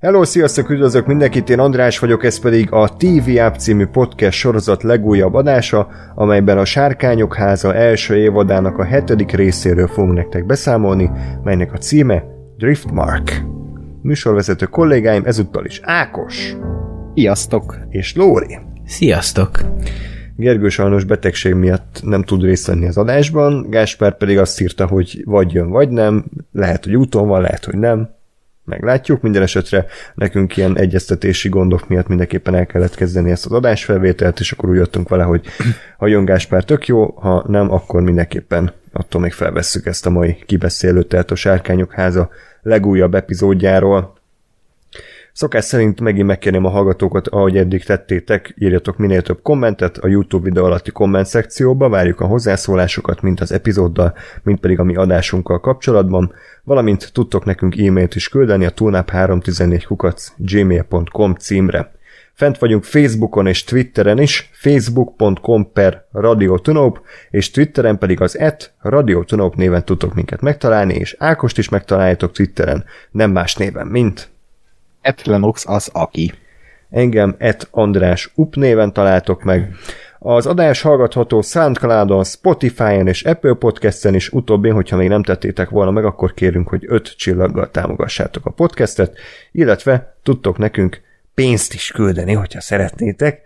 Hello, sziasztok, üdvözlök mindenkit, én András vagyok, ez pedig a TV App című podcast sorozat legújabb adása, amelyben a Sárkányok háza első évadának a 7. részéről fogunk nektek beszámolni, melynek a címe Driftmark. Műsorvezető kollégáim ezúttal is Ákos. Sziasztok. És Lóri. Sziasztok. Gergő sajnos betegség miatt nem tud részt venni az adásban, Gáspár pedig azt írta, hogy vagy jön, vagy nem, lehet, hogy úton van, lehet, hogy nem. Meglátjuk, minden esetre nekünk ilyen egyeztetési gondok miatt mindenképpen el kellett kezdeni ezt az adásfelvételt, és akkor úgy jöttünk vele, hogy ha jön Gáspár, tök jó, ha nem, akkor mindenképpen attól még felvesszük ezt a mai kibeszélőt, tehát a Sárkányok háza legújabb epizódjáról. Szokás szerint megint megkérném a hallgatókat, ahogy eddig tettétek, írjatok minél több kommentet a YouTube videó alatti komment szekcióba, várjuk a hozzászólásokat, mint az epizóddal, mint pedig a mi adásunkkal kapcsolatban, valamint tudtok nekünk e-mailt is küldeni a tunap314@gmail.com címre. Fent vagyunk Facebookon és Twitteren is, facebook.com/radiotunop, és Twitteren pedig az @radiotunop néven tudtok minket megtalálni, és Ákost is megtaláljátok Twitteren, nem más néven, mint... Lenox az aki. Engem András Up néven találtok meg. Az adás hallgatható SoundCloudon, Spotify-on és Apple Podcast-en is, utóbbin, hogyha még nem tettétek volna meg, akkor kérünk, hogy 5 csillaggal támogassátok a podcastet, illetve tudtok nekünk pénzt is küldeni, hogyha szeretnétek.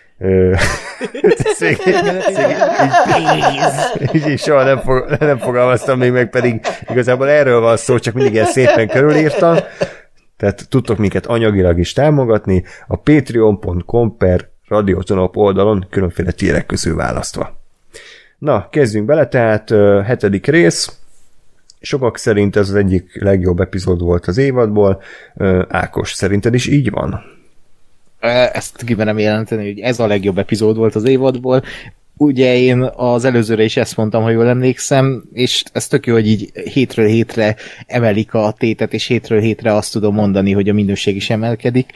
Így soha nem fogalmaztam még meg, pedig igazából erről van szó, csak mindig ilyen szépen körülírtam. Tehát tudtok minket anyagilag is támogatni a patreon.com/radiotunop oldalon különféle tírek közül választva. Na, kezdjünk bele, tehát 7. rész. Sokak szerint ez az egyik legjobb epizód volt az évadból. Ákos, szerinted is így van? Ezt kimenem jelenteni, hogy ez a legjobb epizód volt az évadból. Ugye én az előzőre is ezt mondtam, ha jól emlékszem, és ez tök jó, hogy így hétről hétre emelik a tétet, és hétről hétre azt tudom mondani, hogy a minőség is emelkedik.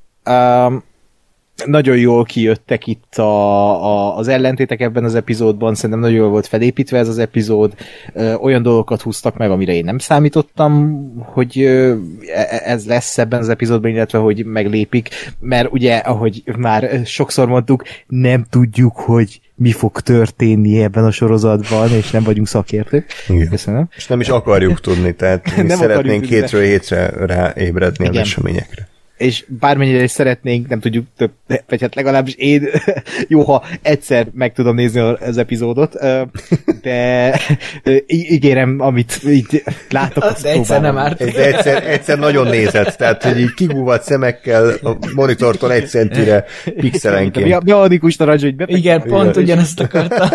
Nagyon jól kijöttek itt az ellentétek ebben az epizódban, szerintem nagyon jól volt felépítve ez az epizód, olyan dolgokat húztak meg, amire én nem számítottam, hogy ez lesz ebben az epizódban, illetve hogy meglépik, mert ugye, ahogy már sokszor mondtuk, nem tudjuk, hogy mi fog történni ebben a sorozatban, és nem vagyunk szakértők. Igen. Köszönöm. És nem is akarjuk tudni, tehát mi szeretnénk hétről hétre ráébredni az eseményekre. És bármennyire is szeretnénk, nem tudjuk több, vagy hát legalábbis én jó, ha egyszer meg tudom nézni az epizódot, de ígérem, amit így látok, azt de egyszer nem árt. Egyszer nagyon nézett, tehát hogy így kigúvat szemekkel a monitortól 1 centire pixelenként. Bionikus narancs, hogy igen, pont ugyanezt akartam.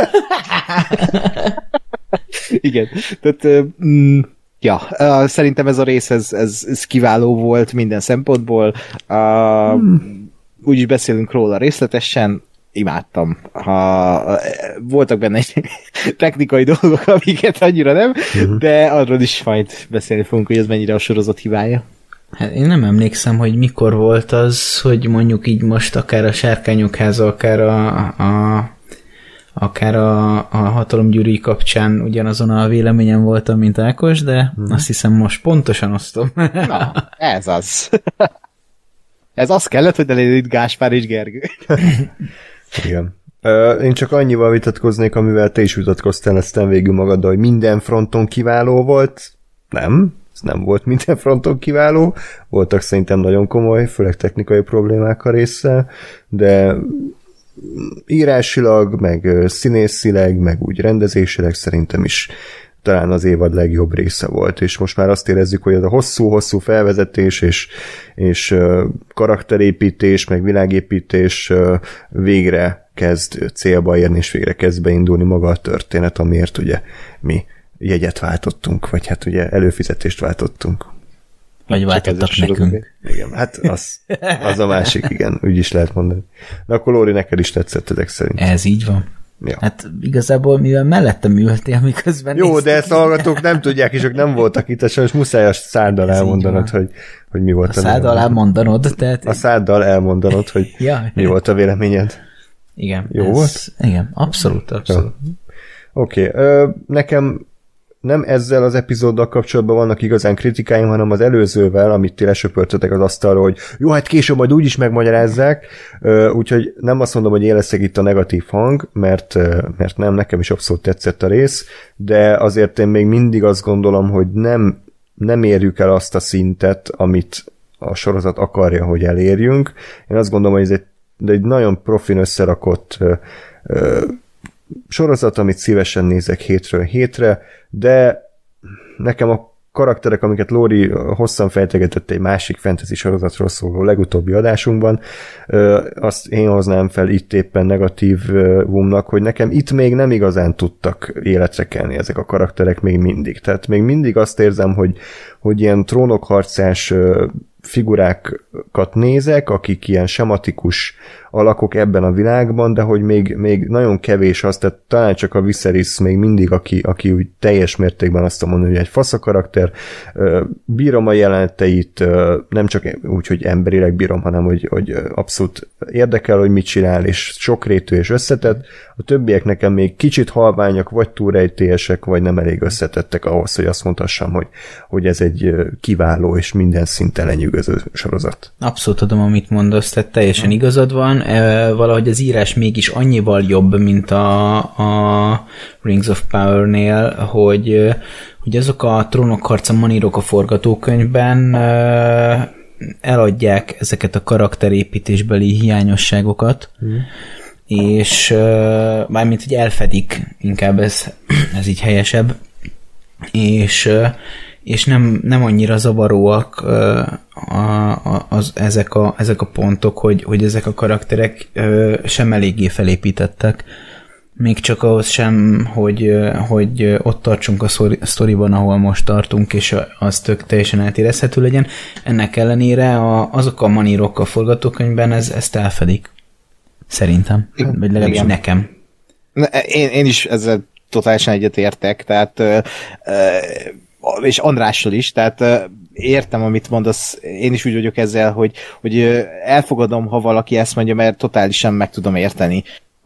Igen, tehát... Ja, szerintem ez a rész, ez kiváló volt minden szempontból. Úgyis beszélünk róla részletesen, imádtam. Voltak benne technikai dolgok, amiket annyira nem, de arról is majd beszélni fogunk, hogy ez mennyire a sorozat hibája. Hát én nem emlékszem, hogy mikor volt az, hogy mondjuk így most akár a Sárkányok háza, akár a hatalomgyűrűi kapcsán ugyanazon a véleményen voltam, mint Ákos, de azt hiszem most pontosan osztom. Na, ez az. Ez az kellett, hogy legyen itt Gáspár és Gergő. Igen. Én csak annyival vitatkoznék, amivel te is vitatkoztál aztán végül magaddal, hogy minden fronton kiváló volt. Nem, ez nem volt minden fronton kiváló. Voltak szerintem nagyon komoly, főleg technikai problémák a résszel, de írásilag, meg színészileg, meg úgy rendezésileg szerintem is talán az évad legjobb része volt, és most már azt érezzük, hogy ez a hosszú-hosszú felvezetés és karakterépítés, meg világépítés végre kezd célba érni, és végre kezd beindulni maga a történet, amiért ugye mi jegyet váltottunk, vagy hát ugye előfizetést váltottunk. Vagy váltottak nekünk. Igen, hát az a másik, igen, úgy is lehet mondani. De akkor Lóri, neked is tetszett ezek szerint. Ez így van. Ja. Hát igazából, mivel mellettem ültél, miközben jó, de ezt hallgatók nem tudják, és ők nem voltak itt, és muszáj a száddal elmondanod, hogy mi volt a száddal elmondanod, tehát... A száddal elmondanod, hogy mi volt a véleményed. Igen. Jó volt? Igen, abszolút. Oké. Nekem nem ezzel az epizóddal kapcsolatban vannak igazán kritikáim, hanem az előzővel, amit ti lesöpörtetek az asztalról, hogy jó, hát később majd úgyis megmagyarázzák, úgyhogy nem azt mondom, hogy én leszek itt a negatív hang, mert nem, nekem is abszolút tetszett a rész, de azért én még mindig azt gondolom, hogy nem érjük el azt a szintet, amit a sorozat akarja, hogy elérjünk. Én azt gondolom, hogy ez egy nagyon profin összerakott sorozat, amit szívesen nézek hétről hétre, de nekem a karakterek, amiket Lóri hosszan fejtegetett egy másik fantasy sorozatról szóló legutóbbi adásunkban, azt én hoznám fel itt éppen negatívumnak, hogy nekem itt még nem igazán tudtak életre kelni ezek a karakterek még mindig. Tehát még mindig azt érzem, hogy ilyen trónokharcás figurákat nézek, akik ilyen sematikus alakok ebben a világban, de hogy még nagyon kevés az, tehát talán csak a Viserys még mindig, aki úgy teljes mértékben azt mondani, hogy egy fasz a karakter, bírom a jeleneteit, nem csak úgy, hogy emberileg bírom, hanem hogy abszolút érdekel, hogy mit csinál, és sokrétű és összetett. A többiek nekem még kicsit halványak, vagy túlrejtélyesek, vagy nem elég összetettek ahhoz, hogy azt mondhassam, hogy ez egy kiváló és minden szinten lenyűgöző sorozat. Abszolút tudom, amit mondasz, tehát teljesen igazad van. Valahogy az írás mégis annyival jobb, mint a Rings of Power-nél, hogy azok a trónokharca manírok a forgatókönyvben eladják ezeket a karakterépítésbeli hiányosságokat, és mármint, hogy elfedik, inkább ez így helyesebb, és nem annyira zavaróak ezek a pontok, hogy ezek a karakterek sem eléggé felépítettek. Még csak ahhoz sem, hogy ott tartsunk a sztoriban, ahol most tartunk, és az tök teljesen eltérezhető legyen. Ennek ellenére azok a manírok a forgatókönyvben ezt elfedik. Szerintem. Vagy legalábbis nekem. Én is ezzel totálisan egyetértek, tehát és Andrással is, tehát értem, amit mondasz, én is úgy vagyok ezzel, hogy elfogadom, ha valaki ezt mondja, mert totálisan meg tudom érteni.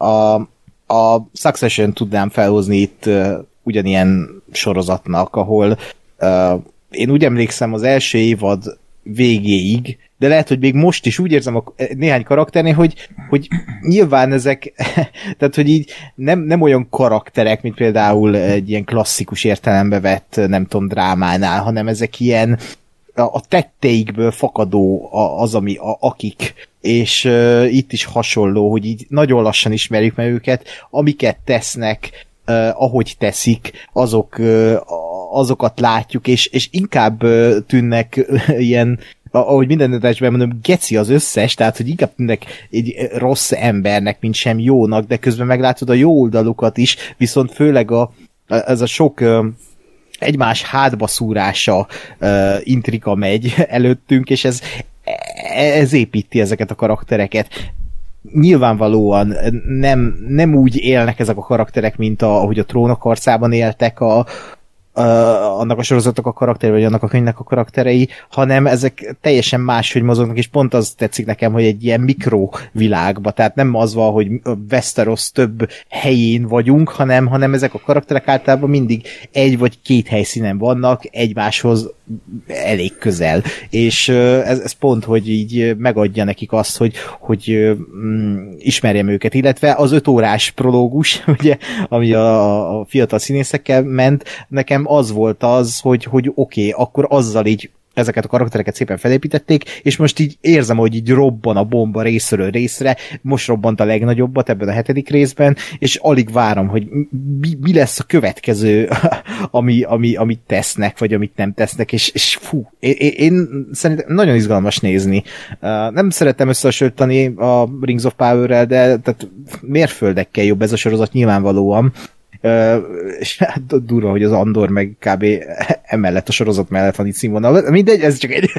A Succession tudnám felhozni itt ugyanilyen sorozatnak, ahol én úgy emlékszem az első évad végéig, de lehet, hogy még most is úgy érzem néhány karakternél, hogy nyilván ezek, tehát, hogy így nem olyan karakterek, mint például egy ilyen klasszikus értelembe vett, nem tudom, drámánál, hanem ezek ilyen a tetteikből fakadó akik, és itt is hasonló, hogy így nagyon lassan ismerjük meg őket, amiket tesznek, ahogy teszik, azokat látjuk, és inkább tűnnek ilyen, ahogy minden adásban mondom, geci az összes, tehát, hogy inkább tűnnek egy rossz embernek, mint sem jónak, de közben meglátod a jó oldalukat is, viszont főleg ez a sok egymás hátba szúrása intriga megy előttünk, és ez építi ezeket a karaktereket. Nyilvánvalóan nem úgy élnek ezek a karakterek, mint ahogy a Trónok harcában éltek annak a sorozatnak a karakterei, vagy annak a könyvnek a karakterei, hanem ezek teljesen máshogy mozognak, és pont az tetszik nekem, hogy egy ilyen mikrovilágba, tehát nem az van, hogy Westeros több helyén vagyunk, hanem ezek a karakterek általában mindig egy vagy két helyszínen vannak, egymáshoz elég közel, és ez pont, hogy így megadja nekik azt, hogy ismerjem őket, illetve az 5 órás prológus, ugye, ami a fiatal színészekkel ment, nekem az volt az, hogy oké, akkor azzal így ezeket a karaktereket szépen felépítették, és most így érzem, hogy így robban a bomba részről részre, most robbant a legnagyobbat ebben a 7. részben, és alig várom, hogy mi lesz a következő, amit tesznek, vagy amit nem tesznek, és fú, én szerintem nagyon izgalmas nézni. Nem szeretem összehasonlítani a Rings of Power-rel, de tehát mérföldekkel jobb ez a sorozat nyilvánvalóan, és hát durva, hogy az Andor meg kb. Emellett a sorozat mellett van itt színvonal. Mindegy, ez csak egy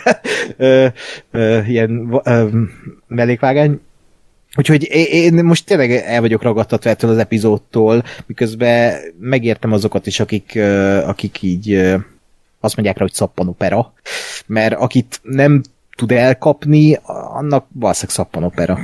ilyen mellékvágány. Úgyhogy én most tényleg el vagyok ragadtatva ettől az epizódtól, miközben megértem azokat is, akik így azt mondják rá, hogy szappanopera, mert akit nem tud elkapni, annak valószínűleg szappanopera.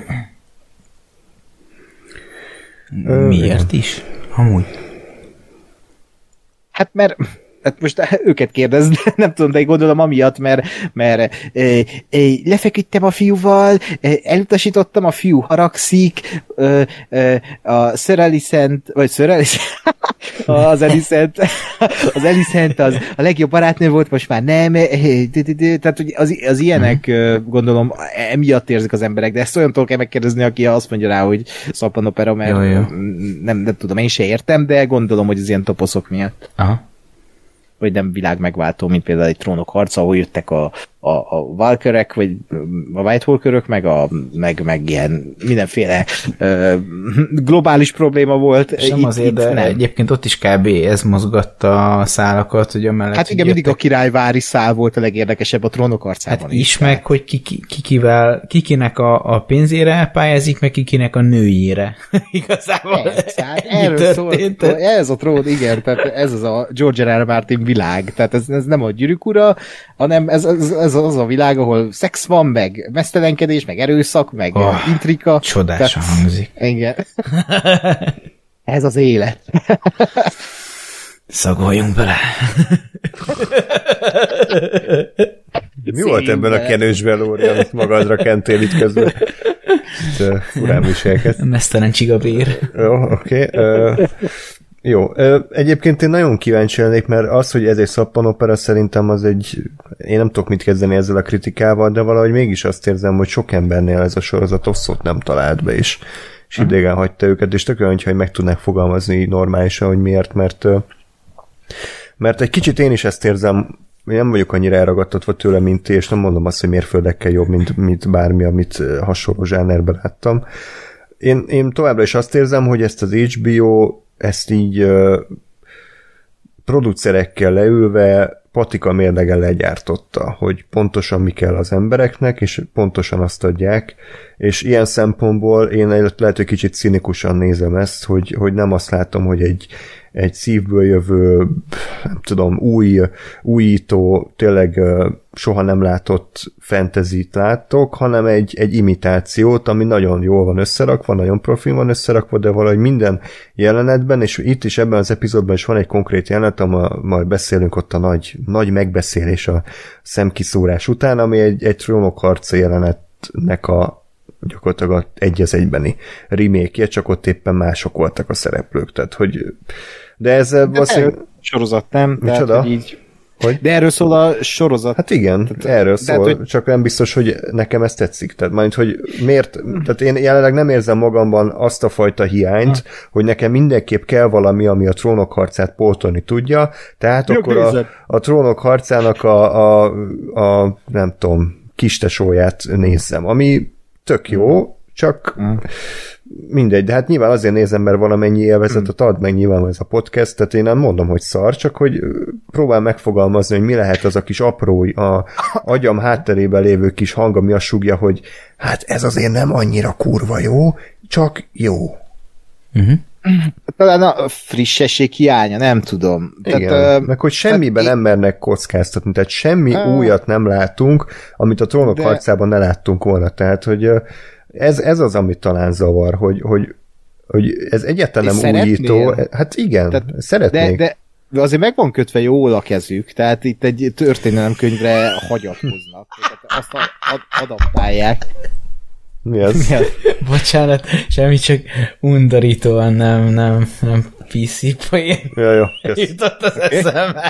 Miért is? Amúgy. Hát mert hát most őket kérdezd, nem tudom, de én gondolom amiatt, mert lefeküdtem a fiúval, elutasítottam, a fiú haragszik, a Sir Alicent, vagy Sir Alicent, az Alicent az a legjobb barátnő volt, most már nem, tehát az ilyenek gondolom emiatt érzik az emberek, de ezt olyantól kell megkérdezni, aki azt mondja rá, hogy szappanopera, mert nem tudom, én se értem, de gondolom, hogy az ilyen toposzok miatt. Aha. Vagy nem világ megváltó, mint például egy Trónok harca, ahol jöttek a Valkyrek, vagy a White Walkerök, meg ilyen mindenféle globális probléma volt. Sem azért, de nem. Egyébként ott is kb. Ez mozgatta a szálakat, hogy amellett... Hát igen, mindig a királyvári szál volt a legérdekesebb a Trónok harcában. Hát is meg, hogy kikinek a pénzére pályázik, meg kikinek a nőjére. Igazából erről szólt, ez a trón, igen, tehát ez az a George R. R. Martin világ, tehát ez nem a Gyűrűk ura, hanem ez az a világ, ahol szex van, meg mesztelenkedés, meg erőszak, meg intrika. Csodásan hangzik. Igen. Ez az élet. Szagoljunk bele. Mi volt ebben a kenősben, Lóri, amit magadra kentél itt közben? Furán viselkedsz. Mesztelen csigabér. Jó, oké. Jó, egyébként én nagyon kíváncsi lennék, mert az, hogy ez egy szappanopera, szerintem az egy, én nem tudok mit kezdeni ezzel a kritikával, de valahogy mégis azt érzem, hogy sok embernél ez a sorozat osszót nem talált be, és idegen hagyta őket, és tök olyan, hogy meg tudnák fogalmazni normálisan, hogy miért, mert egy kicsit én is ezt érzem, én nem vagyok annyira elragadtatva tőle, mint ti, és nem mondom azt, hogy mérföldekkel jobb, mint bármi, amit hasonló zsánerben láttam. Én továbbra is azt érzem, hogy ezt az HBO ezt így producerekkel leülve patika mérlegen legyártotta, hogy pontosan mi kell az embereknek, és pontosan azt adják, és ilyen szempontból én lehet, hogy kicsit cinikusan nézem ezt, hogy nem azt látom, hogy egy szívből jövő, nem tudom, újító, tényleg soha nem látott fantasy-t látok, hanem egy imitációt, ami nagyon jól van összerakva, nagyon profil van összerakva, de valahogy minden jelenetben, és itt is ebben az epizódban is van egy konkrét jelenet, majd beszélünk ott a nagy megbeszélés a szemkiszúrás után, ami egy Trónok harca jelenetnek gyakorlatilag egy az egybeni remake-je, csak ott éppen mások voltak a szereplők, tehát hogy de ez valószínűleg... Sorozat, nem? Micsoda? Tehát, hogy így... Hogy? De erről szól a sorozat. Hát igen, erről szól, hogy... csak nem biztos, hogy nekem ez tetszik. Tehát majd, hogy miért, tehát én jelenleg nem érzem magamban azt a fajta hiányt, hogy nekem mindenképp kell valami, ami a Trónok harcát pótolni tudja, tehát akkor a Trónok harcának a nem tudom, kistesóját nézzem, ami tök jó, csak mindegy, de hát nyilván azért nézem, mert valamennyi élvezetet ad, meg nyilván ez a podcast, tehát én nem mondom, hogy szar, csak hogy próbál megfogalmazni, hogy mi lehet az a kis apró, a agyam hátterében lévő kis hang, ami azt sugja, hogy hát ez azért nem annyira kurva jó, csak jó. Talán a frissesség hiánya, nem tudom. Igen, tehát, meg hogy semmiben nem mernek kockáztatni, tehát semmi újat nem látunk, amit a Trónok harcában ne láttunk volna, tehát hogy ez az, amit talán zavar, hogy ez egyáltalán nem újító. Hát igen, tehát, szeretnék. De azért meg van kötve jól a kezük, tehát itt egy történelemkönyvre hagyatkoznak. Tehát azt adaptálják. Mi az? Bocsánat, semmi, csak undorítóan nem PC poén. Jó, jutott az eszembe.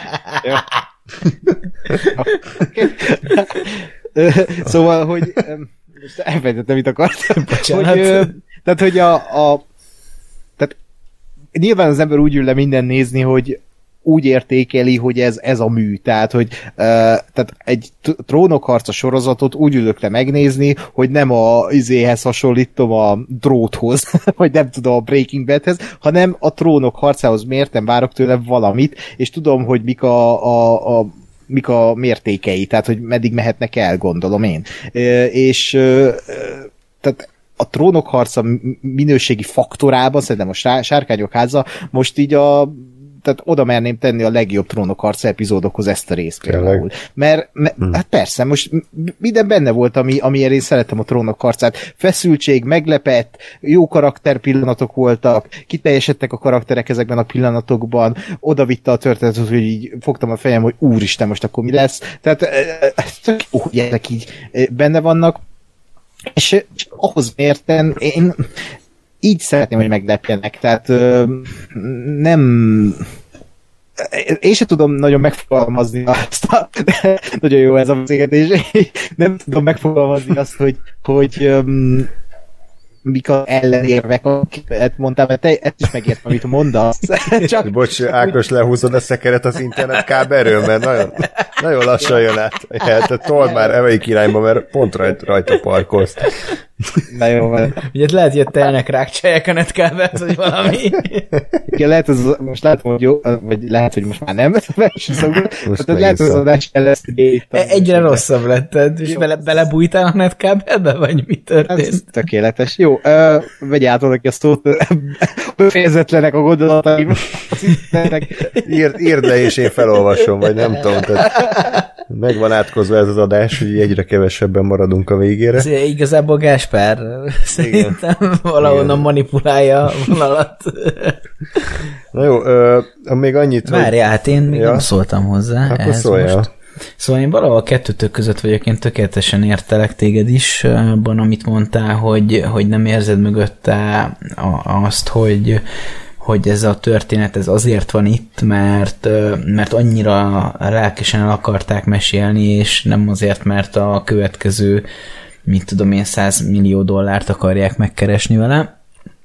Szóval, hogy most elfejtettem, mit akartam. Bocsánat. Tehát, hogy tehát nyilván az ember úgy ül le minden nézni, hogy úgy értékeli, hogy ez a mű. Tehát, hogy tehát egy Trónokharca sorozatot úgy ülök le megnézni, hogy nem a izéhez hasonlítom a Dróthoz, vagy nem tudom, a Breaking Badhez, hanem a Trónok harcához mértem, várok tőle valamit, és tudom, hogy mik a mértékei, tehát, hogy meddig mehetnek el, gondolom én. És tehát a Trónok harca minőségi faktorában, szerintem a Sárkányok háza most így tehát oda merném tenni a legjobb Trónokharca epizódokhoz ezt a részt például. Mert hát persze, most minden benne volt, amilyen én szeretem a Trónokharcát. Feszültség, meglepett, jó karakter pillanatok voltak, kiteljesedtek a karakterek ezekben a pillanatokban, oda vitte a történetet, hogy így fogtam a fejem, hogy úristen, most akkor mi lesz. Tehát ezek így benne vannak, és ahhoz mérten én így szeretném, hogy meglepjenek, tehát nem... Én sem tudom nagyon megfogalmazni azt nagyon jó ez a beszélgetés, nem tudom megfogalmazni azt, hogy mik az ellenérvek, amiket mondtál, mert te ezt is megértem, amit mondasz. Csak... Bocs, Ákos, lehúzod a szekeret az internet kábelről, mert nagyon lassan jön át. Tehát told már melyik irányba, mert pont rajta parkolsz. Na jó van. Ugye lehet, hogy telnek rákcsálják a netkábelt, vagy valami. Igen, lehet, most látom, hogy jó, vagy lehet, hogy most már nem. Most lehet, hogy az adás eleszteni. Egyre rosszabb letted, és belebújtál a netkábelbe, vagy mi történt? Ez tökéletes. Jó, vegye át oda ki a szót, befejezetlenek a gondolataim. Írd le, és én felolvasom, vagy nem tudom. Tehát meg van átkozva ez az adás, hogy egyre kevesebben maradunk a végére. Ez igazából Gáspár szerintem valahonnan manipulálja a vonalat. Na jó, még annyit, várjál, hát én még nem szóltam hozzá. Akkor szóljál. Most. Szóval én valahol a kettőtök között vagyok, én tökéletesen értelek téged is abban, amit mondtál, hogy nem érzed mögötte azt, hogy ez a történet ez azért van itt, mert annyira lelkesen el akarták mesélni, és nem azért, mert a következő, mit tudom én, $100 millió akarják megkeresni vele.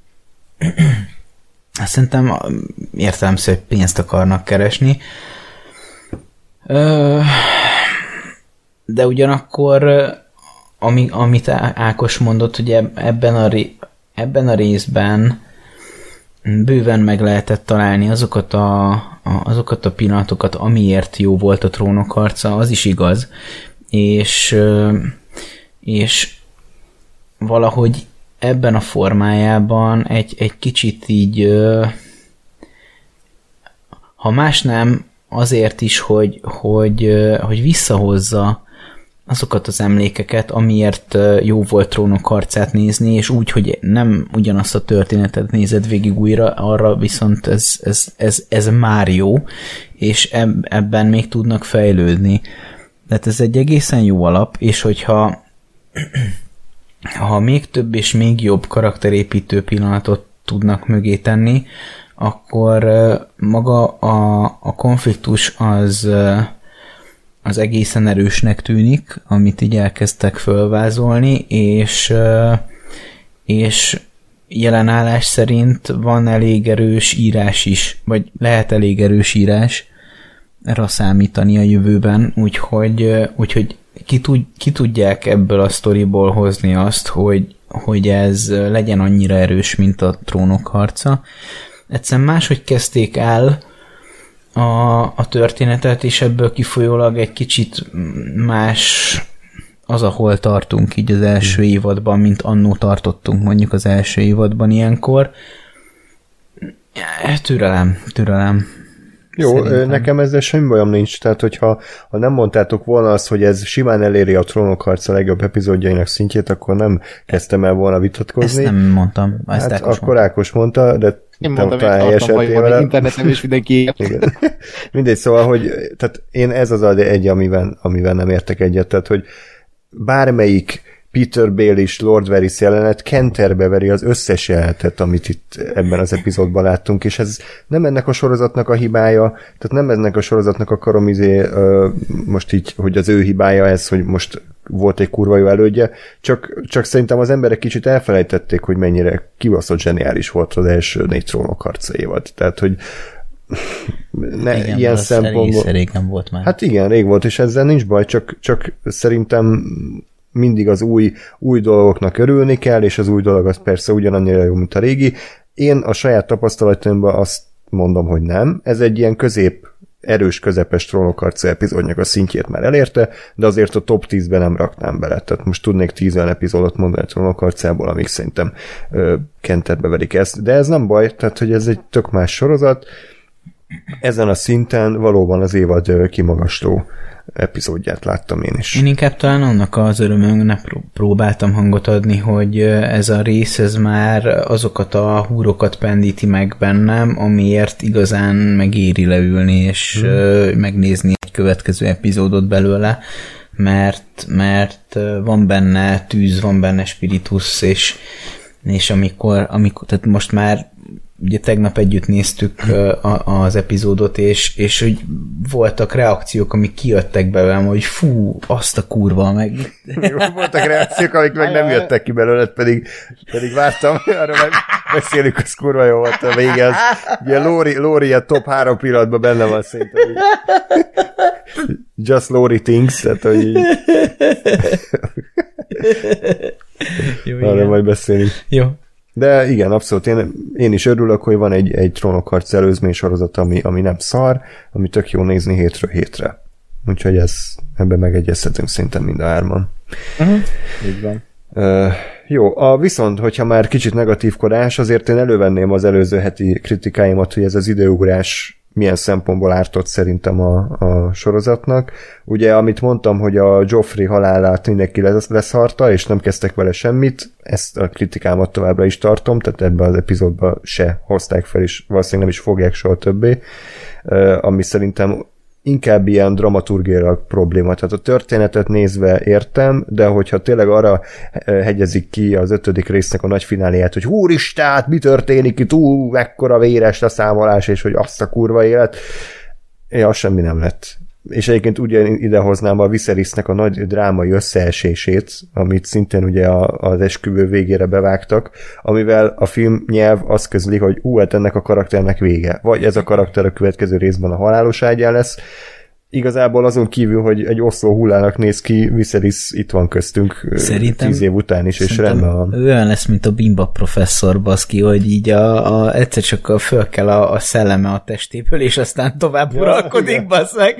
Szerintem értelemszerűen pénzt akarnak keresni. De ugyanakkor, amit Ákos mondott, hogy ebben a részben bőven meg lehetett találni azokat a pillanatokat, amiért jó volt a Trónokharca, az is igaz. És valahogy ebben a formájában egy kicsit így, ha más nem, azért is, hogy visszahozza azokat az emlékeket, amiért jó volt Trónokharcát nézni, és úgy, hogy nem ugyanazt a történetet nézed végig újra, arra viszont ez már jó, és ebben még tudnak fejlődni. Tehát ez egy egészen jó alap, és hogyha még több és még jobb karakterépítő pillanatot tudnak mögé tenni, akkor maga a konfliktus az egészen erősnek tűnik, amit így elkezdtek fölvázolni, és jelenállás szerint van elég erős írás is, vagy lehet elég erős írás erre számítani a jövőben, úgyhogy ki tudják ebből a sztoriból hozni azt, hogy ez legyen annyira erős, mint a Trónokharca. Egyszerűen máshogy kezdték el a történetet, és ebből kifolyólag egy kicsit más az, ahol tartunk így az első évadban, mint annó tartottunk mondjuk az első évadban ilyenkor. Türelem. Jó, szerintem. Nekem ezzel semmi bajom nincs, tehát hogyha nem mondtátok volna azt, hogy ez simán eléri a Trónokharca legjobb epizódjainak szintjét, akkor nem kezdtem el volna vitatkozni. Ezt nem mondtam. Ezt hát akkor Ákos mondta, de én mondtam, hogy tartom bajban, internetem és mindenki mindegy, szóval, hogy tehát én ez az egy, amivel nem értek egyet, tehát, hogy bármelyik Peter Baelish és Lord Varys jelenet kenterbe veri az összes jelenetet, amit itt ebben az epizódban láttunk, és ez nem ennek a sorozatnak a hibája, tehát nem ennek a sorozatnak akarom most így, hogy az ő hibája ez, hogy most volt egy kurva jó elődje, csak szerintem az emberek kicsit elfelejtették, hogy mennyire kibaszott zseniális volt az első 4 Trónokharca évad. Tehát, hogy igen, ilyen szempontból... Rég nem volt már. Hát igen, rég volt, és ezzel nincs baj, csak szerintem mindig az új dolgoknak örülni kell, és az új dolog az persze ugyanannyira jó, mint a régi. Én a saját tapasztalatomban azt mondom, hogy nem. Ez egy ilyen erős közepes Trónokharca epizódnak a szintjét már elérte, de azért a top 10-ben nem raknám bele. Tehát most tudnék 10 olyan epizódot mondani Trónokharcából, amik szerintem kenterbe verik ezt. De ez nem baj, tehát hogy ez egy tök más sorozat. ezen a szinten valóban az évad kimagasló epizódját láttam én is. Én inkább talán annak az örömömnek próbáltam hangot adni, hogy ez a rész, ez már azokat a húrokat pendíti meg bennem, amiért igazán megéri leülni, és megnézni egy következő epizódot belőle, mert van benne tűz, van benne spiritus, és amikor tehát most már ugye tegnap együtt néztük az epizódot, és hogy voltak reakciók, amik kijöttek belőlem, hogy fú, azt a kurva, meg... Voltak reakciók, amik meg nem jöttek ki belőled, pedig vártam, arra meg beszélünk, az kurva jó volt a vége. Az, ugye Lori a top 3 pillanatban benne van szerintem. Just Lori things, tehát hogy így... Jó, arra majd beszélünk. Jó. De igen, abszolút. Én is örülök, hogy van egy Trónokharc előzmény sorozat, ami nem szar, ami tök jó nézni hétről hétre. Úgyhogy ebben megegyezhetünk szerintem mind a hárman. Így van. Jó, viszont, hogyha már kicsit negatívkodás, azért én elővenném az előző heti kritikáimat, hogy ez az időugrás milyen szempontból ártott szerintem a sorozatnak. Ugye, amit mondtam, hogy a Joffrey halálát mindenki leszarta, és nem kezdtek vele semmit, ezt a kritikámat továbbra is tartom, tehát ebben az epizódban se hozták fel, és valószínűleg nem is fogják soha többé, ami szerintem inkább ilyen dramaturgiailag probléma. Tehát a történetet nézve értem, de hogyha tényleg arra hegyezik ki az 5. résznek a nagy fináliát, hogy úristen, mi történik itt, ekkora véres leszámolás, és hogy azt a kurva élet, az semmi nem lett. És egyébként ugye idehoznám a Viserysnek a nagy drámai összeesését, amit szintén ugye az esküvő végére bevágtak, amivel a film nyelv azt közli, hogy hát ennek a karakternek vége. Vagy ez a karakter a következő részben a halálos ágyán lesz. Igazából azon kívül, hogy egy oszló hullának néz ki, Viserys itt van köztünk szerintem, 10 év után is, és rendben van. Ő olyan lesz, mint a Bimba professzor, baszki, hogy így egyszer csak föl kell a szelleme a testéből, és aztán tovább uralkodik, baszmeg.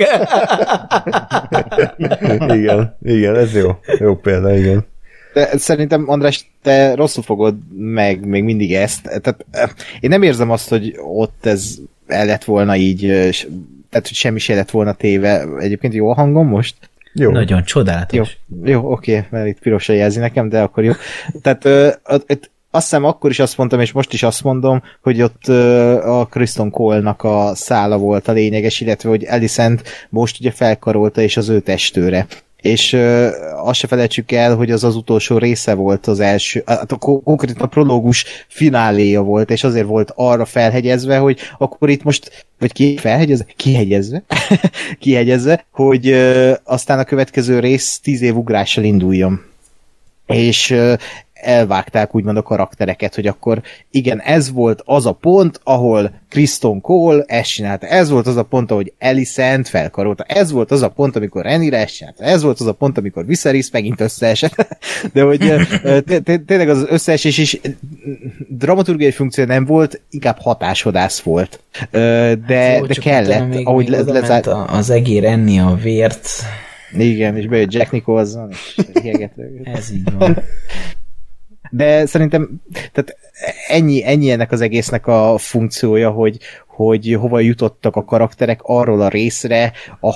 igen, ez jó példa, igen. De szerintem, András, te rosszul fogod meg még mindig ezt. Tehát én nem érzem azt, hogy ott ez el lett volna így, tehát hogy semmi se lett volna téve. Egyébként jó a hangom most? Jó. Nagyon csodálatos. Jó, oké, mert itt pirosan jelzi nekem, de akkor jó. Tehát azt hiszem akkor is azt mondtam, és most is azt mondom, hogy ott a Criston Cole-nak a szála volt a lényeges, illetve hogy Alicent most ugye felkarolta, és az ő testőre. És azt se felejtsük el, hogy az utolsó része volt az első, konkrétan a prológus fináléja volt, és azért volt arra felhegyezve, hogy akkor itt most, vagy kihegyezve, hogy aztán a következő rész 10 év ugrással induljon. És elvágták úgymond a karaktereket, hogy akkor igen, ez volt az a pont, ahol Criston Cole ezt csinálta, ez volt az a pont, ahogy Alicent felkarolta, ez volt az a pont, amikor Rhaenyra ezt csinálta, ez volt az a pont, amikor Viserys megint összeesett, de hogy tényleg az összeesés is dramaturgiai funkció nem volt, inkább hatáshodász volt. De kellett, ahogy lezárt. Az egér enni a vért. Igen, és bejött Jack Nicholson, és ez így van. De szerintem tehát ennyi ennek az egésznek a funkciója, hogy hova jutottak a karakterek arról a részre,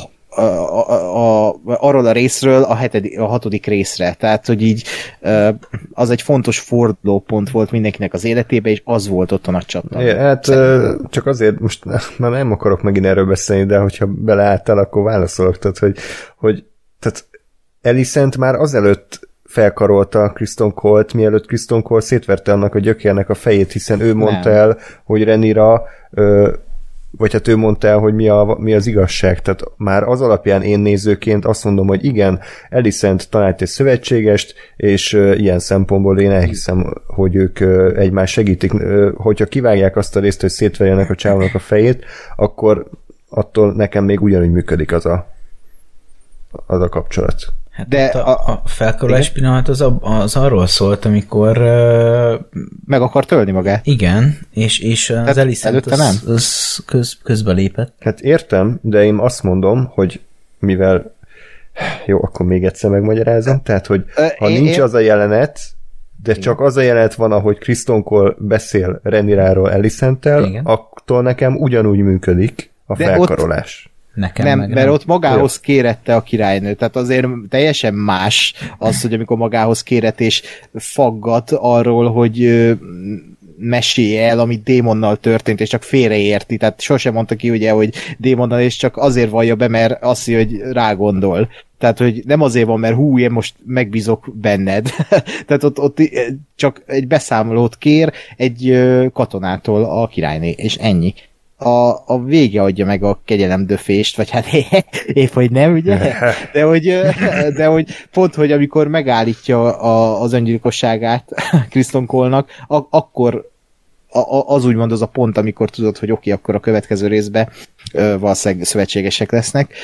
arról a részről a 6. részre. Tehát, hogy így az egy fontos fordulópont volt mindenkinek az életében, és az volt ott a nagy csattan. Hát csak azért, most már nem akarok megint erről beszélni, de hogyha beleálltál, akkor válaszolok. Tehát Alicent már azelőtt felkarolta Criston Cole-t, mielőtt Criston Cole szétverte annak a gyökérnek a fejét, hiszen ő mondta el, hogy Rhaenyra, vagy hát ő mondta el, hogy mi az igazság. Tehát már az alapján én nézőként azt mondom, hogy igen, Alicent talált egy szövetségest, és ilyen szempontból én elhiszem, hogy ők egymást segítik. Hogyha kivágják azt a részt, hogy szétverjenek a csávónak a fejét, akkor attól nekem még ugyanúgy működik az a kapcsolat. Hát de a felkarolás pillanat az arról szólt, amikor meg akar tölni magát. Igen, és az Alicent az közbe lépett. Hát értem, de én azt mondom, hogy mivel jó, akkor még egyszer megmagyarázom, tehát, hogy ha nincs az a jelenet, de csak az a jelenet van, ahogy Kristen Cole beszél Rhaenyráról Alicent-tel, attól nekem ugyanúgy működik a felkarolás. Nekem nem, mert ott magához kérette a királynő, tehát azért teljesen más az, hogy amikor magához kéret és faggat arról, hogy mesélje el, ami Daemonnal történt, és csak félreérti, tehát sosem mondta ki ugye, hogy Daemonnal, és csak azért vallja be, mert azt mondja, hogy rágondol. Tehát, hogy nem azért van, mert én most megbízok benned. Tehát ott csak egy beszámolót kér egy katonától a királyné, és ennyi. A vége adja meg a kegyelemdöfést, vagy hát épp, hogy nem, ugye? De hogy pont, hogy amikor megállítja az öngyilkosságát Kristen Cole-nak, akkor az úgymond az a pont, amikor tudod, hogy oké, akkor a következő részben valószínűleg szövetségesek lesznek.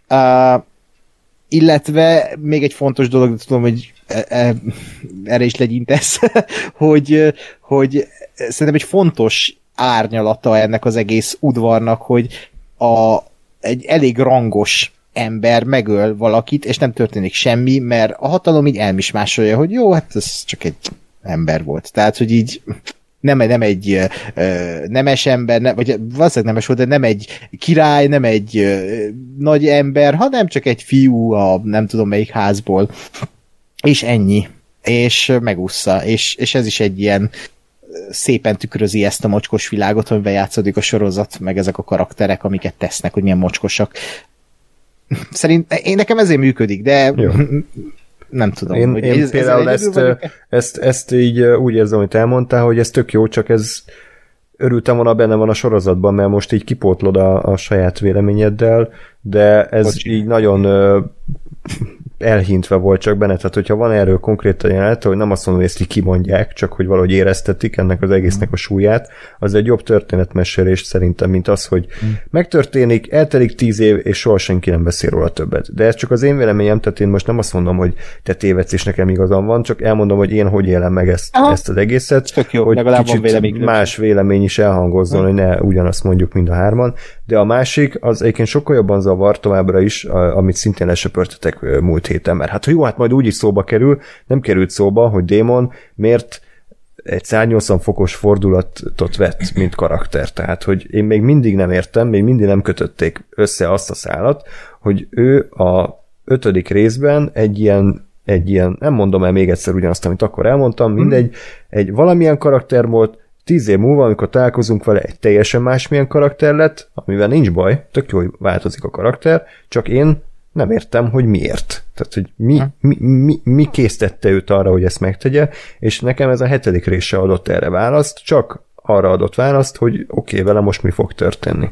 Illetve még egy fontos dolog, de tudom, hogy erre is legyintesz, hogy szerintem egy fontos árnyalata ennek az egész udvarnak, hogy egy elég rangos ember megöl valakit, és nem történik semmi, mert a hatalom így elmismásolja, hogy jó, hát ez csak egy ember volt. Tehát, hogy így nem egy nemes ember, vagy valószínűleg nemes volt, de nem egy király, nem egy nagy ember, hanem csak egy fiú a nem tudom melyik házból. És ennyi. És megúszza. És ez is egy ilyen szépen tükrözi ezt a mocskos világot, amiben játszódik a sorozat, meg ezek a karakterek, amiket tesznek, hogy milyen mocskosak. Nekem ezért működik, de jó. Nem tudom. Én például ezt így úgy érzem, hogy elmondtál, hogy ez tök jó, csak ez örültem volna, benne van a sorozatban, mert most így kipótlod a saját véleményeddel, de ez így nagyon elhintve volt csak benne, tehát hogyha van erről konkrétan jelenet, hogy nem azt mondom, hogy ezt így kimondják, csak hogy valahogy éreztetik ennek az egésznek a súlyát, az egy jobb történetmesélés szerintem, mint az, hogy megtörténik, eltelik 10 év, és soha senki nem beszél róla többet. De ez csak az én véleményem, tehát én most nem azt mondom, hogy te tévedsz, és nekem igazam van, csak elmondom, hogy én hogy élem meg ezt az egészet, jó, hogy kicsit más vélemény is elhangozzon, hogy ne ugyanazt mondjuk mind a hárman, de a másik, az egyébként sokkal jobban zavar továbbra is, amit szintén lesöpörtetek múlt héten, mert hát jó, hát majd úgy is szóba kerül, nem került szóba, hogy Daemon miért egy 180 fokos fordulatot vett, mint karakter. Tehát, hogy én még mindig nem értem, még mindig nem kötötték össze azt a szálat, hogy ő a 5. részben egy ilyen, nem mondom el még egyszer ugyanazt, amit akkor elmondtam, mindegy, egy valamilyen karakter volt, 10 év múlva, amikor találkozunk vele, egy teljesen másmilyen karakter lett, amivel nincs baj, tök jó, hogy változik a karakter, csak én nem értem, hogy miért. Tehát, hogy mi késztette őt arra, hogy ezt megtegye, és nekem ez a 7. rész se adott erre választ, csak arra adott választ, hogy oké, vele most mi fog történni.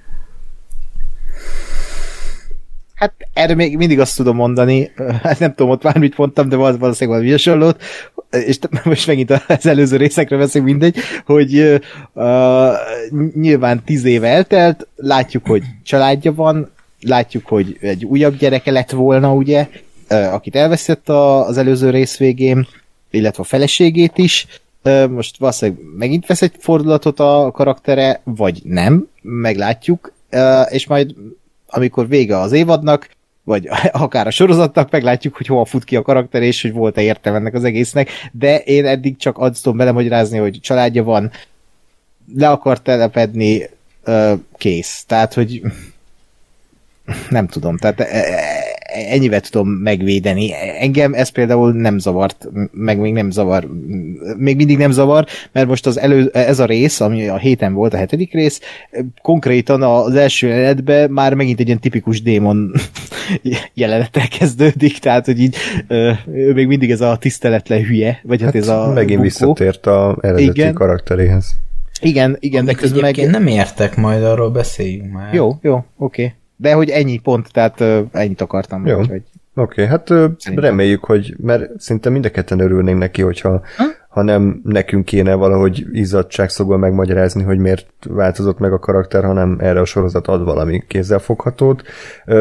Hát erre még mindig azt tudom mondani, hát nem tudom, ott már mit mondtam, de valószínűleg valami hasonlót, és most megint az előző részekre veszünk, mindegy, hogy nyilván 10 év eltelt, látjuk, hogy családja van, látjuk, hogy egy újabb gyereke lett volna, ugye, akit elveszett az előző rész végén, illetve a feleségét is. Most valószínűleg megint vesz egy fordulatot a karaktere, vagy nem, meglátjuk, és majd amikor vége az évadnak, vagy akár a sorozatnak, meglátjuk, hogy hova fut ki a karakter, és hogy volt-e értelme ennek az egésznek, de én eddig csak azt tudom belemagyarázni, hogy családja van, le akar telepedni, kész. Tehát, hogy nem tudom, tehát ennyivel tudom megvédeni. Engem ez például nem zavart, meg még nem zavar, még mindig nem zavar, mert most ez a rész, ami a héten volt, a 7. rész, konkrétan az első jelenetben már megint egy ilyen tipikus démon jelenettel kezdődik, tehát, hogy így ő még mindig ez a tiszteletlen hülye, vagy hát ez a megint bunkó. Visszatért a eredeti karakteréhez. Igen, de közben meg... nem értek, majd arról beszéljünk már. Jó, oké. De hogy ennyi pont, tehát ennyit akartam. Jó, oké, hát reméljük, hogy, mert szinte mind a ketten örülnénk neki, hogyha ha nem nekünk kéne valahogy izzadságszóval megmagyarázni, hogy miért változott meg a karakter, hanem erre a sorozat ad valami kézzelfoghatót.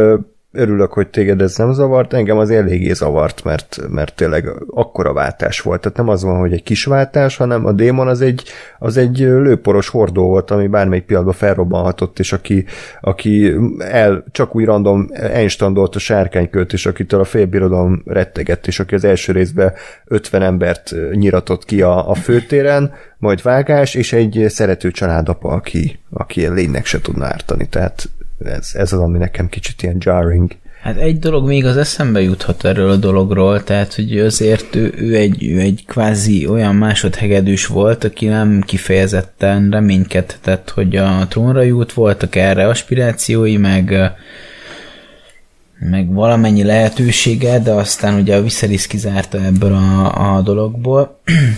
örülök, hogy téged ez nem zavart, engem az eléggé zavart, mert tényleg akkora váltás volt. Tehát nem az van, hogy egy kis váltás, hanem a démon az egy lőporos hordó volt, ami bármelyik pillanatban felrobbanhatott, és aki csak úgy random einstandolt a sárkánykölt, és akitől a félbirodalom rettegett, és aki az első részben 50 embert nyiratott ki a főtéren, majd vágás, és egy szerető családapa, aki lénynek se tudna ártani. Tehát ez az, ami nekem kicsit ilyen jarring. Hát egy dolog még az eszembe juthat erről a dologról, tehát hogy azért ő egy kvázi olyan másodhegedűs volt, aki nem kifejezetten reménykedhetett, hogy a trónra jut, voltak erre aspirációi, meg valamennyi lehetősége, de aztán ugye a Viserys kizárta ebből a dologból,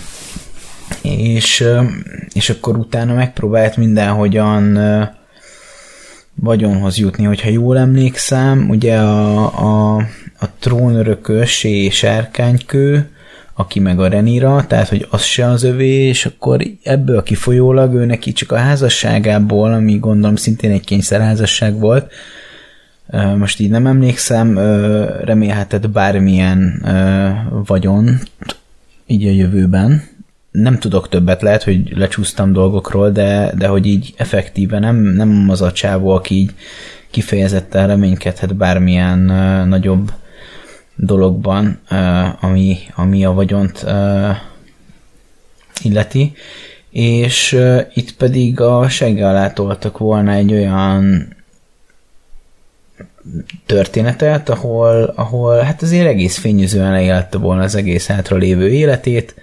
és akkor utána megpróbált mindenhogyan vagyonhoz jutni, hogyha jól emlékszem, ugye a trónörökös és sárkánykő, aki meg a Rhaenyra, tehát hogy az se az övé, és akkor ebből kifolyólag ő neki csak a házasságából, ami gondolom szintén egy kényszerházasság volt, most így nem emlékszem, remélhetett bármilyen vagyont így a jövőben. Nem tudok többet, lehet, hogy lecsúsztam dolgokról, de hogy így effektíve nem az a csávó, aki így kifejezetten reménykedhet bármilyen nagyobb dologban, ami a vagyont illeti. És itt pedig a segge alá toltak volna egy olyan történetet, ahol hát azért egész fényűzően leélte volna az egész hátra lévő életét,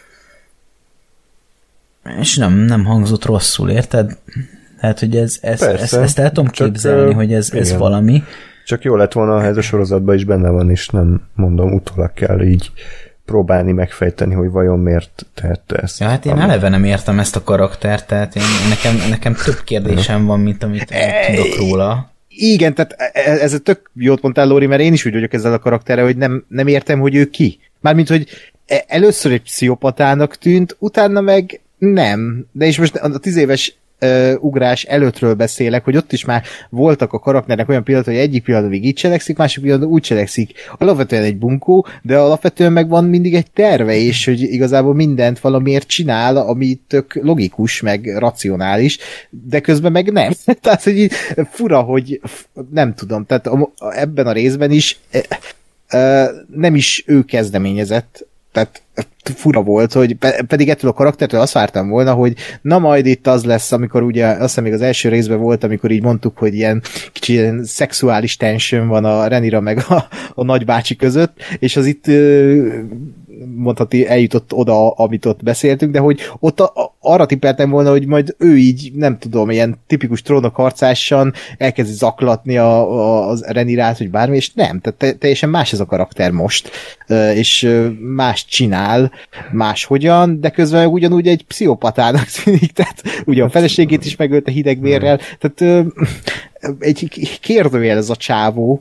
és nem hangzott rosszul, érted? Tehát, hogy ezt el tudom képzelni, hogy ez valami. Csak jó lett volna, ha ez a sorozatban is benne van, és nem mondom, utólag kell így próbálni megfejteni, hogy vajon miért tehette ezt. Ja, hát én eleve nem értem ezt a karaktert, tehát nekem több kérdésem van, mint amit tudok róla. Igen, tehát ez tök jót mondtál, Lóri, mert én is úgy vagyok ezzel a karakterrel, hogy nem értem, hogy ő ki. Mármint, hogy először egy pszichopatának tűnt, utána meg nem. De és most a 10 éves ugrás előttről beszélek, hogy ott is már voltak a karakternek olyan pillanat, hogy egyik pillanatban így cselekszik, másik pillanatban úgy cselekszik. Alapvetően egy bunkó, de alapvetően meg van mindig egy terve, és hogy igazából mindent valamiért csinál, ami tök logikus, meg racionális, de közben meg nem. Tehát, hogy így fura, hogy nem tudom, tehát ebben a részben is nem is ő kezdeményezett, tehát fura volt, hogy pedig ettől a karaktertől azt vártam volna, hogy na majd itt az lesz, amikor ugye azt hiszem még az első részben volt, amikor így mondtuk, hogy ilyen kicsi ilyen szexuális tension van a Rhaenyra meg a nagybácsi között, és az itt mondhatni eljutott oda, amit ott beszéltünk, de hogy ott arra tippeltem volna, hogy majd ő így, nem tudom, ilyen tipikus trónokharcásan elkezdi zaklatni az Rhaenyrát, hogy bármi, és nem, tehát teljesen más ez a karakter most, és más csinál, máshogyan, de közben ugyanúgy egy pszichopatának tűnik, tehát ugye a feleségét is megölte hidegvérrel, tehát egy kérdőjel ez a csávó,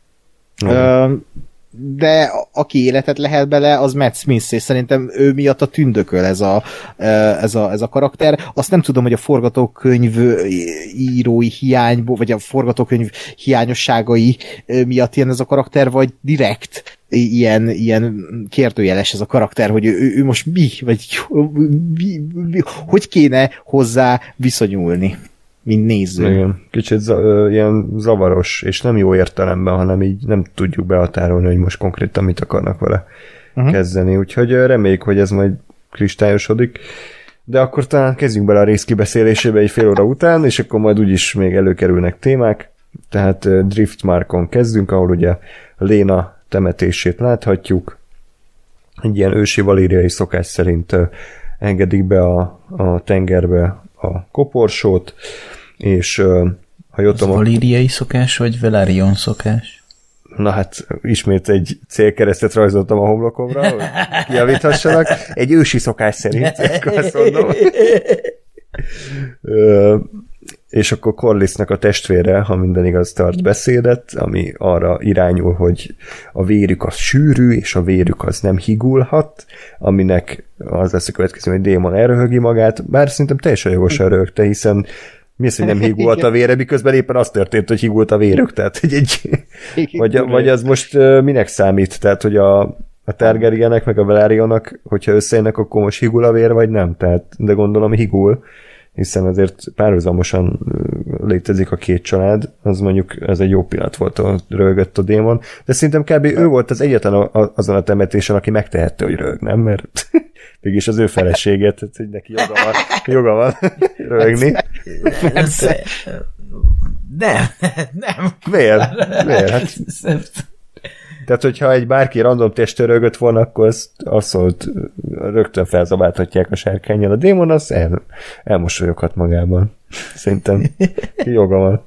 de aki életet lehet bele, az Matt Smith, és szerintem ő miatt a tündököl ez a karakter. Azt nem tudom, hogy a forgatókönyv írói hiányból, vagy a forgatókönyv hiányosságai miatt ilyen ez a karakter, vagy direkt ilyen kérdőjeles ez a karakter, hogy ő most mi, vagy hogy kéne hozzá viszonyulni, mint néző. Igen, kicsit ilyen zavaros, és nem jó értelemben, hanem így nem tudjuk behatárolni, hogy most konkrétan mit akarnak vele kezdeni. Úgyhogy reméljük, hogy ez majd kristályosodik. De akkor talán kezdjünk bele a rész kibeszélésébe egy fél óra után, és akkor majd úgyis még előkerülnek témák. Tehát Driftmarkon kezdünk, ahol ugye Léna temetését láthatjuk. Egy ilyen ősi valíriai szokás szerint engedik be a tengerbe a koporsót, és ha jött valíriai szokás, vagy Velaryon szokás? Na hát, ismét egy célkeresztet rajzoltam a homlokomra, hogy kijavíthassanak. Egy ősi szokás szerint, akkor azt mondom. És akkor Corlysnak a testvére, ha minden igaz, tart beszédet, ami arra irányul, hogy a vérük az sűrű, és a vérük az nem higulhat, aminek az lesz a következő, hogy démon elröhögi magát, bár szerintem teljesen jogosan röhögte, hiszen Mi az, hogy nem hígult a vére, miközben éppen az történt, hogy hígult a vérük, tehát vagy az most minek számít? Tehát, hogy a Targaryenek meg a Velaryonak, hogyha összejönnek, akkor most hígul a vér, vagy nem? Tehát, de gondolom hígul, hiszen azért párhuzamosan létezik a két család, az mondjuk ez egy jó pillanat volt, ahol röhögött a démon, de szerintem kb. Ő volt az egyetlen azon a temetésen, aki megtehette, hogy röhög, nem? Mert mégis az ő feleséget, hogy neki joga van röhögni. Nem. Miért? Hát, tehát, hogyha egy bárki random testről rögött volna, akkor azt abszolút rögtön felzabáltatják a sárkánnyal. A démon az elmosolyoghat magában. Szerintem joga van.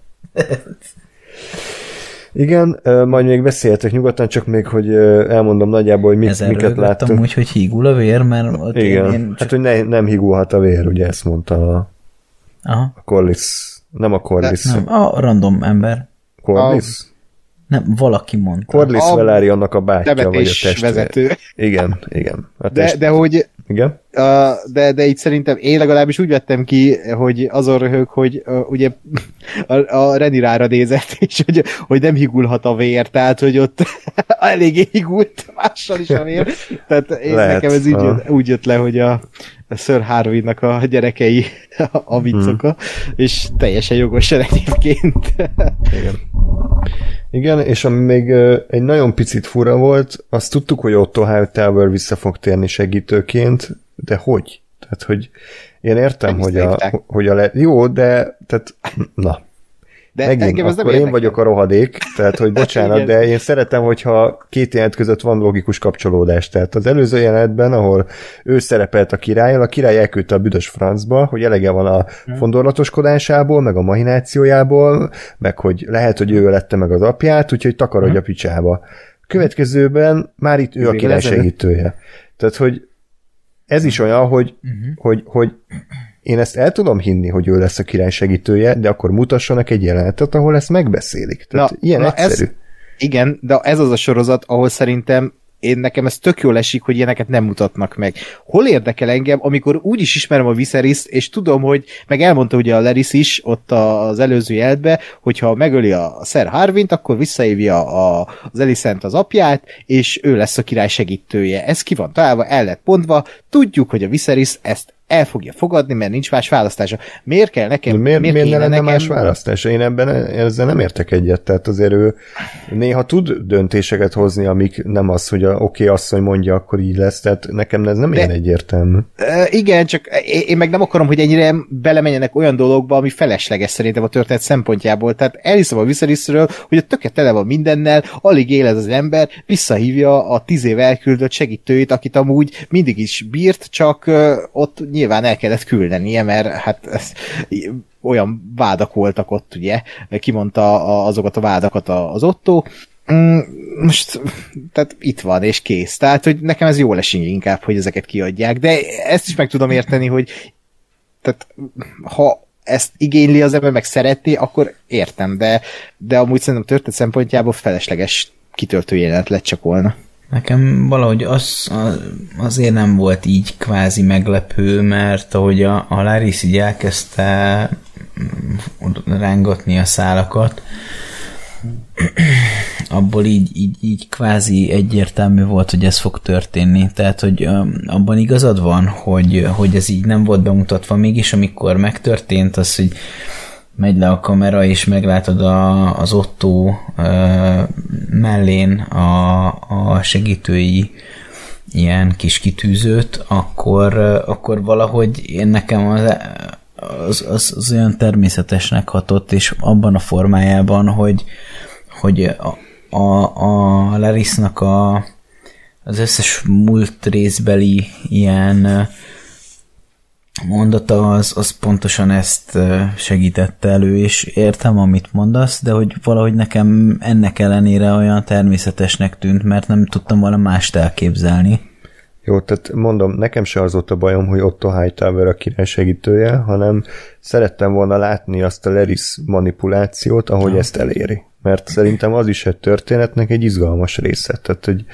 Igen, majd még beszéltek nyugodtan, csak még, hogy elmondom nagyjából, hogy miket láttunk. Úgy, hogy hígul a vér, mert ott igen, hát, hogy nem hígulhat a vér, ugye ezt mondta a Corlys. Nem a Corlys. Nem, a random ember. Corlys? Nem, valaki mondta. Corlys Velarionnak a bátyja, vagy a testvér. Vezető. Igen. De hogy... Igen? De itt szerintem én legalábbis úgy vettem ki, hogy azon röhög, hogy ugye a Renirára nézett, és hogy nem higulhat a vér, tehát hogy ott eléggé higult mással is a vér. Tehát nekem ez úgy jött le, hogy a Sir Harwinnak a gyerekei a viccoka, és teljesen jogosan egyébként. Igen, és ami még egy nagyon picit fura volt, azt tudtuk, hogy Otto Hightower vissza fog térni segítőként, de hogy? Tehát, hogy én értem, hogy jó, de tehát, na. De megint, akkor én vagyok a rohadék, tehát, hogy bocsánat, de én szeretem, hogyha két jelenet között van logikus kapcsolódás. Tehát az előző jelenetben, ahol ő szerepelt a királlyal, a király elküldte a büdös francba, hogy elege van a fondorlatoskodásából, meg a mahinációjából, meg hogy lehet, hogy ő lette meg az apját, úgyhogy takarodj a picsába. Következőben már itt ő a király segítője. Tehát, hogy ez is olyan, hogy én ezt el tudom hinni, hogy ő lesz a király segítője, de akkor mutassanak egy jelenetet, ahol ezt megbeszélik. Tehát ilyen egyszerű. Igen, de ez az a sorozat, ahol szerintem nekem ez tök jól esik, hogy ilyeneket nem mutatnak meg. Hol érdekel engem, amikor úgy is ismerem a Viserys-t, és tudom, hogy meg elmondta ugye a Larys is ott az előző jelenetben, hogyha megöli a Sir Harwint, akkor visszahívja az Alicent az apját, és ő lesz a király segítője. Ez ki van találva, el lett pontva, tudjuk, hogy a Viserys ezt el fogja fogadni, mert nincs más választása. Miért kell nekem? Miért ne lenne más választása? Én ezzel nem értek egyet. Tehát azért ő néha tud döntéseket hozni, amik nem az, hogy oké, asszony mondja, akkor így lesz. Tehát nekem ez nem ilyen egyértelmű. Igen, csak én meg nem akarom, hogy ennyire belemenjenek olyan dolgokba, ami felesleges szerintem a történet szempontjából. Tehát elhiszem a Viserysről, hogy a töke tele van mindennel, alig él ez az ember, visszahívja a 10 év elküldött segítőit, akit amúgy mindig is bírt, csak ott nyilván el kellett küldenie, mert hát olyan vádak voltak ott, ugye, kimondta azokat a vádakat az Otto. Most, tehát itt van, és kész. Tehát, hogy nekem ez jól esik inkább, hogy ezeket kiadják, de ezt is meg tudom érteni, hogy tehát, ha ezt igényli az ember, meg szeretné, akkor értem, de amúgy szerintem történet szempontjából felesleges kitöltő jelenet lett csak volna. Nekem valahogy azért nem volt így kvázi meglepő, mert ahogy a Larys így elkezdte rángatni a szálakat, abból így kvázi egyértelmű volt, hogy ez fog történni. Tehát, hogy abban igazad van, hogy ez így nem volt bemutatva, mégis amikor megtörtént az, hogy megy le a kamera, és meglátod az Otto mellén a segítői ilyen kis kitűzőt, akkor valahogy nekem az olyan természetesnek hatott, és abban a formájában, hogy a Larysnak az összes múlt részbeli ilyen mondata az pontosan ezt segítette elő, és értem, amit mondasz, de hogy valahogy nekem ennek ellenére olyan természetesnek tűnt, mert nem tudtam volna mást elképzelni. Jó, tehát mondom, nekem se az volt a bajom, hogy Otto Hightower a király segítője, hanem szerettem volna látni azt a Larys manipulációt, ahogy ezt eléri. Mert szerintem az is egy történetnek egy izgalmas része. Tehát, hogy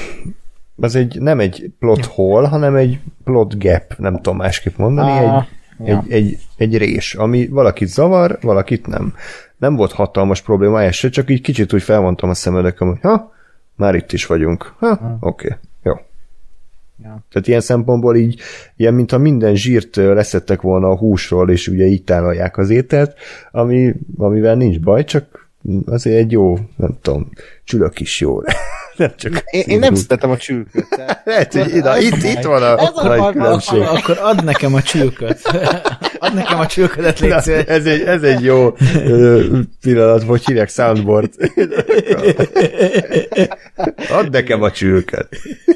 az nem egy plot hole, hanem egy plot gap, nem tudom másképp mondani, egy rés, ami valakit zavar, valakit nem. Nem volt hatalmas probléma ez se, csak így kicsit úgy felmondtam a szemöldököm, hogy már itt is vagyunk. Oké. Jó. Ja. Tehát ilyen szempontból így, ilyen mintha minden zsírt leszettek volna a húsról, és ugye így tálalják az ételt, amivel nincs baj, csak azért egy jó, nem tudom, csülök is jó. Nem csak én nem szeretem a csülköt. Lehet, hogy itt van a nagy különbség. Akkor add nekem a csülköt. Add nekem a csülködet, légy szíves. Ez egy jó pillanat, hogy hívják, soundboard. Add nekem a csülköt.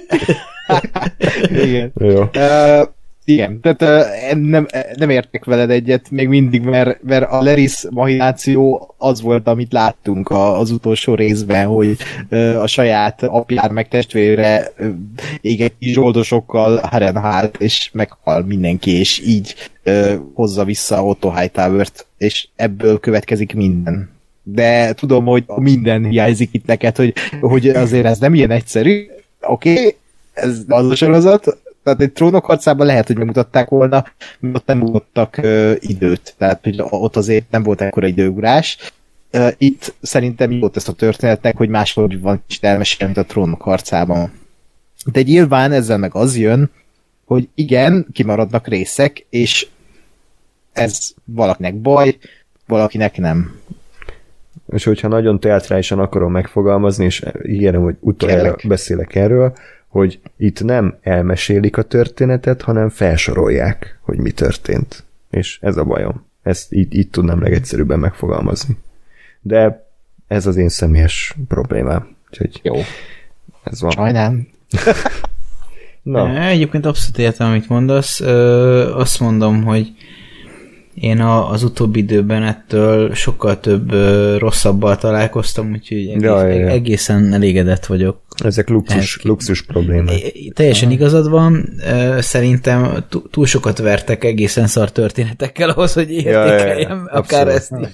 Igen. Jó. Igen, tehát nem értek veled egyet még mindig, mert a Laris mahináció az volt, amit láttunk az utolsó részben, hogy a saját apjár meg testvére égett zsoldosokkal Harrenhalt, és meghal mindenki, és így hozza vissza Otto Hightower-t, és ebből következik minden. De tudom, hogy minden hiányzik itt neked, hogy azért ez nem ilyen egyszerű. Oké, ez az a sorozat, tehát egy Trónok harcában lehet, hogy megmutatták volna, mert ott nem mutattak időt. Tehát hogy ott azért nem volt ekkora időugrás. Itt szerintem jó ezt a történetnek, hogy máshogy van kicsit elmesélni, mint a Trónok harcában. De nyilván ezzel meg az jön, hogy igen, kimaradnak részek, és ez valakinek baj, valakinek nem. És hogyha nagyon teátrálisan akarom megfogalmazni, és ígérem, hogy utoljára beszélek erről, hogy itt nem elmesélik a történetet, hanem felsorolják, hogy mi történt. És ez a bajom. Ezt így tudnám legegyszerűbben megfogalmazni. De ez az én személyes problémám. Úgyhogy jó. Ez van. Sajnálom. Na. Egyébként abszolút értem, amit mondasz. Azt mondom, hogy én az utóbbi időben ettől sokkal több rosszabbal találkoztam, úgyhogy egészen elégedett vagyok. Ezek luxus problémák. Teljesen igazad van. Szerintem túl sokat vertek egészen szar történetekkel ahhoz, hogy értékeljem akár ezt is.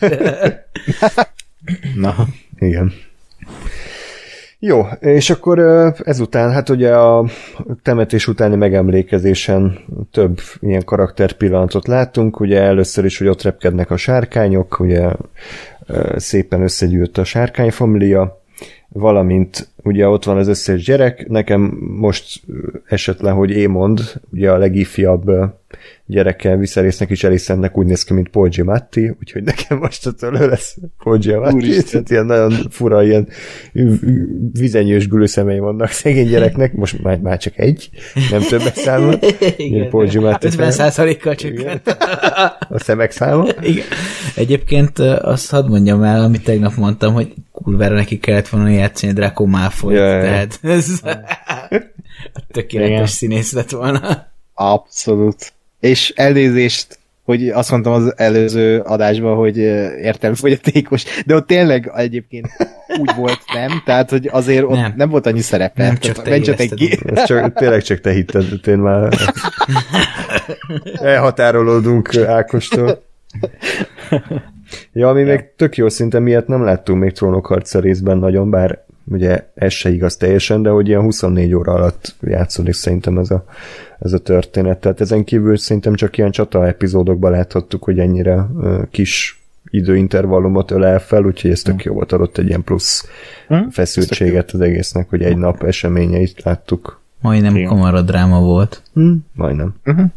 Na, igen. Jó, és akkor ezután, hát ugye a temetés utáni megemlékezésen több ilyen karakterpillanatot láttunk, ugye először is, hogy ott repkednek a sárkányok, ugye szépen összegyűlt a sárkányfamilia, valamint ugye ott van az összes gyerek, nekem most esett le, hogy Aemond, ugye a legifjabb gyereke Viserysnek is Alicentnek úgy néz ki, mint Paul Giamatti, úgyhogy nekem most attól ő lesz Paul Giamatti, tehát ilyen nagyon fura, ilyen vizenyős gülőszemei vannak szegény gyereknek, most már csak egy, nem többet számol. Igen, Paul Giamatti 50%-kal csökkent. A szemek száma. Igen. Egyébként azt hadd mondjam el, amit tegnap mondtam, hogy kurvára neki kellett volna játszani Draco Malfoy, tehát ez tökéletes színész lett volna. Abszolút. És elnézést, hogy azt mondtam az előző adásban, hogy értelmefogyatékos, de ott tényleg egyébként úgy volt, nem? Tehát, hogy azért ott nem volt annyi szerepe. Nem csak te érezted. Tényleg csak te hitted, én már elhatárolódunk Ákostól. Ja, ami még tök jó, szinte miatt nem láttunk még Trónokharca részben nagyon, bár ugye ez se igaz teljesen, de hogy ilyen 24 óra alatt játszódik szerintem ez a történet. Tehát ezen kívül szerintem csak ilyen csata epizódokban láthattuk, hogy ennyire kis időintervallumot ölel fel, úgyhogy ez tök jó volt, adott egy ilyen plusz feszültséget az egésznek, hogy egy nap eseményeit láttuk. Majdnem kamaradráma volt. Majdnem.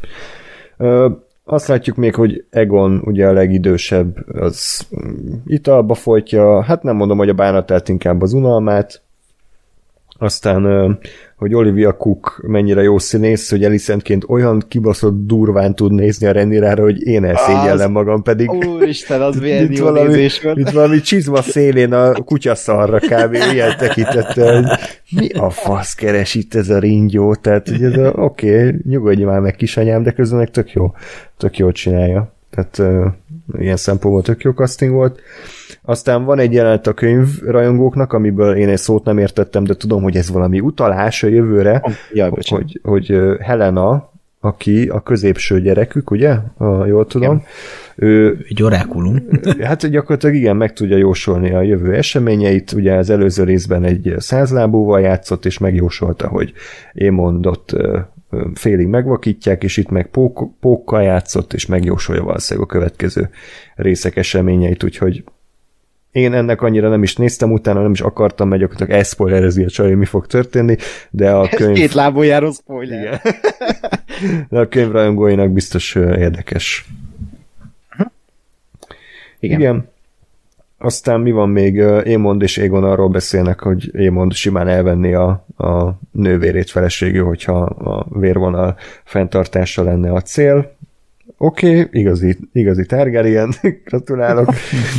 Azt látjuk még, hogy Egon ugye a legidősebb, az italba folytja, hát nem mondom, hogy a bánatát, inkább az unalmát. Aztán, hogy Olivia Cook mennyire jó színész, hogy Alicentként olyan kibaszott durván tud nézni a Rhaenyrára, hogy én elszégyellem magam, pedig úristen, az milyen jó nézés volt. Itt valami csizma szélén a kutyaszarra kb. Ilyen tekintette, hogy mi a fasz keres itt ez a ringyó, tehát hogy ez oké, nyugodj már meg kisanyám, de közben meg tök jól csinálja. Tehát ilyen szempontból tök jó casting volt. Aztán van egy jelenet a könyvrajongóknak, amiből én egy szót nem értettem, de tudom, hogy ez valami utalás a jövőre, hogy Helena, aki a középső gyerekük, ugye? Jól tudom. Egy orákulum. Hát gyakorlatilag igen, meg tudja jósolni a jövő eseményeit. Ugye az előző részben egy 100 lábúval játszott, és megjósolta, hogy Aemondot félig megvakítják, és itt meg pókkal játszott, és megjósolja valószínűleg a következő részek eseményeit, úgyhogy én ennek annyira nem is néztem utána, nem is akartam, mert gyakorlatilag elszpoilerezi a csaj, mi fog történni, de a könyv... Ez két lábon járó spoiler. Igen. De a könyv rajongóinak biztos érdekes. Igen. Aztán mi van még? Aemond és Aegon arról beszélnek, hogy Aemond simán elvenni a nővérét feleségül, hogyha a vérvonal fenntartása lenne a cél. Oké, igazi Targaryen, gratulálok.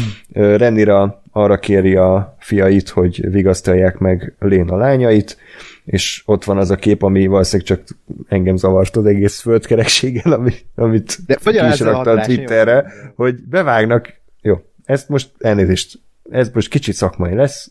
Rhaenyra arra kéri a fiait, hogy vigasztalják meg Laena lányait, és ott van az a kép, ami valószínűleg csak engem zavart az egész földkerekséggel, amit ki is rakta a Twitterre, hogy bevágnak, jó, ezt most elnézést, ez most kicsit szakmai lesz,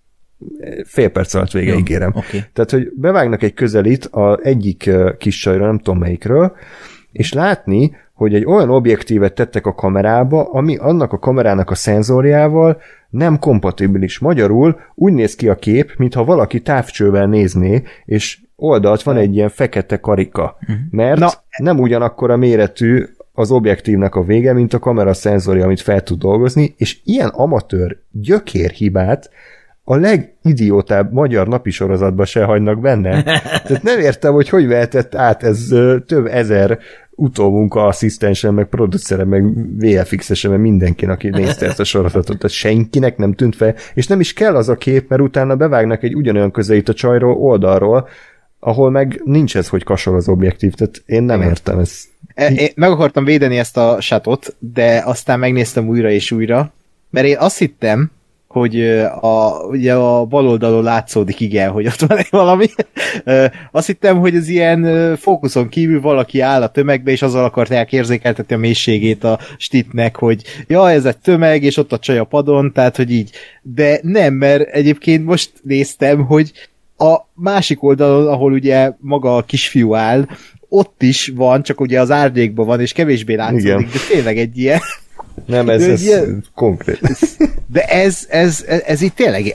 fél perc alatt vége, ígérem. Okay. Tehát, hogy bevágnak egy közelít az egyik kis csajra, nem tudom melyikről, és látni, hogy egy olyan objektívet tettek a kamerába, ami annak a kamerának a szenzorjával nem kompatibilis. Magyarul úgy néz ki a kép, mintha valaki távcsővel nézné, és oldalt van egy ilyen fekete karika. Mert nem ugyanakkor a méretű az objektívnek a vége, mint a kamera szenzorja, amit fel tud dolgozni, és ilyen amatőr gyökérhibát a legidiótább magyar napisorozatban se hagynak benne. Tehát nem értem, hogy vehetett át ez több ezer utómunka asszisztensen, meg producerem, meg VFX-esen, meg mindenkinek, aki nézte ezt a sorozatot. Tehát senkinek nem tűnt fel, és nem is kell az a kép, mert utána bevágnak egy ugyanolyan közelít a csajról oldalról, ahol meg nincs ez, hogy kasol az objektív. Tehát én nem értem ezt. Én meg akartam védeni ezt a sátot, de aztán megnéztem újra és újra, mert én azt hittem, hogy ugye a bal oldalon látszódik, igen, hogy ott van egy valami. Azt hittem, hogy ez ilyen fókuszon kívül valaki áll a tömegbe, és azzal akarták érzékeltetni a mélységét a stitnek, hogy ja, ez egy tömeg, és ott a csaj a padon, tehát, hogy így. De nem, mert egyébként most néztem, hogy a másik oldalon, ahol ugye maga a kisfiú áll, ott is van, csak ugye az árnyékban van, és kevésbé látszódik, igen. De tényleg egy ilyen... Nem, ez konkrét. De ez így tényleg,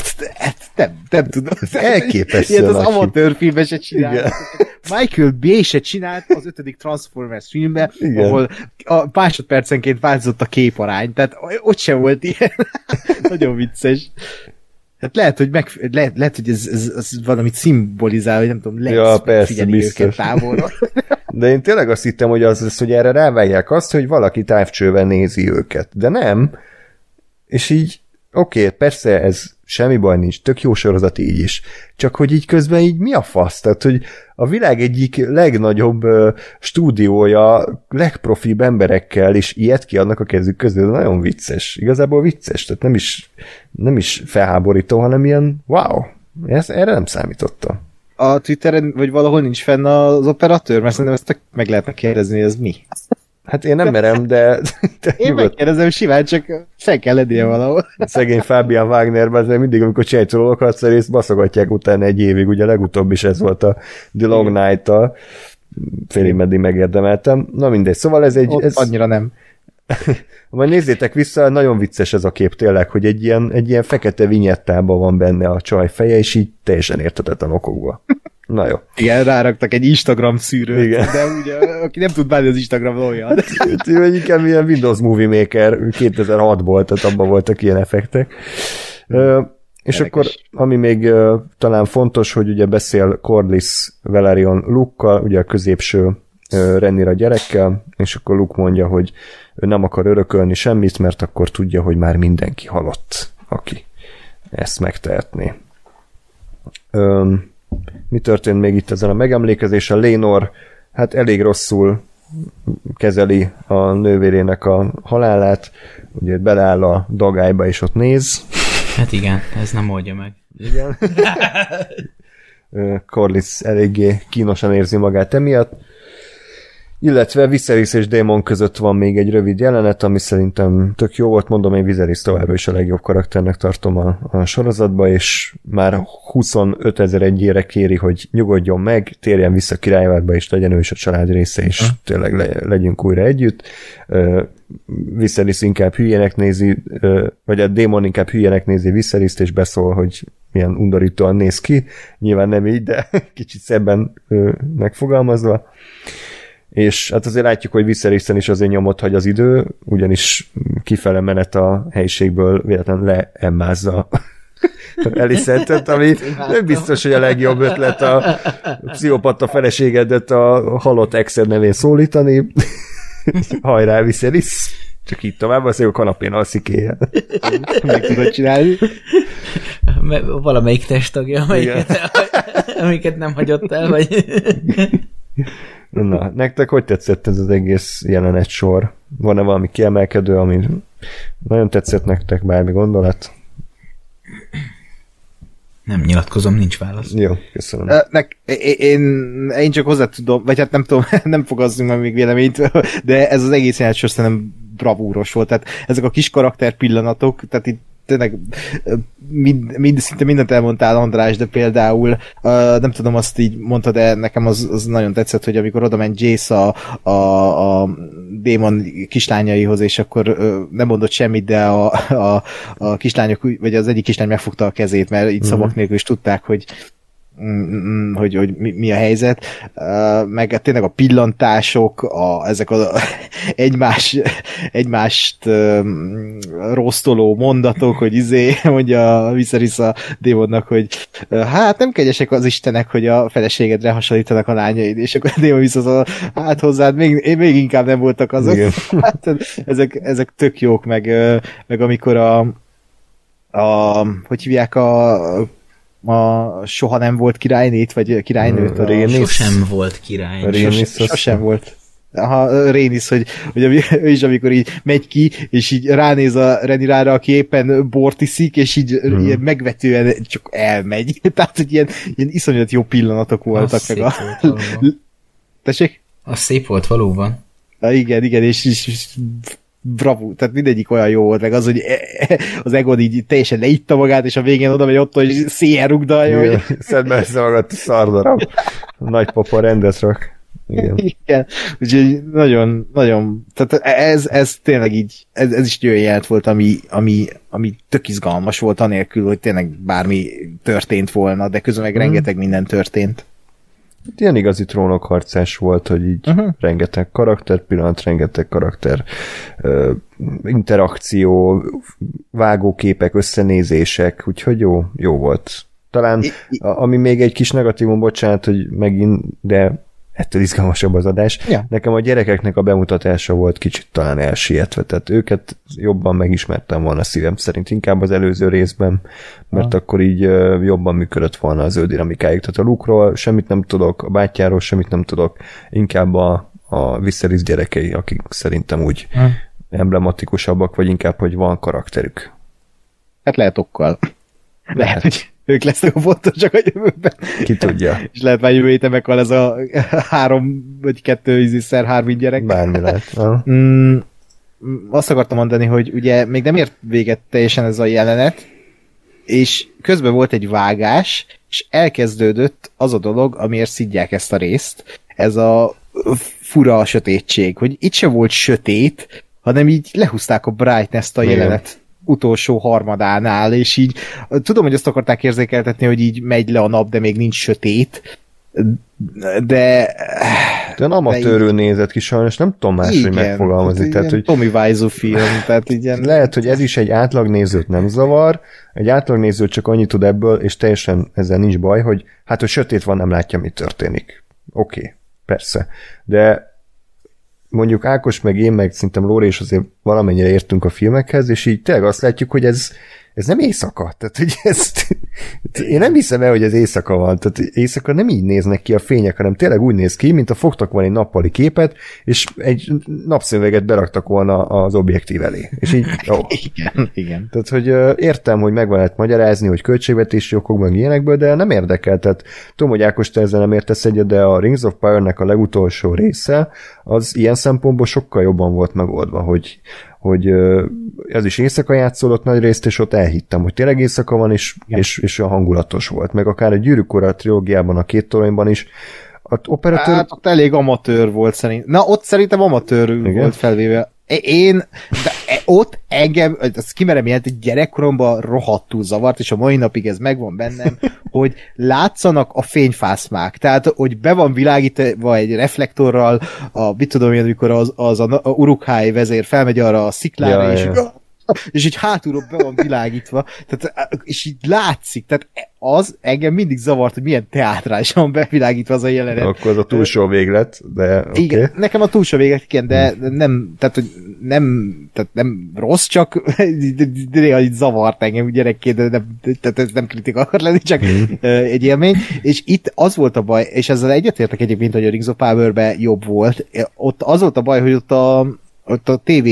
nem tudom. Elképesztő. Ilyet az amatőrfilmben se csinált. Michael Bay se csinált az 5. Transformers filmben, igen. Ahol a másodpercenként változott a képarány, tehát ott sem volt ilyen. Nagyon vicces. Hát lehet, hogy, lehet, hogy ez valamit szimbolizál, hogy nem tudom, lehet megfigyelni őket távolról. De én tényleg azt hittem, hogy az lesz, hogy erre rávágják azt, hogy valaki távcsővel nézi őket. De nem. És így, oké, persze ez semmi baj nincs, tök jó sorozat így is. Csak hogy így közben így mi a fasz? Tehát, hogy a világ egyik legnagyobb stúdiója, legprofibb emberekkel, és ilyet kiadnak a kezük közül, nagyon vicces. Igazából vicces, tehát nem is felháborító, hanem ilyen wow, erre nem számítottam. A Twitteren, vagy valahol nincs fenn az operatőr? Mert szerintem ezt meg lehetne kérdezni, hogy ez mi? Hát én nem merem, de én megkérdezem simán, csak fel kell lennie valahol. Szegény Fabian Wagnerben, mert mindig, amikor csinálják a részt, baszogatják utána egy évig, ugye legutóbb is ez volt a The Long Night-tal, félig meddig megérdemeltem. Na mindegy, szóval ez egy... Annyira nem. Majd nézzétek vissza, nagyon vicces ez a kép tényleg, hogy egy ilyen fekete vinyettában van benne a csaj feje, és így teljesen érthetetlen okokba. Na jó. Igen, ráraktak egy Instagram szűrőt, igen. De ugye, aki nem tud bánni az Instagram olyan. Inkább ilyen Windows Movie Maker 2006-ból, tehát abban voltak ilyen effektek. És akkor, ami még talán fontos, hogy ugye beszél Corlys Velaryon Luke-kal, ugye a középső Rhaenyra gyerekkel, és akkor Luke mondja, hogy ő nem akar örökölni semmit, mert akkor tudja, hogy már mindenki halott, aki ezt megtehetné. Mi történt még itt ezen a megemlékezésen? Laenor hát elég rosszul kezeli a nővérének a halálát, ugye beleáll a dagályba, és ott néz. Hát igen, ez nem oldja meg. Igen. Corlys eléggé kínosan érzi magát emiatt. Illetve Viserys és Daemon között van még egy rövid jelenet, ami szerintem tök jó volt, mondom, én Viserys továbbra is a legjobb karakternek tartom a sorozatba, és már 25 001-ére kéri, hogy nyugodjon meg, térjen vissza Királyvárba, és legyen ő is a család része, és tényleg legyünk újra együtt. Viserys inkább hülyének nézi, vagy a Daemon inkább hülyének nézi Viserys-t, és beszól, hogy milyen undorítóan néz ki, nyilván nem így, de kicsit szebben megfogalmazva. És hát azért látjuk, hogy Viserysen is azért nyomot hagy az idő, ugyanis kifele menet a helyiségből véletlenül leemmázza Alicent-et, ami nem biztos, hogy a legjobb ötlet a pszichopata feleségedet a halott exed nevén szólítani. Hajrá, Viserys! Csak így tovább, azért a kanapén alszik éjjel. Meg tudod csinálni. Valamelyik testtagja, amiket nem hagyott el, vagy... Na, nektek hogy tetszett ez az egész jelenet sor? Van-e valami kiemelkedő, ami nagyon tetszett nektek, bármi gondolat? Nem nyilatkozom, nincs válasz. Jó, köszönöm. Én csak hozzá tudom, vagy hát nem tudom, nem fogazzunk meg még véleményt, de ez az egész jelenet sor szerintem bravúros volt. Tehát ezek a kis karakter pillanatok, tehát itt tényleg szinte mindent elmondtál, András, de például nem tudom, azt így mondta, de nekem az nagyon tetszett, hogy amikor oda ment Jace a démon kislányaihoz, és akkor nem mondott semmit, de a kislányok, vagy az egyik kislány megfogta a kezét, mert így szavak nélkül is tudták, hogy mi a helyzet, meg tényleg a pillantások, ezek egymást rosszoló mondatok, hogy mondja Viserys a démonnak, hogy hát nem kegyesek az istenek, hogy a feleségedre hasonlítanak a lányaid, és akkor a démon visszaszól, hát hozzád még inkább nem voltak azok. Hát, ezek tök jók, meg amikor hogy hívják a soha nem volt királynét, vagy királynőt. Sosem volt királynő. Sosem volt. Rhaenys, hogy ő is, amikor így megy ki, és így ránéz a Rhaenyrára, aki éppen bort iszik, és így ilyen megvetően csak elmegy. Tehát, hogy ilyen iszonyat jó pillanatok voltak. Tessék? Az szép volt valóban. Igen, és bravo, tehát mindegyik olyan jó volt, meg az, hogy az Egon így teljesen leitta magát, és a végén oda megy ott, hogy széjjel rugdalja. Igen, szedd be össze magad, szardarab. A nagypapa rendet rak. Igen. Úgyhogy nagyon, tehát ez tényleg így, ez is olyan jelent volt, ami tök izgalmas volt, anélkül, hogy tényleg bármi történt volna, de közben meg rengeteg minden történt. Ilyen igazi trónokharcás volt, hogy így rengeteg karakter pillanat, rengeteg karakter interakció, vágóképek, összenézések, úgyhogy jó volt. Talán, ami még egy kis negatívum, bocsánat, hogy megint, de ettől izgalmasabb az adás. Ja. Nekem a gyerekeknek a bemutatása volt kicsit talán elsietve, tehát őket jobban megismertem volna szívem szerint, inkább az előző részben, mert akkor így jobban működött volna az ő dinamikájuk. Tehát a Luke-ról semmit nem tudok, a bátyjáról semmit nem tudok, inkább a Viserys gyerekei, akik szerintem úgy emblematikusabbak, vagy inkább, hogy van karakterük. Hát lehet okkal. Lehet, hogy ők lesznek a fontosak a jövőben. Ki tudja. És lehet már jövő héten meghal ez a 3 vagy 2 3 gyerek. Bármi lehet. Azt akartam mondani, hogy ugye még nem ért véget teljesen ez a jelenet, és közben volt egy vágás, és elkezdődött az a dolog, amiért szidják ezt a részt. Ez a fura sötétség, hogy itt se volt sötét, hanem így lehúzták a brightness-t a jelenet utolsó harmadánál, és így tudom, hogy azt akarták érzékeltetni, hogy így megy le a nap, de még nincs sötét, de amatőrül nézett ki sajnos, nem tudom máshogy megfogalmazni. Tehát, hogy Tommy Wiseau film, tehát így lehet, hogy ez is egy átlagnézőt nem zavar, egy átlagnéző csak annyit tud ebből, és teljesen ezzel nincs baj, hogy hát, hogy sötét van, nem látja, mi történik. Oké, persze. De mondjuk Ákos, meg én, meg szerintem Lóri is azért valamennyire értünk a filmekhez, és így tényleg azt látjuk, hogy ez nem éjszaka. Tehát, hogy én nem hiszem el, hogy ez éjszaka van. Tehát éjszaka nem így néznek ki a fények, hanem tényleg úgy néz ki, mint a fogtak volna egy nappali képet, és egy napszemüveget beraktak volna az objektív elé. És így, Igen. Tehát, hogy értem, hogy meg lehet magyarázni, hogy költségvetési okok, meg ilyenekből, de nem érdekel. Tehát tudom, hogy Ákos, te ezzel nem értesz egyet, de a Rings of Power-nek a legutolsó része, az ilyen szempontból sokkal jobban volt megoldva, hogy ez is éjszaka játszódott nagy részt, és ott elhittem, hogy tényleg éjszaka van, és a hangulatos volt. Meg akár a Gyűrűk Ura trilógiában, a 2 toronyban is. Operatőr... Hát ott elég amatőr volt szerintem. Na, ott szerintem amatőr volt felvéve. ott engem, azt kimerem jelent, gyerekkoromban rohadtul zavart, és a mai napig ez megvan bennem, hogy látszanak a fényfászmák. Tehát, hogy be van világítva egy reflektorral, mit tudom én, amikor az a Uruk-hai vezér felmegy arra a sziklára, és így hátulról be van világítva, tehát, és így látszik, tehát az engem mindig zavart, hogy milyen teátrálisan bevilágítva az a jelenet. Akkor az a túlsó véglet, de okay. Igen, nekem a túlsó véglet, igen, de nem, tehát nem rossz, csak néha így zavart engem gyerekként, de tehát ez nem kritika akar lenni, csak egy élmény, és itt az volt a baj, és ezzel egyetértek egyébként, hogy a Rings of Power-ben jobb volt, ott az volt a baj, hogy ott a TV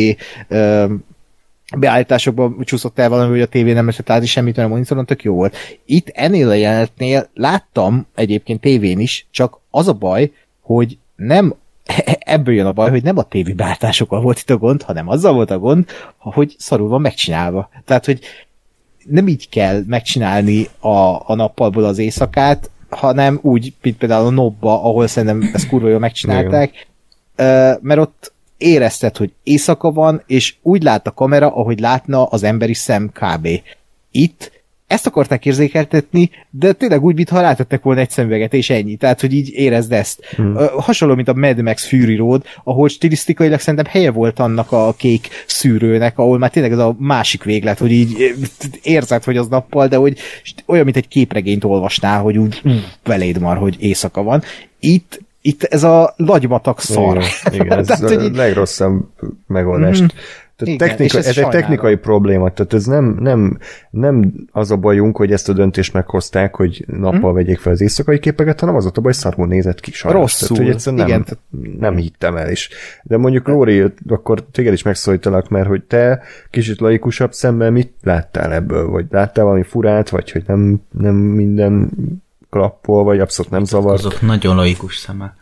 beállításokban csúszott el valami, hogy a tévé nem lehetett látni semmit, mert a monitoron tök jó volt. Itt ennél a jelenetnél láttam egyébként tévén is, csak az a baj, hogy nem ebből jön a baj, hogy nem a tévé beállításokkal volt itt a gond, hanem azzal volt a gond, hogy szarul van megcsinálva. Tehát, hogy nem így kell megcsinálni a nappalból az éjszakát, hanem úgy, mint például a Nobba, ahol szerintem ezt kurva jól megcsinálták, mert ott érezted, hogy éjszaka van, és úgy lát a kamera, ahogy látna az emberi szem kb. Itt ezt akarták érzékeltetni, de tényleg úgy, mintha rátettek volna egy szemüveget, és ennyi. Tehát, hogy így érezd ezt. Hasonló, mint a Mad Max Fury Road, ahol stilisztikailag szerintem helye volt annak a kék szűrőnek, ahol már tényleg ez a másik véglet, hogy így érzed, hogy az nappal, de hogy olyan, mint egy képregényt olvasnál, hogy úgy beléd mar, hogy éjszaka van. Itt ez a lagymatak szar. Igen, ez tehát, a legrosszabb megoldást. Ez egy technikai probléma, tehát ez nem az a bajunk, hogy ezt a döntést meghozták, hogy nappal vegyék fel az éjszakai képeket, hanem az a baj, hogy szarul nézett ki sajnos. Rosszul. Tehát, hogy egyszerűen nem hittem el is. De mondjuk Lóri, akkor téged is megszólítalak, mert hogy te kicsit laikusabb szemmel mit láttál ebből? Vagy láttál valami furát, vagy hogy nem minden klappol, vagy abszolút nem zavar. Azok nagyon laikus szemmel.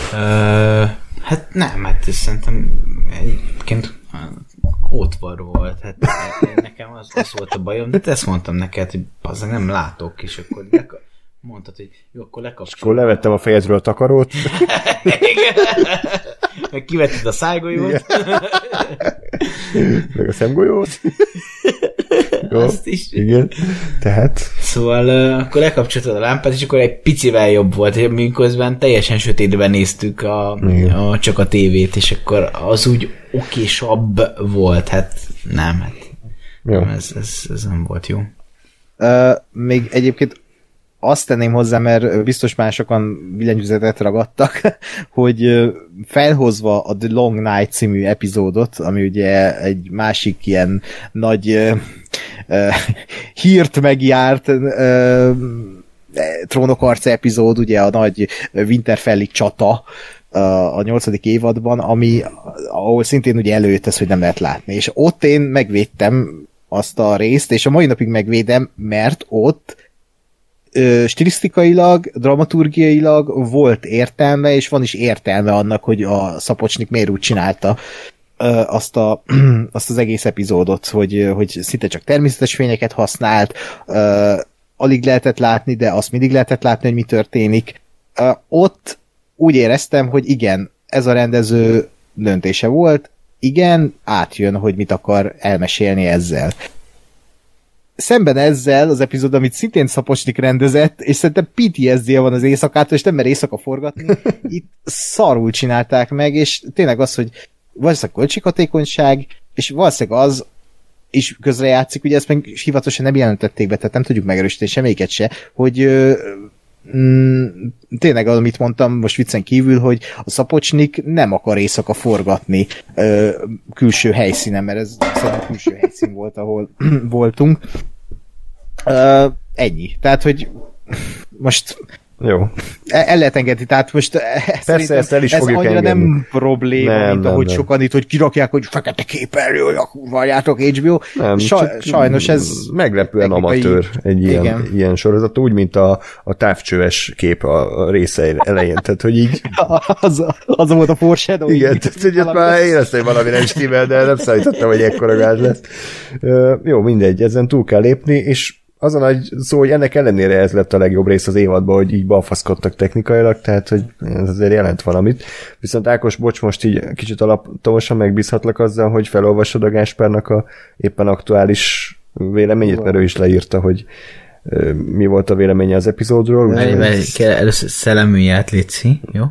Hát nem, hát szerintem egyébként ótvar volt. Hát nekem az volt a bajom, de ezt mondtam neked, hogy bazdmeg nem látok, és akkor mondtad, hogy jó, akkor lekapcsolom. És akkor levettem a fejedről a takarót. Meg kivetted a szájgolyót. Meg a szemgolyót. Jó, azt is. Igen, tehát. Szóval akkor lekapcsoltad a lámpát, és akkor egy picivel jobb volt, miközben teljesen sötétben néztük csak a tévét, és akkor az úgy okésabb volt, hát nem, ez nem volt jó. Még egyébként azt tenném hozzá, mert biztos már sokan billentyűzetet ragadtak, hogy felhozva a The Long Night című epizódot, ami ugye egy másik ilyen nagy hírt megjárt trónokharca epizód, ugye a nagy Winterfelli csata a 8. évadban, ahol szintén ugye előtt ez, hogy nem lehet látni. És ott én megvédtem azt a részt, és a mai napig megvédem, mert ott stilisztikailag, dramaturgiailag volt értelme, és van is értelme annak, hogy a Szapocsnik miért úgy csinálta azt az egész epizódot, hogy szinte csak természetes fényeket használt, alig lehetett látni, de azt mindig lehetett látni, hogy mi történik. Ott úgy éreztem, hogy igen, ez a rendező döntése volt, igen, átjön, hogy mit akar elmesélni ezzel. Szemben ezzel az epizód, amit szintén Szapocsnik rendezett, és szerintem PTSD-je van az éjszakától, és nem mer éjszaka forgatni, itt szarul csinálták meg, és tényleg az, hogy valószínűleg költséghatékonyság, és valószínűleg az is közrejátszik, ugye ezt meg hivatosan nem jelentették be, tehát nem tudjuk megerősíteni semmelyiket se, hogy tényleg amit mondtam most viccen kívül, hogy a Szapocsnik nem akar éjszaka forgatni külső helyszínen, mert ez szerintem külső helyszín volt, ahol voltunk. Ennyi. Tehát, hogy most jó. El lehet engedni, tehát most persze, ezt el is fogjuk annyira engedni. Nem probléma, mint ahogy sokan itt, hogy kirakják, hogy fekete képernyő, várjátok HBO. Nem, sajnos ez meglepően amatőr egy ilyen sorozat, úgy, mint a távcsöves kép a része elején, tehát hogy így... az volt a foreshadow. Igen, tehát hogy már éreztem, hogy valami nem stimmel, de nem számítottam, hogy ekkora gáz lesz. Jó, mindegy, ezen túl kell lépni, és az a nagy szó, hogy ennek ellenére ez lett a legjobb rész az évadban, hogy így balfaszkodtak technikailag, tehát hogy ez azért jelent valamit. Viszont Ákos, bocs, most így kicsit alaptomosan megbízhatlak azzal, hogy felolvasod a Gáspárnak a éppen aktuális véleményét, mert ő is leírta, hogy mi volt a véleménye az epizódról. Kell először szellemülj át, Lici, jó?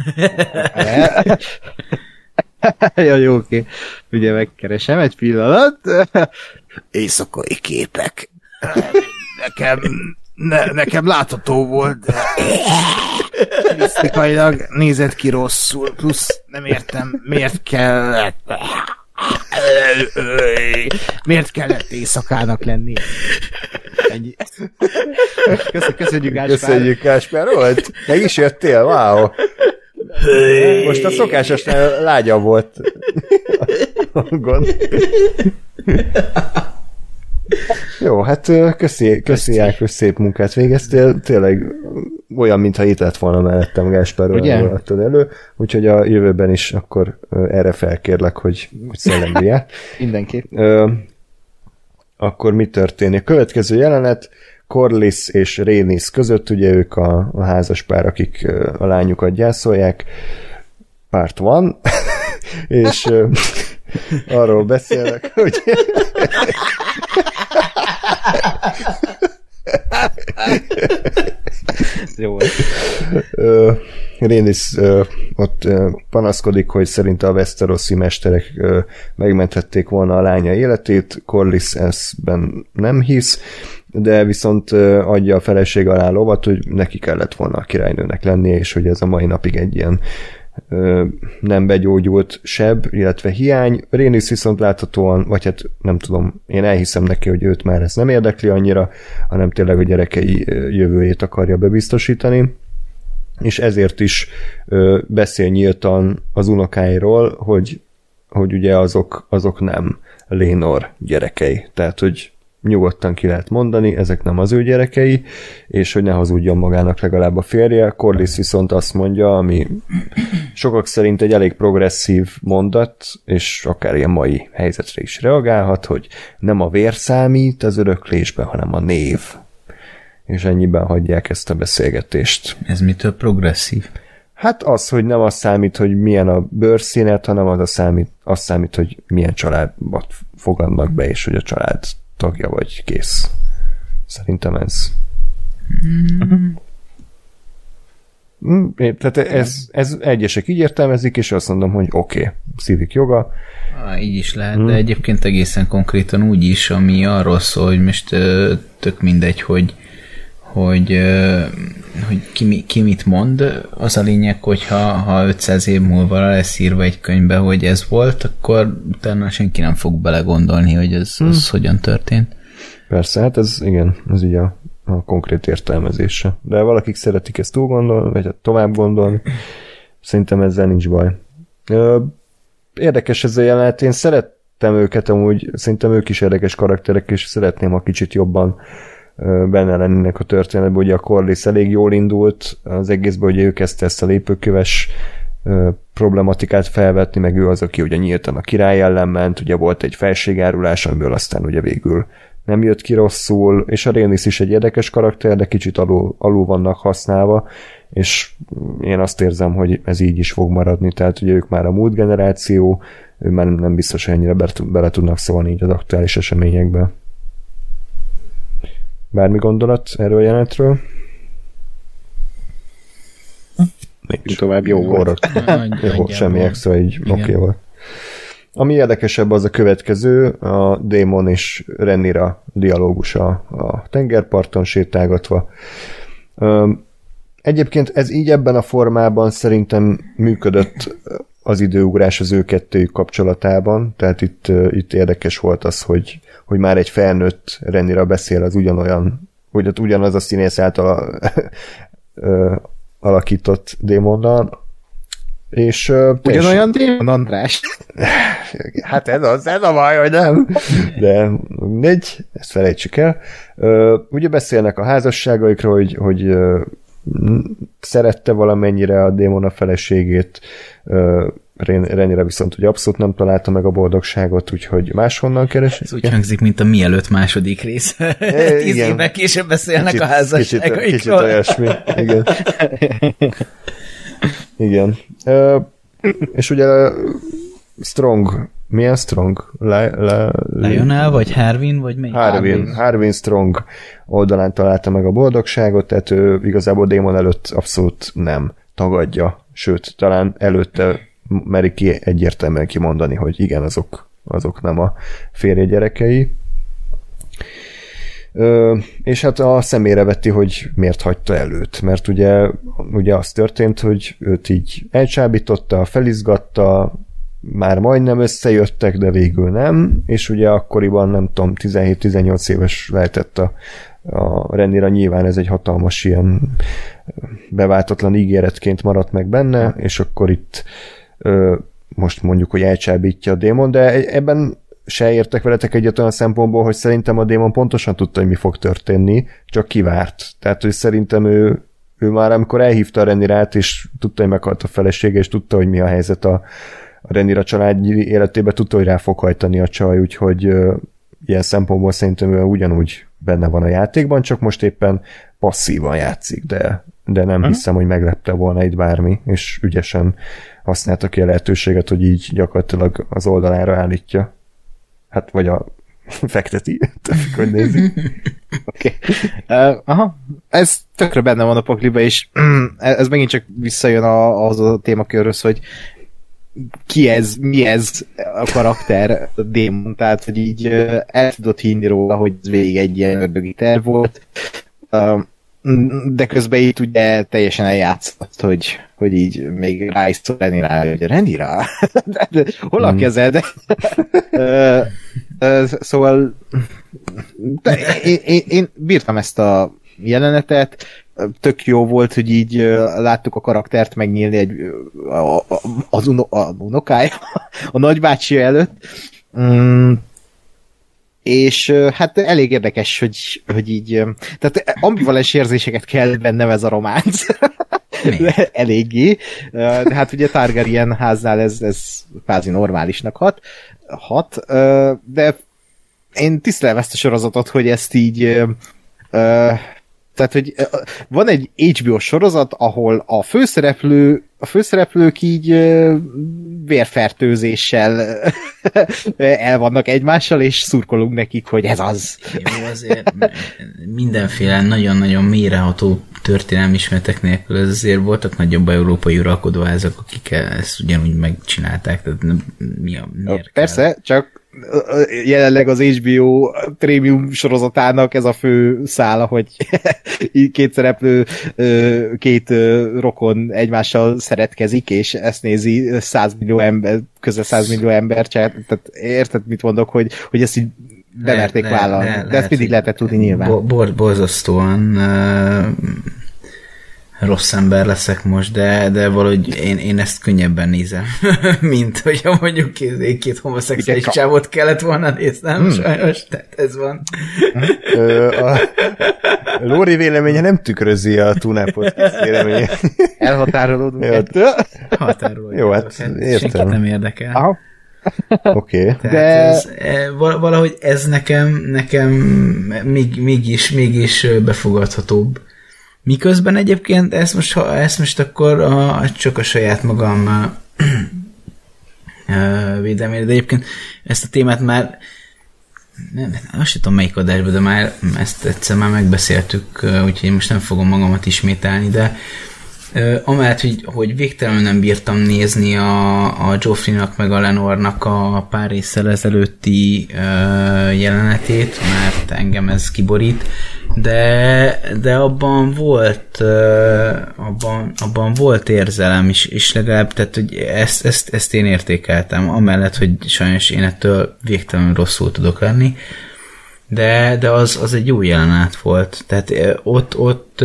Ja, jó, oké. Ugye megkeresem egy pillanat. Éjszakai képek. Nekem látható volt. Stilisztikailag nézett ki rosszul, plusz nem értem, miért kellett éjszakának lenni. Ennyi. Köszönjük, Gáspár. Köszönjük, Gáspár. Volt? Meg is jöttél? Wow. Most a szokásosnál lágyabb volt a gond. Jó, hát köszi Ákos, szép munkát végeztél. Tényleg olyan, mintha itt lett volna mellettem Gáspárról adtad elő, úgyhogy a jövőben is akkor erre felkérlek, hogy szellemülj át. Mindenképp. Akkor mi történik? Következő jelenet Corlys és Rhaenys között, ugye ők a házaspár, akik a lányukat gyászolják. Part 1. És arról beszélnek, hogy Jó. Rhaenys ott panaszkodik, hogy szerint a Westerosi mesterek megmenthették volna a lánya életét, Corlys ezben nem hisz, de viszont adja a feleség alá lovat, hogy neki kellett volna a királynőnek lennie, és hogy ez a mai napig egy ilyen nem begyógyult seb, illetve hiány. Rhaenys viszont láthatóan, vagy hát nem tudom, én elhiszem neki, hogy őt már ez nem érdekli annyira, hanem tényleg a gyerekei jövőjét akarja bebiztosítani, és ezért is beszél nyíltan az unokáiról, hogy ugye azok nem Lénor gyerekei. Tehát, hogy nyugodtan ki lehet mondani, ezek nem az ő gyerekei, és hogy ne hazudjon magának legalább a férje. Corlys viszont azt mondja, ami sokak szerint egy elég progresszív mondat, és akár ilyen mai helyzetre is reagálhat, hogy nem a vér számít az öröklésben, hanem a név. És ennyiben hagyják ezt a beszélgetést. Ez mitől progresszív? Hát az, hogy nem az számít, hogy milyen a bőrszínet, hanem az számít, hogy milyen családba fogadnak be, és hogy a család tagja vagy, kész. Szerintem ez. Tehát ez egyesek így értelmezik, és azt mondom, hogy oké, szívik joga. Így is lehet, de egyébként egészen konkrétan úgy is, ami arról szól, hogy most tök mindegy, hogy ki mit mond. Az a lényeg, hogy ha 500 év múlva lesz írva egy könyvbe, hogy ez volt, akkor utána senki nem fog belegondolni, hogy ez hogyan történt. Persze, hát ez így a konkrét értelmezése. De valakik szeretik ezt túl gondolni, vagy tovább gondolni. Szerintem ezzel nincs baj. Érdekes ez a jelenet. Én szerettem őket amúgy, szerintem ők is érdekes karakterek, és szeretném, ha kicsit jobban benne lennének a történetben. Ugye a Corlys elég jól indult az egészben, hogy ő kezdte ezt a lépőköves problematikát felvetni, meg ő az, aki ugye nyíltan a király ellen ment, ugye volt egy felségárulás, amiből aztán ugye végül nem jött ki rosszul, és a Rhaenys is egy érdekes karakter, de kicsit alul vannak használva, és én azt érzem, hogy ez így is fog maradni, tehát ugye ők már a múlt generáció, ő már nem biztos, hogy ennyire bele tudnak szólni így az aktuális eseményekbe. Bármi gondolat erről a jelenetről? Nincs. Tovább jó volt. Jó, semmi extra, így oké volt. Ami érdekesebb az a következő, a Daemon és Rhaenyra dialógusa a tengerparton sétálgatva. Egyébként ez így ebben a formában szerintem működött az időugrás az ő kettőjük kapcsolatában, tehát itt érdekes volt az, hogy már egy felnőtt Rhaenyra beszél az ugyanaz a színész által alakított Daemonnal, és ugyanolyan Daemon, András? Hát ez a baj, hogy nem. De mindegy, ezt felejtsük el. Ugye beszélnek a házasságaikról, hogy szerette valamennyire a démon a feleségét, Renire viszont ugye abszolút nem találta meg a boldogságot, úgyhogy máshonnan keres. Ez úgy hangzik, mint a Mielőtt második rész. 10 évvel később beszélnek a házasságaikról. Kicsit olyasmi, igen. Igen. És ugye Strong, milyen Strong? Lionel, vagy Harwin, vagy melyik? Harwin Strong oldalán találta meg a boldogságot, tehát ő igazából démon előtt abszolút nem tagadja, sőt, talán előtte meri ki egyértelműen kimondani, hogy igen, azok nem a férje gyerekei. És hát a szemére vetti, hogy miért hagyta előtt, mert ugye az történt, hogy őt így elcsábította, felizgatta, már majdnem összejöttek, de végül nem, és ugye akkoriban nem tudom, 17-18 éves lehetett a Rhaenyra, nyilván ez egy hatalmas ilyen beváltatlan ígéretként maradt meg benne, és akkor itt most mondjuk, hogy elcsábítja a démon, de ebben se értek veletek egyet olyan szempontból, hogy szerintem a démon pontosan tudta, hogy mi fog történni, csak kivárt. Tehát, hogy szerintem ő már amikor elhívta a Rhaenyrát, és tudta, hogy meghalt a felesége, és tudta, hogy mi a helyzet a Rhaenyra családji életében, tudta, hogy rá fog hajtani a csaj, úgyhogy ilyen szempontból szerintem ő ugyanúgy benne van a játékban, csak most éppen passzívan játszik, de nem hiszem, hogy meglepte volna itt bármi, és ügyesen használta ki a lehetőséget, hogy így gyakorlatilag az oldalára állítja. Hát, vagy a fekteti, tetszik, hogy nézik. Oké. Aha, ez tökre benne van a pakliba, és ez megint csak visszajön az a témakörhöz, hogy ki ez, mi ez a karakter, a démon, tehát, hogy így el tudod hinni róla, hogy ez végig egy ilyen ördögi terv volt, de közben itt ugye teljesen eljátszott, hogy így még rá is szól lenni rá, hogy Rhaenyra, hol a kezed? Szóval én bírtam ezt a jelenetet, tök jó volt, hogy így láttuk a karaktert megnyílni az unokája, a nagybácsia előtt. És hát elég érdekes, hogy így, tehát ambivalens érzéseket kell bennem ez a románc. Eléggé. De hát ugye Targaryen háznál ez kvázi normálisnak hat. De én tisztelem ezt a sorozatot, hogy ezt így tehát, hogy van egy HBO sorozat, ahol a főszereplők így vérfertőzéssel el vannak egymással, és szurkolunk nekik, hogy ez az. Jó, azért mindenféle nagyon-nagyon mélyreható történelmi ismeretek nélkül ez azért voltak nagyobb európai uralkodóházak, akik ezt ugyanúgy megcsinálták, tehát miért persze, kell? csak jelenleg az HBO prémium sorozatának ez a fő szála, hogy két szereplő, két rokon egymással szeretkezik, és ezt nézi 100 millió ember, közel 100 millió ember, tehát érted, mit mondok, hogy ezt így bemerték vállalni. De ezt mindig lehetett tudni nyilván. Borzasztóan rossz ember leszek most, de valahogy én ezt könnyebben nézem, mint hogyha mondjuk két homoszexuális csávot kellett volna néznem, sajnos, tehát ez van. A Lóri véleménye nem tükrözi a Tune Podcast véleményét. Elhatárolódunk ettől. Jó, hát értem. Senkit nem érdekel. Aha. Oké. De valahogy ez nekem mégis befogadhatóbb. Miközben egyébként ezt most akkor csak a saját magam védelmére, de egyébként ezt a témát már azt sem tudom melyik adásban, de már ezt egyszer már megbeszéltük, úgyhogy most nem fogom magamat ismételni, de amellett, hogy végtelenül nem bírtam nézni a Joffrey-nak meg a Lenornak a pár résszel ezelőtti jelenetét, mert engem ez kiborít, de abban volt érzelem is, és legalább, tehát, hogy ezt én értékeltem, amellett, hogy sajnos én ettől végtelenül rosszul tudok lenni, de az egy jó jelenet volt, tehát ott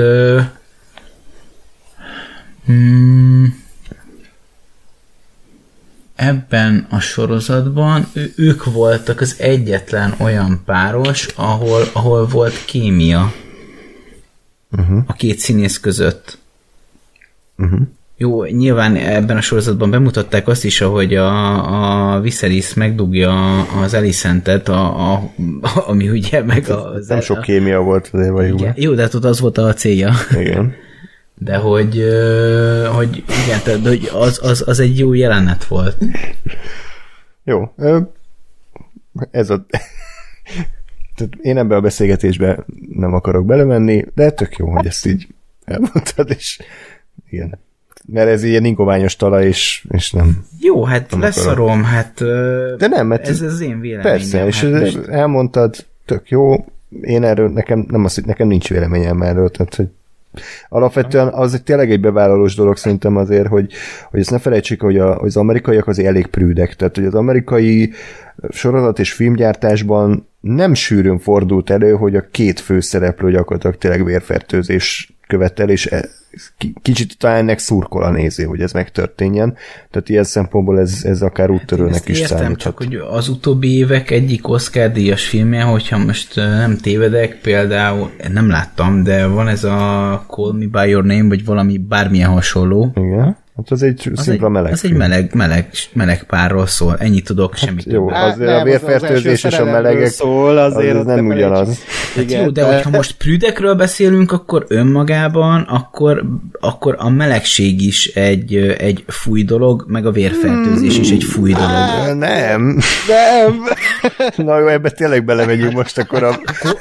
ebben a sorozatban ők voltak az egyetlen olyan páros, ahol volt kémia. a két színész között. Jó, nyilván ebben a sorozatban bemutatták azt is, ahogy a Viserys megdugja az Alicent-et, ami ugye meg az... Nem sok kémia volt azért valójában. Jó, de hát az volt a célja. Igen. De hogy igen, de hogy az egy jó jelenet volt. Jó. Ez a... Tehát én ebben a beszélgetésben nem akarok belemenni, de tök jó, hogy ezt így elmondtad, és igen. Mert ez ilyen ingoványos talaj, és nem... Jó, hát nem leszarom, hát de nem, mert ez az én véleményem. Persze, és hát elmondtad, tök jó, én erről, nekem nincs véleményem erről, tehát hogy alapvetően az tényleg egy bevállalós dolog szerintem azért, hogy ezt ne felejtsük, hogy az amerikaiak azért elég prűdek, tehát hogy az amerikai sorozat és filmgyártásban nem sűrűn fordult elő, hogy a két főszereplő gyakorlatilag tényleg vérfertőzés követel, és kicsit talán ennek szurkol a néző, hogy ez megtörténjen. Tehát ilyen szempontból ez akár úttörőnek is számíthat. Csak hogy az utóbbi évek egyik Oscar-díjas filmje, hogyha most nem tévedek, például nem láttam, de van ez a Call Me By Your Name, vagy valami bármilyen hasonló. Igen. Hát az egy szimpla meleg. Az egy meleg párról szól. Ennyit tudok, semmit. Jó, azért a vérfertőzés és a melegek szól, azért az nem ugyanaz. Hát jó, de hogyha most prüdekről beszélünk, akkor önmagában, akkor a melegség is egy fúj dolog, meg a vérfertőzés is egy fúj dolog. Nem. Na jó, ebbe tényleg belemegyünk most, akkor a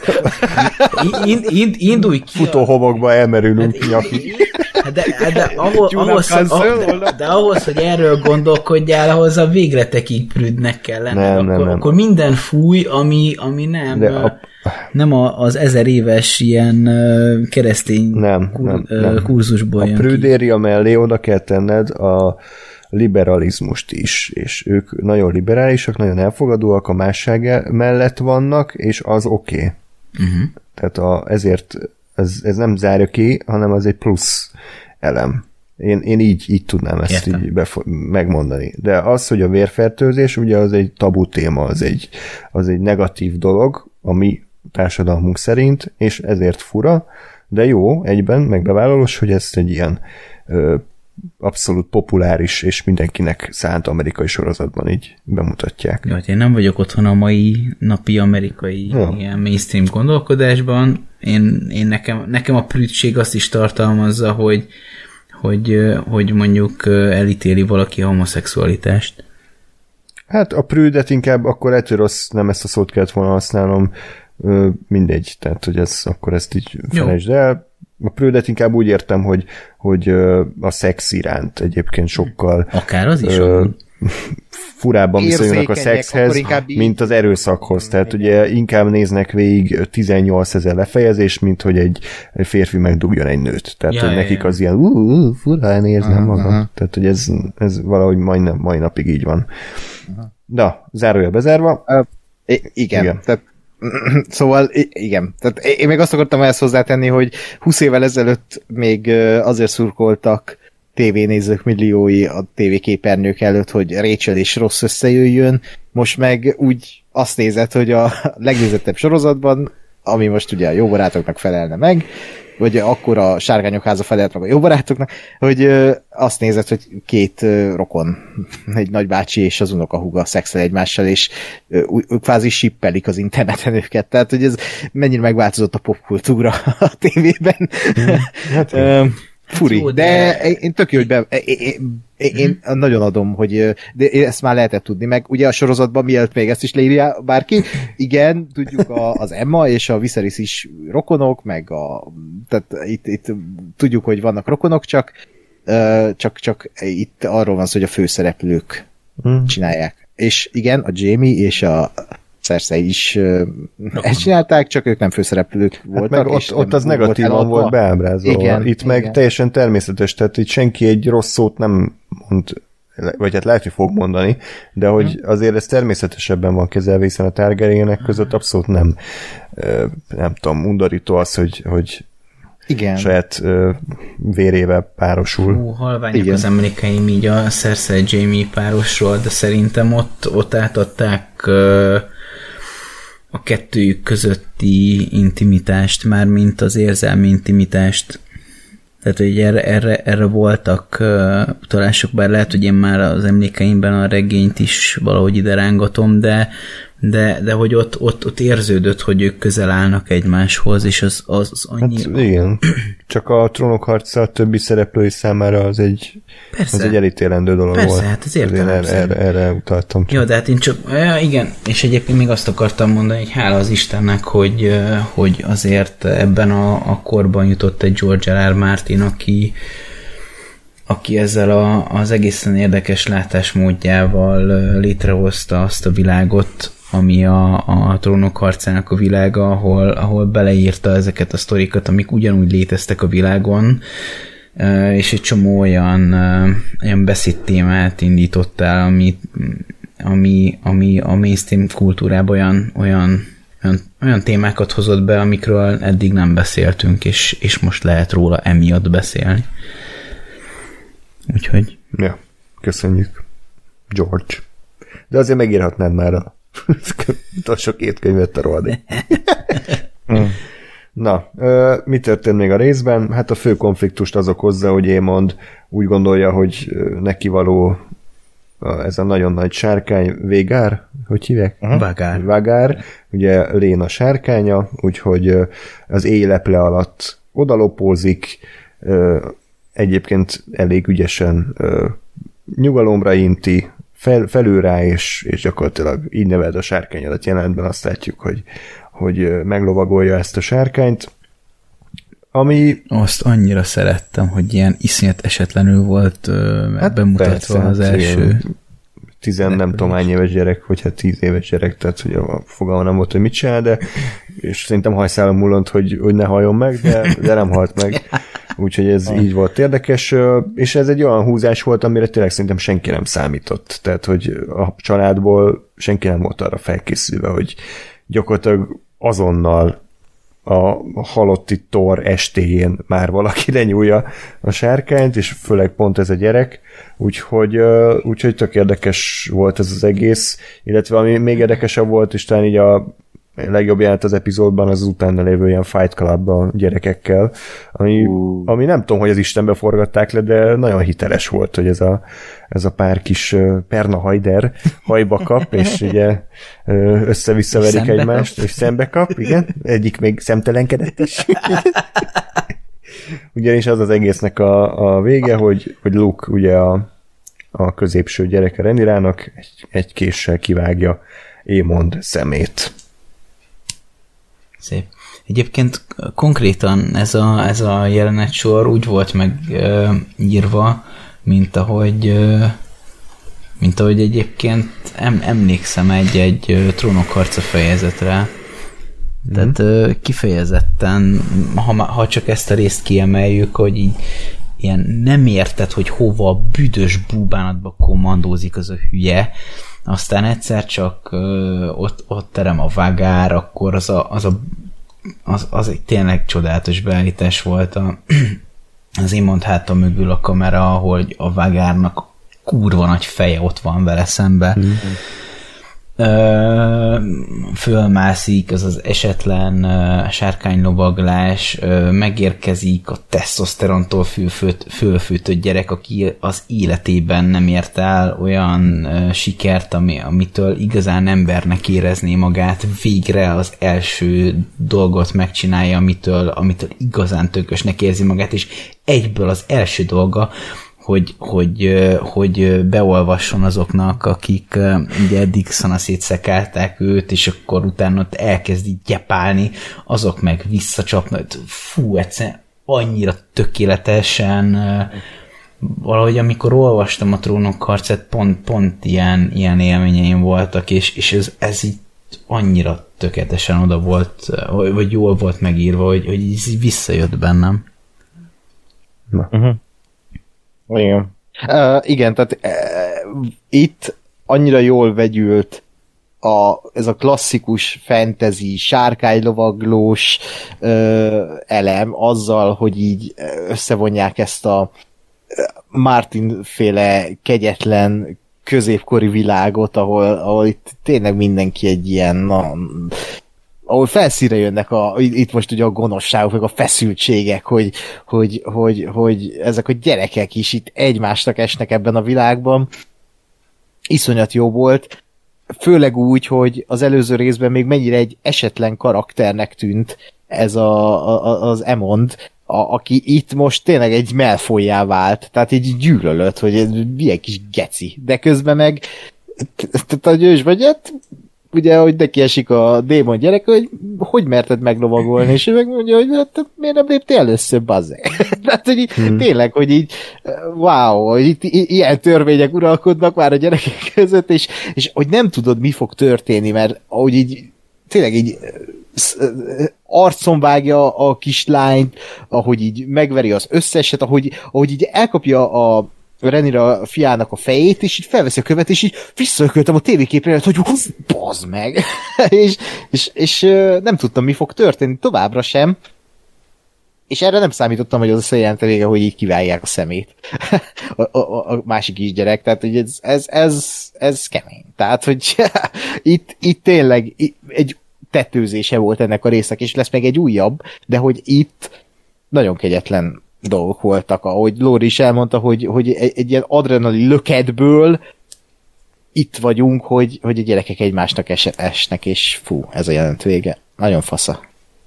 indulj ki. Futóhomokba elmerülünk nyaki. De ahhoz, hogy erről gondolkodjál, ahhoz a végletekig prüdnek kellene. Nem. Akkor minden fúj, ami nem az 1000 éves ilyen keresztény kurzusból jön ki. A prüdéria mellé oda kell tenned a liberalizmust is, és ők nagyon liberálisak, nagyon elfogadóak, a másság mellett vannak, és az oké. Tehát ezért ez nem zárja ki, hanem az egy plusz elem. Én így tudnám ezt így megmondani. De az, hogy a vérfertőzés, ugye az egy tabu téma, az egy negatív dolog, a mi társadalmunk szerint, és ezért fura, de jó egyben, meg bevállalós, hogy ezt egy ilyen abszolút populáris és mindenkinek szánt amerikai sorozatban így bemutatják. Jó, hát én nem vagyok otthon a mai napi amerikai ilyen mainstream gondolkodásban. Nekem a prűdség azt is tartalmazza, hogy mondjuk elítéli valaki a homoszexualitást. Hát a prűdet inkább akkor ettől rossz, nem ezt a szót kellett volna használnom, mindegy, tehát hogy akkor ezt így felejtsd el. A prűdet inkább úgy értem, hogy a szex iránt egyébként sokkal akár az is furábban viszonyulnak a szexhez, mint az erőszakhoz. Tehát ugye inkább néznek végig 18 000 lefejezést, mint hogy egy férfi megdugjon egy nőt. Tehát hogy nekik az ilyen furán érzem magam. Tehát hogy ez valahogy majdnem mai napig így van. Na, zárója bezárva. Igen. Tehát szóval igen. Tehát én még azt akartam ezt hozzátenni, hogy 20 évvel ezelőtt még azért szurkoltak tévénézők milliói a tévéképernyők előtt, hogy Rachel és Ross összejöjjön. Most meg úgy azt nézed, hogy a legnézettebb sorozatban, ami most ugye a Jó barátoknak felelne meg, vagy akkor a Sárkányok háza felelt meg a Jó barátoknak, hogy azt nézed, hogy két rokon, egy nagybácsi és az unokahúga szexel egymással, és kvázi shippelik az interneten őket. Tehát, hogy ez mennyire megváltozott a popkultúra a tévében. Furi, de én tök jó, hogy én nagyon adom, hogy de ezt már lehetett tudni, meg ugye a sorozatban mielőtt még ezt is leírja bárki, igen, tudjuk az Emma és a Viserys is rokonok, meg tehát itt tudjuk, hogy vannak rokonok, csak itt arról van szó, hogy a főszereplők csinálják. És igen, a Jaime és a Cersei is ezt csinálták, csak ők nem főszereplők voltak. Hát meg ott az negatívan volt beábrázolva. Igen, itt meg teljesen természetes, tehát itt senki egy rossz szót nem mond, vagy hát lehet, hogy fog mondani, de hogy azért ez természetesebben van kezelve, hiszen a Targaryenek között abszolút nem tudom, undorító az, hogy igen. Saját vérével párosul. Halványak az emlékeim így a Cersei Jaime párosról, de szerintem ott átadták a kettőjük közötti intimitást, mármint az érzelmi intimitást. Tehát, hogy erre voltak utalások, bár lehet, hogy én már az emlékeimben a regényt is valahogy ide rángatom, de hogy ott érződött, hogy ők közel állnak egymáshoz, és az annyi... Hát igen, csak a Trónok harca többi szereplői számára az egy elítélendő dolog volt. Persze, hát ez értelemszerű. Erre utaltam. Jó, de hát én csak... Ja, igen, és egyébként még azt akartam mondani, hogy hála az Istennek, hogy azért ebben a korban jutott egy George R. R. Martin, aki ezzel az egészen érdekes látásmódjával létrehozta azt a világot, ami a Trónok harcának a világa, ahol beleírta ezeket a sztorikat, amik ugyanúgy léteztek a világon, és egy csomó olyan beszédtémát indított el, ami a mainstream kultúrában olyan témákat hozott be, amikről eddig nem beszéltünk, és most lehet róla emiatt beszélni. Úgyhogy... Ja, köszönjük. George. De azért megírhatnád már a utolsó 2 könyvet a rohadék. Na, mi történt még a részben? Hát a fő konfliktust az okozza, hogy Aemond úgy gondolja, hogy neki való ez a nagyon nagy sárkány, Vhagar, hogy hívják? Vhagar, ugye Léna sárkánya, úgyhogy az éjleple alatt odalopózik, egyébként elég ügyesen nyugalomra inti, felül rá, és gyakorlatilag így neved a sárkányodat. Jelentben azt látjuk, hogy meglovagolja ezt a sárkányt, ami... Azt annyira szerettem, hogy ilyen iszonyat esetlenül volt bemutatva persze, az első... 10 nem tudom hány éves gyerek, vagy hát 10 éves gyerek, tehát hogy a fogalma nem volt, hogy mit csinál, de és szerintem hajszálom múlott, hogy ne halljon meg, de nem halt meg. Úgyhogy ez így volt érdekes, és ez egy olyan húzás volt, amire tényleg szerintem senki nem számított. Tehát, hogy a családból senki nem volt arra felkészülve, hogy gyakorlatilag azonnal a halotti Thor estéjén már valaki lenyúlja a sárkányt, és főleg pont ez a gyerek, úgyhogy tök érdekes volt ez az egész, illetve ami még érdekesebb volt, és talán így a legjobb jelent az epizódban az utána lévő ilyen Fight Club a gyerekekkel, ami nem tudom, hogy az Istenbe forgatták le, de nagyon hiteles volt, hogy ez a pár kis Perna Hajder hajba kap, és ugye össze-visszaverik egymást, és szembe kap, igen, egyik még szemtelenkedett is. Ugyanis az egésznek a vége, hogy Luke ugye a középső gyereke Renirának egy késsel kivágja Aemond szemét. Szép. Egyébként konkrétan ez a jelenetsor úgy volt megírva, mint ahogy egyébként emlékszem egy Trónok harca fejezetre. Tehát kifejezetten, ha csak ezt a részt kiemeljük, hogy így ilyen nem érted, hogy hova a büdös búbánatba kommandózik az a hülye, aztán egyszer csak ott terem a Vhagar, akkor az egy tényleg csodálatos beállítás volt az Aemond háta mögül a kamera, ahogy a Vhagarnak kurva nagy feje ott van vele szembe. Fölmászik az esetlen sárkánylovaglás, megérkezik a tesztoszterontól fölfűtött gyerek, aki az életében nem ért el olyan sikert, amitől igazán embernek érezné magát, végre az első dolgot megcsinálja, amitől igazán tökösnek érzi magát, és egyből az első dolga, hogy beolvasson azoknak, akik ugye eddig szanaszét szekálták őt, és akkor utána ott elkezd így gyepálni, azok meg visszacsapnak. Fú, egyszerűen annyira tökéletesen valahogy amikor olvastam a Trónok harcát, pont ilyen élményeim voltak, és ez így annyira tökéletesen oda volt, vagy jól volt megírva, hogy így visszajött bennem. Na. Igen. Igen, tehát itt annyira jól vegyült ez a klasszikus fantasy, sárkánylovaglós elem azzal, hogy így összevonják ezt a Martin-féle kegyetlen középkori világot, ahol itt tényleg mindenki egy ilyen ahol felszínre jönnek itt most ugye a gonoszságok, meg a feszültségek, hogy ezek a gyerekek is itt egymásnak esnek ebben a világban. Iszonyat jó volt, főleg úgy, hogy az előző részben még mennyire egy esetlen karakternek tűnt ez az Emond, aki itt most tényleg egy Malfoyjá vált, tehát így gyűlölött, hogy milyen kis geci, de közben meg tehát ő is vagy, hát ugye, hogy neki esik a démon gyerek, hogy merted meglovagolni, és ő megmondja, hogy hát, miért nem léptél először, bazzeg. Tehát, hogy így, tényleg, hogy így, wow, hogy itt ilyen törvények uralkodnak már a gyerekek között, és hogy nem tudod, mi fog történni, mert ahogy így, tényleg így arcon vágja a kislányt, ahogy így megveri az összeset, ahogy így elkapja a Rhaenyra fiának a fejét, és így felveszi a követ, és így visszaököltem a tévéképre, hogy bazd meg! és nem tudtam, mi fog történni továbbra sem, és erre nem számítottam, hogy az a széljelente vége, hogy így kiválják a szemét a másik kisgyerek, tehát hogy ez kemény. Tehát, hogy itt tényleg egy tetőzése volt ennek a résznek, és lesz meg egy újabb, de hogy itt nagyon kegyetlen dolgok voltak, ahogy Lóri is elmondta, hogy egy ilyen adrenalin löketből itt vagyunk, hogy a gyerekek egymásnak esnek, és fú, ez a jelent vége. Nagyon fasza.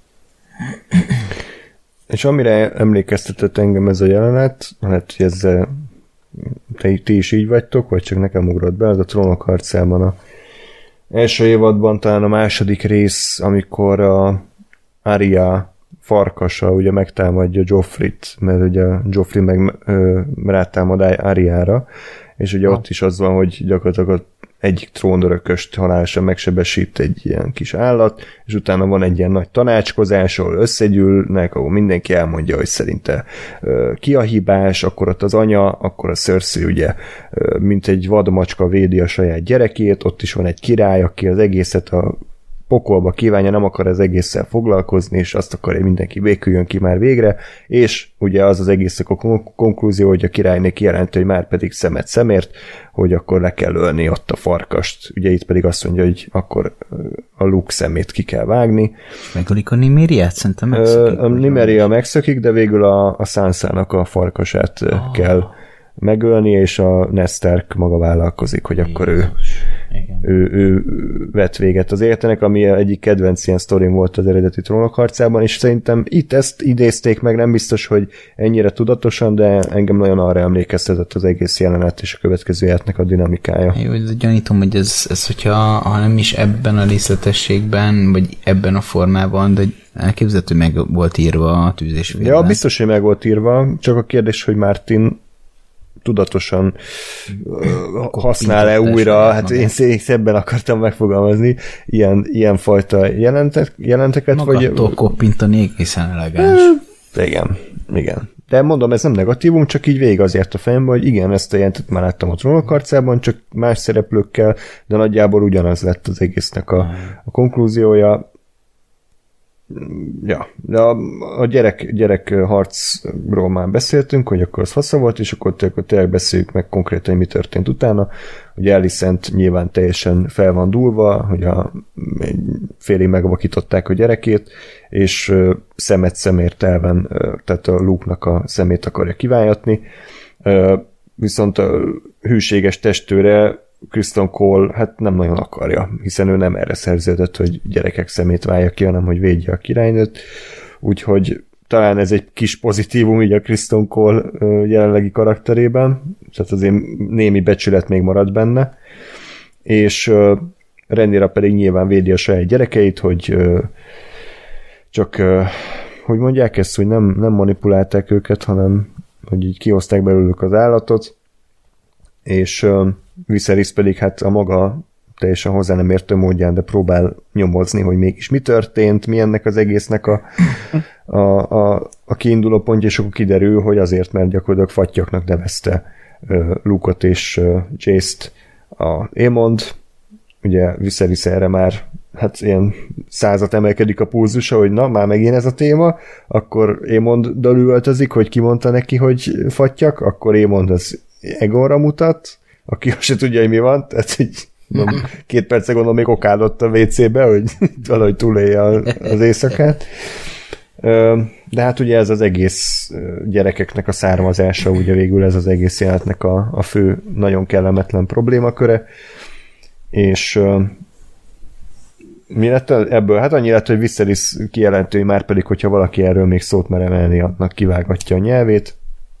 És amire emlékeztetett engem ez a jelenet, hát hogy ezzel ti is így vagytok, vagy csak nekem ugrott be, az a Trónok harcában a első évadban, talán a második rész, amikor a Arya farkasa ugye megtámadja Joffrey-t, mert ugye Joffrey meg rátámad Aryára, és ugye ott is az van, hogy gyakorlatilag egyik trónörököst halálosan megsebesít egy ilyen kis állat, és utána van egy ilyen nagy tanácskozás, ahol összegyűlnek, ahol mindenki elmondja, hogy szerinte ki a hibás, akkor ott az anya, akkor a Cersei ugye mint egy vadmacska védi a saját gyerekét, ott is van egy király, aki az egészet a pokolba kívánja, nem akar az egésszel foglalkozni, és azt akarja, hogy mindenki béküljön ki már végre, és ugye az egésznek a konklúzió, hogy a királyné kijelenti, hogy már pedig szemet szemért, hogy akkor le kell ölni ott a farkast. Ugye itt pedig azt mondja, hogy akkor a Luke szemét ki kell vágni. Megölik a Nimériát? Szerintem megszökik. A Nimeria megszökik, de végül a Sansának a farkasát kell megölni, és a Ned Stark maga vállalkozik, hogy akkor ő vett véget az életének, ami egyik kedvenc ilyen sztorim volt az eredeti Trónok harcában, és szerintem itt ezt idézték meg, nem biztos, hogy ennyire tudatosan, de engem nagyon arra emlékeztetett az egész jelenet és a következő életnek a dinamikája. Jó, gyanítom, hogy ez hogyha nem is ebben a részletességben, vagy ebben a formában, de elképzelhető, meg volt írva a Tűz és Félelem. Ja, biztos, hogy meg volt írva, csak a kérdés, hogy Martin tudatosan használ-e újra, hát én szebben akartam megfogalmazni ilyen fajta jelenteket. Magadtól koppintani egészen elegáns. Igen. De mondom, ez nem negatívum, csak így végig azért a fejemben, hogy igen, ezt a jelentet már láttam a Trónok harcában, csak más szereplőkkel, de nagyjából ugyanaz lett az egésznek a konklúziója. Ja, de a gyerek harcról már beszéltünk, hogy akkor az fasza volt, és akkor tényleg beszéljük meg konkrétan, hogy mi történt utána. Ugye Alicent nyilván teljesen fel van dúlva, hogy félig megvakították a gyerekét, és szemet szemért elven, tehát a Luke-nak a szemét akarja kiváltani. Viszont a hűséges testőre Criston Cole hát nem nagyon akarja, hiszen ő nem erre szerződött, hogy gyerekek szemét válja ki, hanem hogy védje a királynőt, úgyhogy talán ez egy kis pozitívum így a Criston Cole jelenlegi karakterében, tehát azért némi becsület még marad benne, és Rhaenyra pedig nyilván védi a saját gyerekeit, hogy csak, hogy mondják ezt, hogy nem manipulálták őket, hanem hogy így kihozták belőlük az állatot, és Viserys pedig hát a maga teljesen hozzá nem értő módján, de próbál nyomozni, hogy mégis mi történt, mi ennek az egésznek a kiinduló pontja, és akkor kiderül, hogy azért, mert gyakorlatilag fattyaknak nevezte Luke-ot és Jace-t a Aemond. Ugye Viserys erre már hát ilyen 100-at emelkedik a pulzusa, hogy na, már megint ez a téma, akkor Aemonddal üvöltözik, hogy kimondta neki, hogy fattyak, akkor Aemond az Aegonra mutat, aki azt se tudja, hogy mi van, tehát így 2 percig gondolom még okádott a WC-be, hogy valahogy túlélje az éjszakát. De hát ugye ez az egész gyerekeknek a származása, ugye végül ez az egész jelenetnek a fő, nagyon kellemetlen problémaköre, és mi lett ebből? Hát annyi lett, hogy Viserys kijelentő, már pedig, hogyha valaki erről még szót mer emelni, annak kivágatja a nyelvét,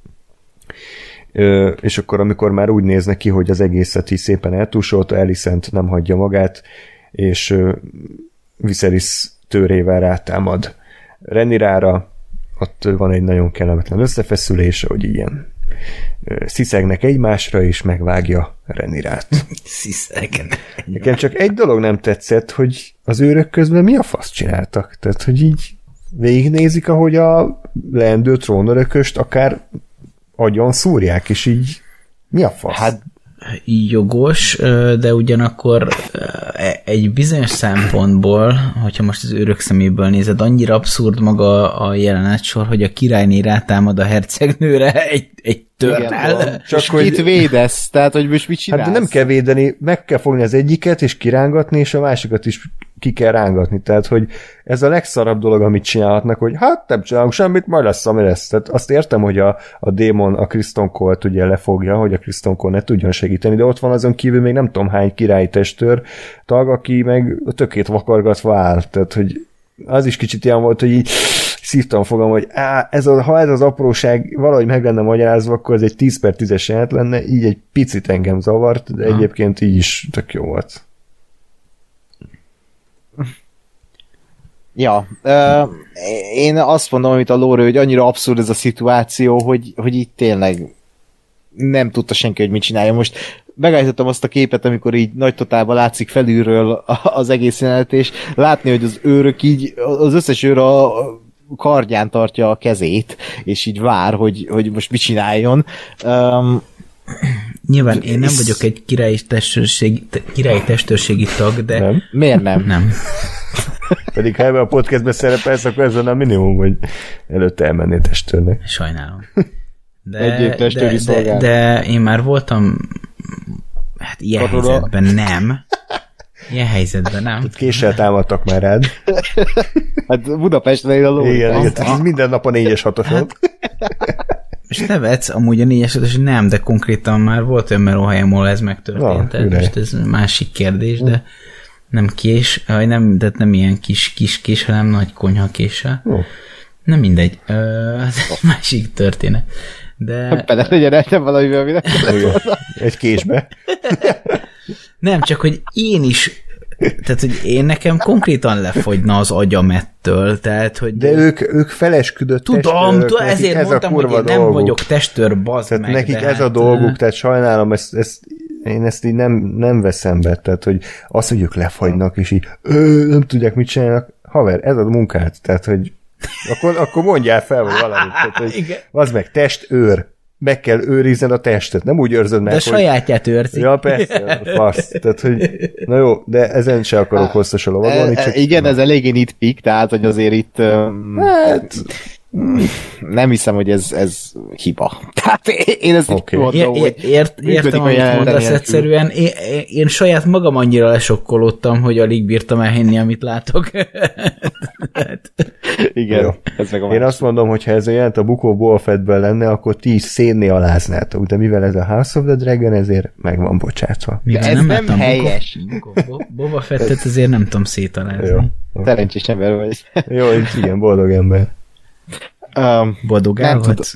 és akkor amikor már úgy néz neki, hogy az egészet is szépen eltúsolta, Alicent nem hagyja magát, és Viserys tőrével rátámad Rhaenyrára, ott van egy nagyon kellemetlen összefeszülés, hogy ilyen sziszegnek egymásra, és megvágja Rhaenyrát. Sziszegnek. Nekem csak egy dolog nem tetszett, hogy az őrök közben mi a fasz csináltak? Tehát, hogy így végignézik, ahogy a leendő trónörököst akár agyon szúrják, és így mi a fasz? Hát jogos, de ugyanakkor egy bizonyos szempontból, hogyha most az őrök szeméből nézed, annyira abszurd maga a jelenetsor, hogy a királyné rátámad a hercegnőre egy törrel. Csak hogy itt védesz, tehát hogy most mit csinálsz? Hát de nem kell védeni, meg kell fogni az egyiket, és kirángatni, és a másikat is ki kell rángatni. Tehát, hogy ez a legszarabb dolog, amit csinálhatnak, hogy hát nem csinálunk semmit, majd lesz, ami lesz. Tehát azt értem, hogy a démon a Criston Cole-t ugye lefogja, hogy a Criston Cole ne tudjon segíteni, de ott van azon kívül még nem tudom hány királyi testőr tag, aki meg a tökét vakargatva áll. Tehát, hogy az is kicsit ilyen volt, hogy így szívtam fogam, hogy ha ez az apróság valahogy meg lenne magyarázva, akkor ez egy 10/10-es jelent lenne, így egy picit engem zavart, de egyébként így is tök jó volt. Ja, én azt mondom, amit a Lóra, hogy annyira abszurd ez a szituáció, hogy itt tényleg nem tudta senki, hogy mit csinálja. Most megállítottam azt a képet, amikor így nagy totálban látszik felülről az egész jelenet, és látni, hogy az őrök így, az összes őr a kardján tartja a kezét, és így vár, hogy most mit csináljon. Nyilván én nem vagyok egy királyi testőrségi tag, de... Nem? Miért nem? Nem. Pedig ha ebben a podcastben szerepelsz, akkor ez lenne a minimum, hogy előtte elmennél testőrnek. Sajnálom. De én már voltam hát ilyen helyzetben nem. Ilyen helyzetben nem. Késsel támadtak már rád. Hát Budapesten én a Lóra. Igen, minden nap a 4-es 6-osod. És nevetsz, amúgy a 4-es 6-os nem, de konkrétan már volt olyan melóhelyem, ahol ez megtörtént. Tehát most ez másik kérdés, de nem kés, de nem ilyen kis, hanem nagy konyhakéssel. Nem mindegy. Ez egy másik történet. De... Pedig legyen el valamivel, ami egy késbe. Nem, csak hogy én is, tehát hogy én nekem konkrétan lefogyna az agyam ettől, tehát hogy... De ők felesküdött tudom, ezért mondtam, hogy én nem vagyok testőr, bazd tehát meg. Nekik ez a dolguk, tehát sajnálom, én ezt így nem veszem be, tehát hogy azt, hogy ők lefagynak, és így nem tudják, mit csinálnak. Haver, ez a munkát, tehát hogy akkor mondjál fel valamit, tehát hogy az meg testőr. Meg kell őrizned a testet, nem úgy őrzöd meg, de sajátját őrzi. Ja, persze, fasz. Tehát, hogy... Na jó, de ezen se akarok hosszasan lovagolni. Csak... Igen, ez eléggé nitpick, tehát, hogy azért itt... Hát... Nem hiszem, hogy ez hiba. Tehát én ezt így mondom, hogy... Értem, amit mondasz egyszerűen. Én saját magam annyira lesokkolódtam, hogy alig bírtam elhinni, amit látok. Igen. Ez meg én azt mondom, hogy ha ez jelent a Book of Boba Fettben lenne, akkor ti is szénné aláznátok, de mivel ez a House of the Dragon, ezért meg van bocsátva. Ez nem helyes. Boba Fettet azért nem tudom szétalázni. Szerencsés ember vagy. Jó, igen, boldog ember. Boldogál vagy?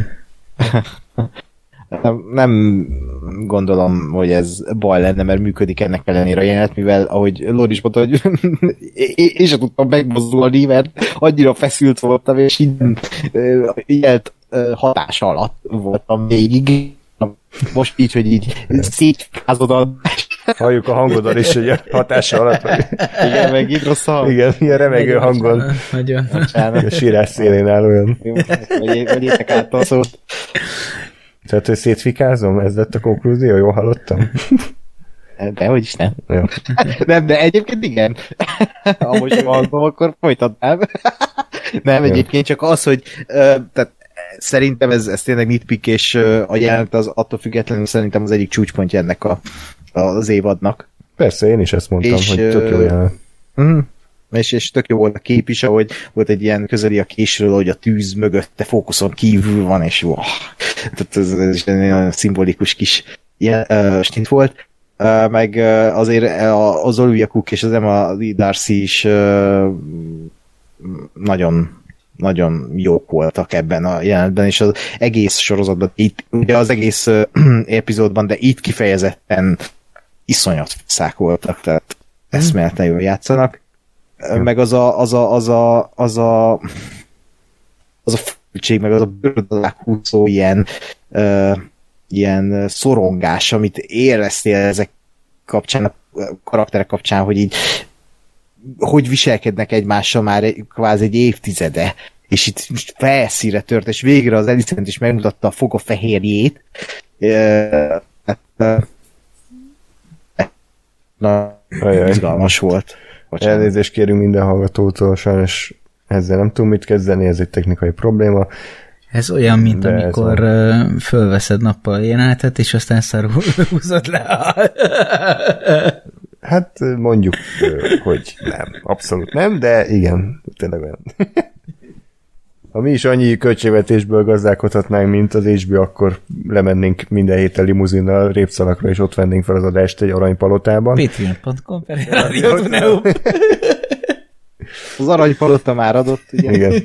Nem gondolom, hogy ez baj lenne, mert működik ennek ellenére a jelenet, mivel ahogy Lord is mondta, hogy én sem tudtam megmozdulni, mert annyira feszült voltam, és ilyen hatás alatt voltam végig. Most így, hogy így szétfázod a... Halljuk a hangodon is, hogy a hatása alatt vagy. Igen, meg így rossz hang. Igen, ilyen remegő hangon. Nagyon. A sírás szélén áll olyan. Jó, vegyétek át a szót. Tehát, hogy szétfikázom? Ez lett a konklúzió? Jól hallottam? Dehogy is nem. Jó. Nem, de egyébként igen. Ha most hallom, akkor folytatnám. Nem, egyébként csak az, hogy tehát szerintem ez tényleg nitpick, és a jelenet az attól függetlenül szerintem az egyik csúcspontja ennek az évadnak. Persze, én is ezt mondtam, és, hogy tök jó jelenet. És tök jó volt a kép is, ahogy volt egy ilyen közeli a késről, hogy a tűz mögötte fókuszon kívül van, és wow, tehát ez egy nagyon szimbolikus kis stint volt. Meg azért az Olivia Cook és az Emma Darcy is nagyon nagyon jók voltak ebben a jelenetben, és az egész sorozatban, itt, ugye az egész epizódban, de itt kifejezetten iszonyat faszák voltak, tehát eszméletlen jól játszanak. Meg az a fültség, meg az a bőrdalák húzó ilyen szorongás, amit éreztél ezek kapcsán, a karakterek kapcsán, hogy így hogy viselkednek egymással már kvázi egy évtizede, és itt most felszíre tört, és végre az Alicent is megmutatta a foga fehérjét. Izgalmas volt. Bocsánat. Elnézést kérünk minden hallgatótól, sajnos ezzel nem tudom mit kezdeni, ez egy technikai probléma. Ez olyan, mint amikor fölveszed nappal a jelenetet, és aztán szarul húzod le. Hát mondjuk, hogy nem. Abszolút nem, de igen, tényleg olyan. Ha mi is annyi költségvetésből gazdálkodhatnánk, mint az HBO, akkor lemennénk minden héten limuzinnal Répszalakra, és ott vennénk fel az adást egy aranypalotában. Patreon.com Az aranypalota már adott, ugye? Igen.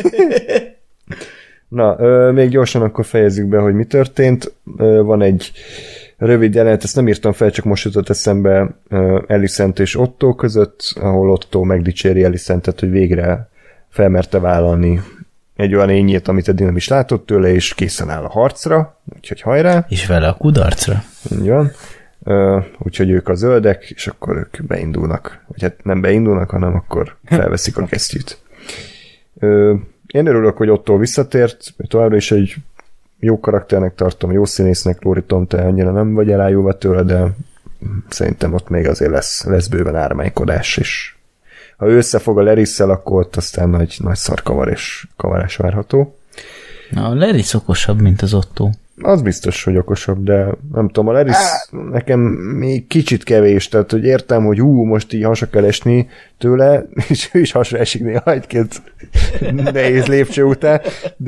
Na, még gyorsan akkor fejezzük be, hogy mi történt. Van egy rövid jelenet, ezt nem írtam fel, csak most jutott eszembe Alicent és Otto között, ahol Otto megdicséri Alicentet, hogy végre felmerte vállalni egy olyan ényét, amit eddig nem is látott tőle, és készen áll a harcra, úgyhogy hajrá. És vele a kudarcra. Így van. Úgyhogy ők a zöldek, és akkor ők beindulnak. Vagy hát nem beindulnak, hanem akkor felveszik a kesztyűt. Én örülök, hogy Otto visszatért, továbbra is egy jó karakternek tartom, jó színésznek, Lóri Tom, te annyira nem vagy elájulva tőle, de szerintem ott még azért lesz bőven ármánykodás, és ha ő összefog a Larisszel, akkor ott aztán nagy kavarás várható. Na, a Laris okosabb, mint az Otto. Az biztos, hogy okosabb, de nem tudom, a Laris nekem még kicsit kevés, tehát hogy értem, hogy most így hasra kell esni tőle, és ő is hasra esik néha egy-két nehéz lépcső után,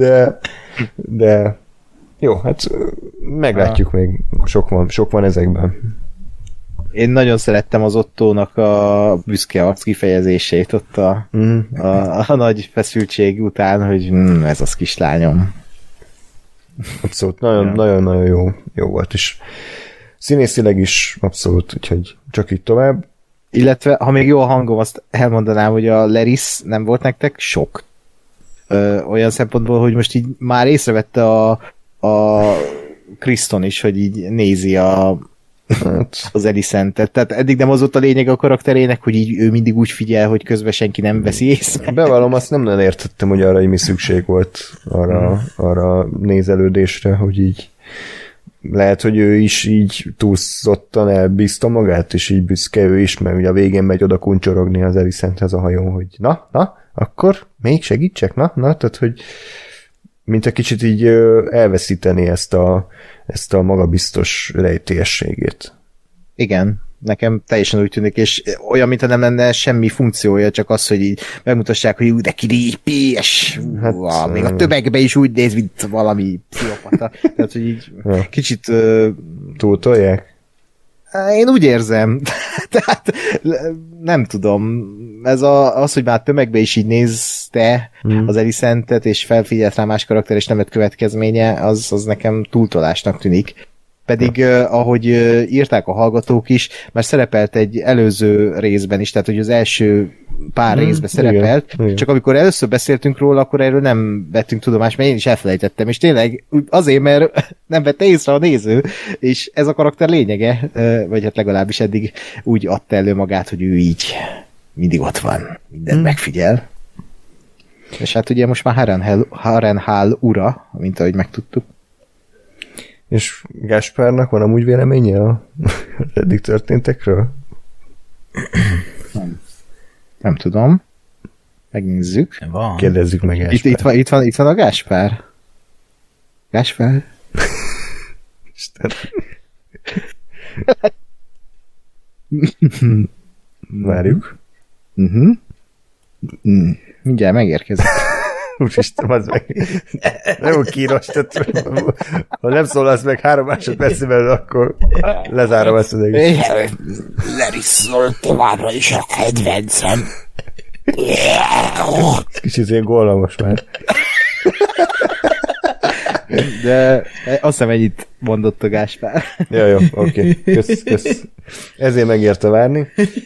de jó, hát meglátjuk még, sok van ezekben. Én nagyon szerettem az Ottónak a büszke arc kifejezését ott a nagy feszültség után, hogy ez az kislányom. Abszolút, nagyon-nagyon jó volt, és színészileg is abszolút, úgyhogy csak így tovább. Illetve, ha még jó a hangom, azt elmondanám, hogy a Laris nem volt nektek sok. Olyan szempontból, hogy most így már észrevette a Kriston is, hogy így nézi az Alicentet. Tehát eddig nem az ott a lényeg a karakterének, hogy így ő mindig úgy figyel, hogy közben senki nem veszi észre. Bevallom, azt nem nagyon értettem, hogy arra mi szükség volt arra nézelődésre, hogy így lehet, hogy ő is így túlzottan elbízta magát, és így büszke ő is, mert ugye a végén megy oda kuncsorogni az Alicenthez a hajón, hogy na, akkor még segítsek, na, tehát, hogy mint egy kicsit így elveszíteni ezt a magabiztos rejtélyességét. Igen, nekem teljesen úgy tűnik, és olyan, mintha nem lenne semmi funkciója, csak az, hogy így megmutassák, hogy de kirépés, hát, még a tömegbe is úgy néz, mint valami pszichopata. Tehát, hogy így kicsit... Túltolják? Én úgy érzem. Tehát nem tudom. Ez az, hogy már tömegbe is így nézte az Alicentet, és felfigyelt rá más karakter, és nem lett következménye, az nekem túltolásnak tűnik. Pedig ahogy írták a hallgatók is, már szerepelt egy előző részben is, tehát hogy az első pár részben szerepelt, igen. Csak amikor először beszéltünk róla, akkor erről nem vettünk tudomást, mert én is elfelejtettem, és tényleg azért, mert nem vette észre a néző, és ez a karakter lényege, vagy hát legalábbis eddig úgy adta elő magát, hogy ő így mindig ott van, mindent megfigyel. És hát ugye most már Harrenhal ura, mint ahogy megtudtuk. És Gáspárnak van amúgy véleménye az eddig történtekről? Nem tudom. Megnézzük. Van. Kérdezzük meg Gáspár. Itt van a Gáspár. Gáspár? Isten. Várjuk. Mindjárt megérkezik. Úristen, az meg nagyon kínos, tehát ha nem szólalsz meg 3 másodpercben belül, akkor lezárom ezt az egész. Larry szól továbbra is a kedvencem. Kicsit ilyen gollamos már. De azt hiszem ennyit mondott a Gáspár. Jó, oké. Kösz. Ezért megérte várni.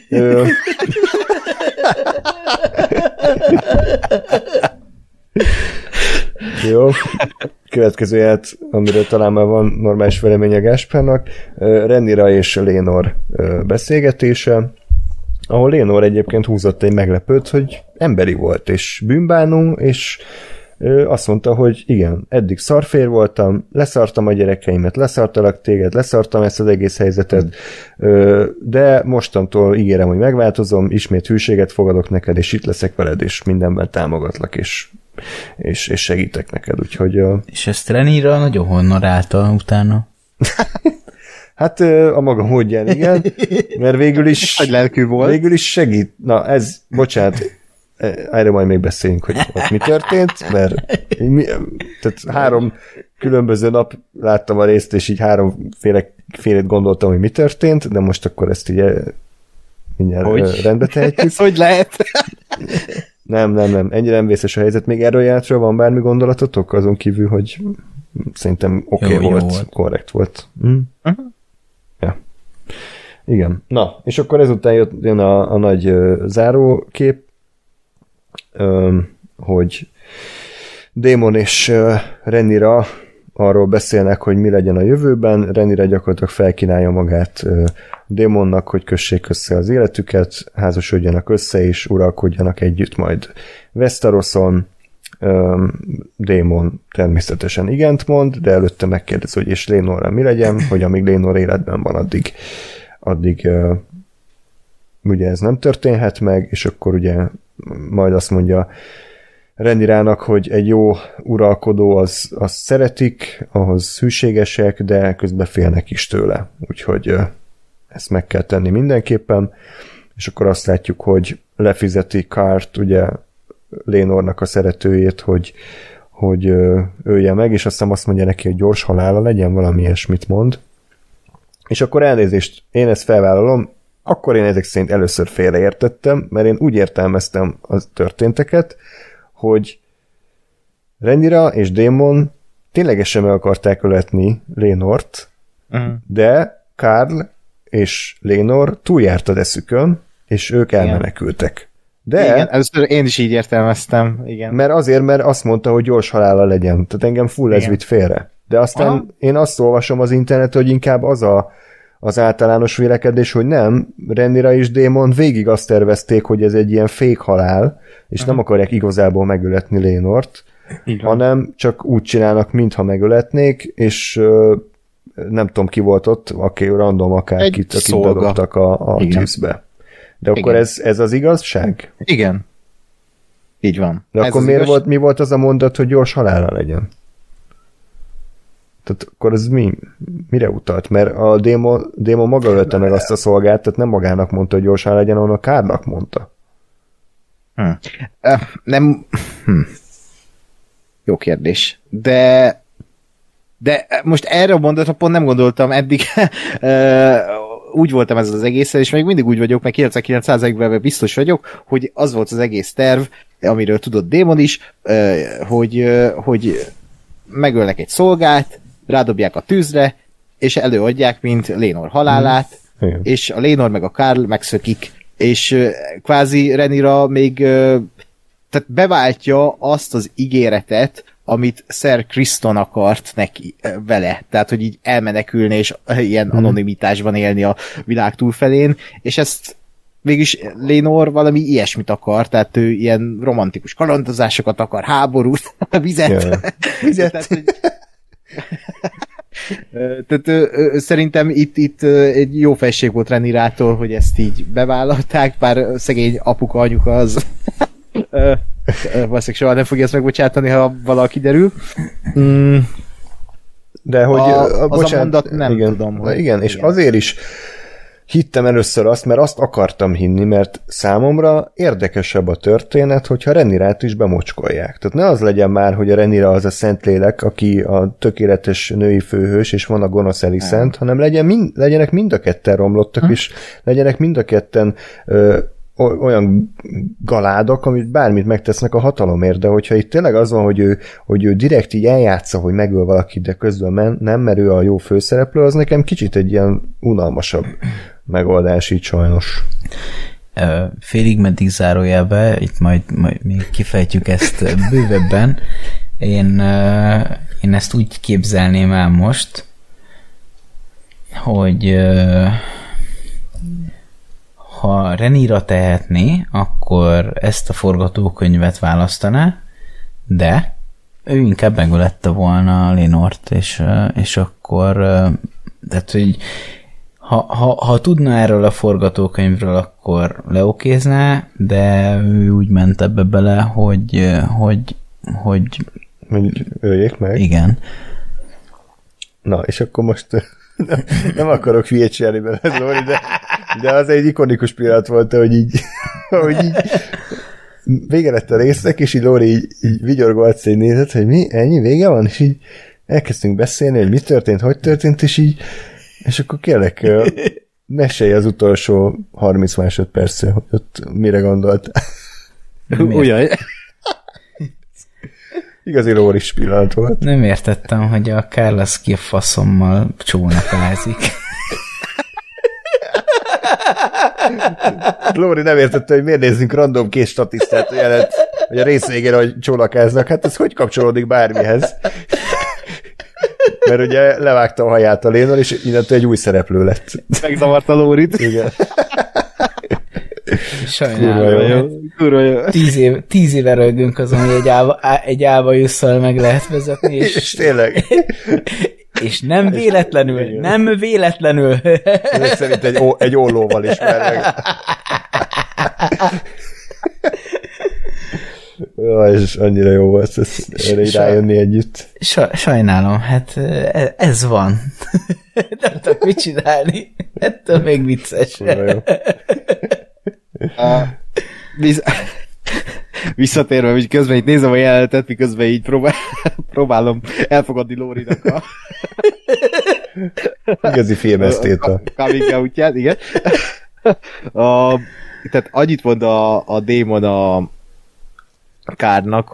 Jó. Következő ját, amiről talán már van normális véleménye Gáspárnak, Rhaenyra és Lénor beszélgetése, ahol Lénor egyébként húzott egy meglepőt, hogy emberi volt, és bűnbánó, és azt mondta, hogy igen, eddig szarfér voltam, leszartam a gyerekeimet, leszartalak téged, leszartam ezt az egész helyzetet, de mostantól ígérem, hogy megváltozom, ismét hűséget fogadok neked, és itt leszek veled, és mindenben támogatlak, és segítek neked, úgyhogy... És ezt Rhaenyra nagyon honorálta utána. Hát a maga módján, igen, mert végül is... Nagy lelkű volt. Végül is segít. Na, bocsánat, erről majd még beszéljünk, hogy ott mi történt, mert tehát 3 különböző nap láttam a részt, és így 3 félét gondoltam, hogy mi történt, de most akkor ezt így mindjárt rendbe tehetjük. Ez hogy lehet? Nem, ennyire nem vészes a helyzet. Még erről járatról van bármi gondolatotok? Azon kívül, hogy szerintem oké volt, korrekt volt. Ja. Igen. Na, és akkor ezután jön a nagy zárókép, hogy Daemon és Rhaenyra arról beszélnek, hogy mi legyen a jövőben. Rhaenyra gyakorlatilag felkínálja magát Daemonnak, hogy kössék össze az életüket, házasodjanak össze, és uralkodjanak együtt majd Westeroson. Daemon természetesen igent mond, de előtte megkérdez, hogy és Lénorra mi legyen, hogy amíg Lénor életben van, addig ugye ez nem történhet meg, és akkor ugye majd azt mondja Rhaenyrának, hogy egy jó uralkodó az szeretik, ahhoz hűségesek, de közben félnek is tőle. Úgyhogy ezt meg kell tenni mindenképpen, és akkor azt látjuk, hogy lefizeti Cart, ugye Lénornak a szeretőjét, hogy ölje meg, és aztán azt mondja neki, hogy gyors halála legyen, valami ilyesmit mond. És akkor elnézést, én ezt felvállalom, akkor én ezek szerint először félreértettem, mert én úgy értelmeztem a történteket, hogy Rhaenyra és Daemon ténylegesen meg akarták öletni Lénort, de Karl és Lénor túljárt az eszükön, és ők elmenekültek. De, igen, először én is így értelmeztem, igen. Mert azt mondta, hogy gyors halála legyen. Tehát engem full ez vitt félre. De aztán én azt olvasom az interneten, hogy inkább az általános vélekedés, hogy nem, Rhaenyra és Daemon végig azt tervezték, hogy ez egy ilyen fék halál, és nem akarják igazából megöletni Lénort, hanem csak úgy csinálnak, mintha megöletnék, és nem tudom ki volt ott, aki random akárkit, akit bedobtak a tűzbe. De akkor ez az igazság? Igen. Így van. De akkor mi volt az a mondat, hogy gyors halála legyen? Tehát akkor ez mire utalt? Mert a Daemon maga ölte meg azt a szolgát, tehát nem magának mondta, hogy gyors halála legyen, hanem a Kárnak mondta. Nem... Jó kérdés. De most erre a mondatra pont nem gondoltam eddig. Úgy voltam ez az egészen, és még mindig úgy vagyok, meg 99%-ban biztos vagyok, hogy az volt az egész terv, amiről tudott Daemon is, hogy megölnek egy szolgát, rádobják a tűzre, és előadják, mint Lénor halálát, és a Lénor meg a Karl megszökik, és kvázi Rhaenyra még tehát beváltja azt az ígéretet, amit Sir Criston akart neki vele. Tehát, hogy így elmenekülni és ilyen anonimitásban élni a világ túlfelén, és ezt mégis Lénor valami ilyesmit akar, tehát ő ilyen romantikus kalandozásokat akar, háborút, vizet. Vizet. Tehát szerintem itt egy jó felség volt Rhaenyrától, hogy ezt így bevállalták, bár szegény apuka, anyuka az valószínűleg soha nem fogja ezt megbocsátani, ha valaki derül. De hogy az a mondat nem igen, tudom. Hogy igen, és azért is hittem először azt, mert azt akartam hinni, mert számomra érdekesebb a történet, hogyha Renirát is bemocskolják. Tehát ne az legyen már, hogy a Renira az a Szentlélek, aki a tökéletes női főhős, és van a gonosz Alicent, hanem legyenek mind a ketten romlottak, és legyenek mind a ketten olyan galádok, amit bármit megtesznek a hatalomért, de hogyha itt tényleg az van, hogy ő direkt így eljátsza, hogy megöl valakit, de közben nem, mert ő a jó főszereplő, az nekem kicsit egy ilyen unalmasabb megoldás így sajnos. Félig meddig zárójelbe, itt majd még kifejtjük ezt bővebben. Én ezt úgy képzelném el most, hogy ha Renira tehetné, akkor ezt a forgatókönyvet választaná, de ő inkább megölette volna Lénort, és akkor tehát, hogy ha tudna erről a forgatókönyvről, akkor leokézná, de ő úgy ment ebbe bele, hogy öljék meg. Igen. Na, és akkor most nem akarok hülyét csinálni bele, Lóri, de az egy ikonikus pillanat volt, hogy így vége lett a résznek, és így Lóri így vigyorgó arcén nézett, hogy mi, ennyi vége van? És így elkezdtünk beszélni, hogy mi történt, hogy történt, és akkor kérlek, mesélj az utolsó 30 másodpercre, hogy ott mire gondolt. Ugyan. Igazi Lóris pillanat volt. Nem értettem, hogy a Carlos ki a faszommal csónakázik. Lóri nem értette, hogy miért nézzünk random kész statisztát, hogy a rész végére, hogy csónakáznak. Hát ez hogy kapcsolódik bármihez? Mert ugye levágta a haját a Lénor, és innentől egy új szereplő lett. Megzavarta Lórit. Igen. Sajnálom. Kurva jó. 10 éve rögünk azon, hogy egy álva jusszal meg lehet vezetni, és tényleg. És nem véletlenül. Ez szerint egy ollóval is már meg. És annyira jó volt erre rájönni együtt. Sajnálom, hát ez van. Nem tudok mit csinálni. Ettől még vicces. Visszatérve, hogy közben itt nézem a jelenetet, miközben így próbálom elfogadni Lórinak a igazi filmesztéta. Coming útját, igen. Tehát annyit mond a démon a Kárnak,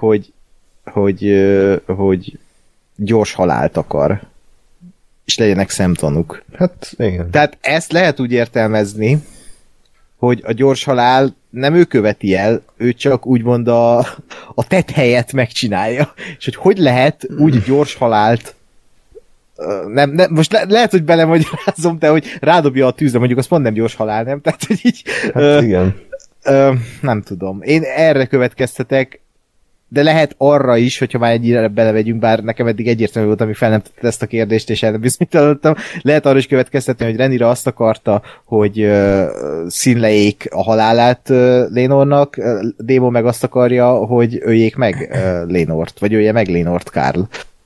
hogy gyors halált akar. És legyenek szemtanúk. Hát, igen. Tehát ezt lehet úgy értelmezni, hogy a gyors halál nem ő követi el, ő csak úgymond a tetthelyet megcsinálja. És hogy lehet úgy gyors halált nem, most lehet, hogy belemagyarázom, de hogy rádobja a tűzre, mondjuk azt pont nem gyors halál, nem? Tehát, hogy így... Hát igen. Nem tudom. Én erre következtetek, de lehet arra is, hogyha már ennyire belevegyünk, bár nekem eddig egyértelmű volt, ami fel nem tett ezt a kérdést, és erre bizonytalanodtam. Lehet arra is következtetni, hogy Renira azt akarta, hogy színlejék a halálát Lénornak, Démon meg azt akarja, hogy öljék meg Lénort, vagy ölje meg Lénort Karl.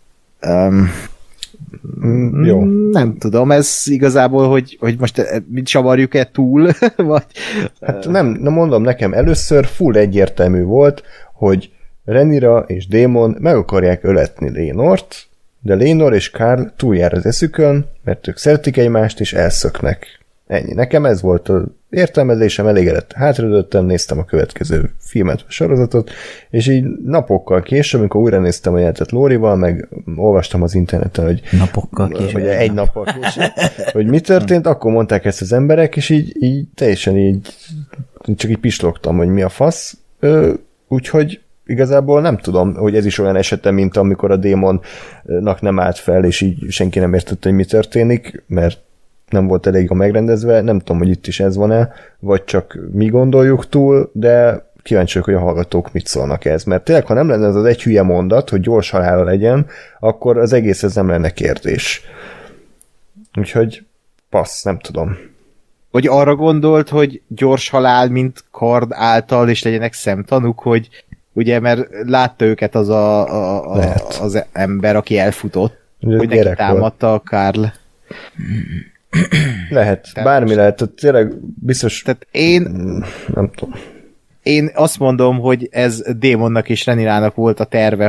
Jó. Nem tudom, ez igazából, hogy most mit csavarjuk-e túl, vagy... Hát nem mondom, nekem először full egyértelmű volt, hogy Renira és Démon meg akarják öletni Lénort, de Lénor és Karl túljár az eszükön, mert ők szeretik egymást, és elszöknek. Ennyi. Nekem ez volt az értelmezésem, elégedett. Hátradőttem, néztem a következő filmet, a sorozatot, és így napokkal később, amikor újra néztem a jelentet Lórival, meg olvastam az interneten, hogy napokkal később. Vagy egy nappal később, hogy mi történt, akkor mondták ezt az emberek, és így teljesen így csak így pislogtam, hogy mi a fasz. Úgyhogy igazából nem tudom, hogy ez is olyan esete, mint amikor a démonnak nem állt fel, és így senki nem értette, hogy mi történik, mert nem volt elég a megrendezve, nem tudom, hogy itt is ez van-e, vagy csak mi gondoljuk túl, de kíváncsi vagyok, hogy a hallgatók mit szólnak ez, mert tényleg, ha nem lenne ez az egy hülye mondat, hogy gyors halála legyen, akkor az egész ez nem lenne kérdés. Úgyhogy passz, nem tudom. Vagy arra gondolt, hogy gyors halál, mint kard által, és legyenek szemtanúk, hogy ugye, mert látta őket az ember, aki elfutott, ugye hogy neki támadta a Karl. Lehet, Tehát bármi lehet, tehát tényleg biztos... Tehát nem tudom. én azt mondom, hogy ez Démonnak és Renirának volt a terve,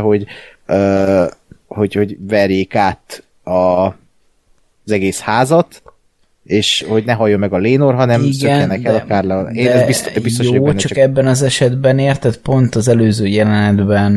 hogy verjék át az egész házat, és hogy ne halljon meg a Lénor, hanem szökjenek el a Kárla. Én ez biztos jó, vagyok benne, csak ebben az esetben érted, pont az előző jelenetben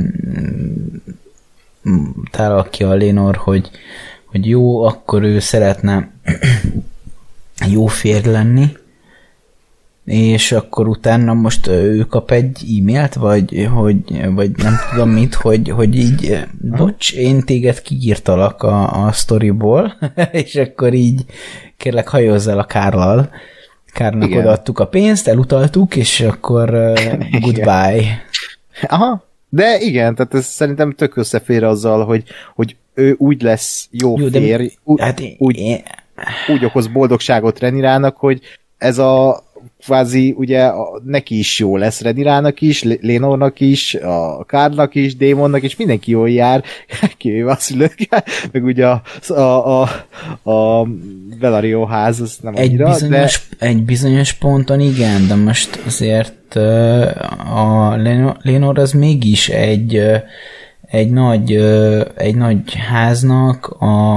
talál ki a Lénor, hogy jó, akkor ő szeretne jó férj lenni, és akkor utána most ő kap egy e-mailt, vagy nem tudom mit, hogy így, bocs, én téged kiírtalak a sztoriból, és akkor így kérlek hajózz el a Kárlal. Kárnak odaadtuk a pénzt, elutaltuk, és akkor goodbye. Aha, de igen, tehát ez szerintem tök összefér azzal, hogy ő úgy lesz jó férj, úgy okoz boldogságot Renirának, hogy ez a kvázi ugye neki is jó lesz, Renirának is, Lénornak is, a Kárnak is, Démonnak is, mindenki jól jár, kivéve a szülők, meg ugye a Velario ház, az nem annyira, egy bizonyos ponton igen, de most azért a Lénor az mégis egy nagy háznak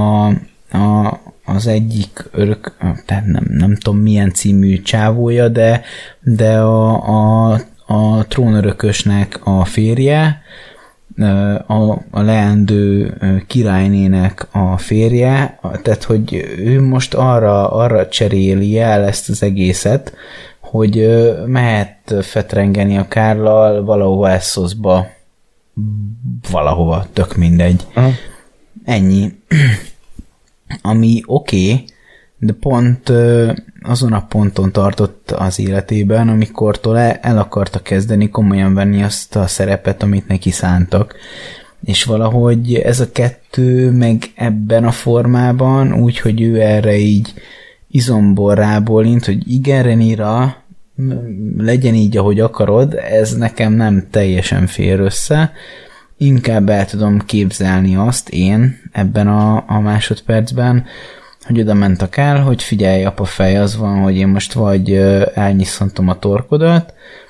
az egyik tehát nem tudom milyen című csávója, de a trónörökösnek a férje, a leendő királynének a férje, tehát hogy ő most arra cseréli el ezt az egészet, hogy mehet fetrengeni a Kárlal valahova Essoszba, valahova, tök mindegy. Ennyi. Ami oké, de pont azon a ponton tartott az életében, amikortól el akarta kezdeni komolyan venni azt a szerepet, amit neki szántak. És valahogy ez a kettő meg ebben a formában, úgy, hogy ő erre így izomból rábólint, hogy igen, Renira, legyen így, ahogy akarod, ez nekem nem teljesen fér össze. Inkább el tudom képzelni azt én ebben a másodpercben, hogy oda mentek el, hogy figyelj, apa fej, az van, hogy én most vagy elnyisszantom a torkodat,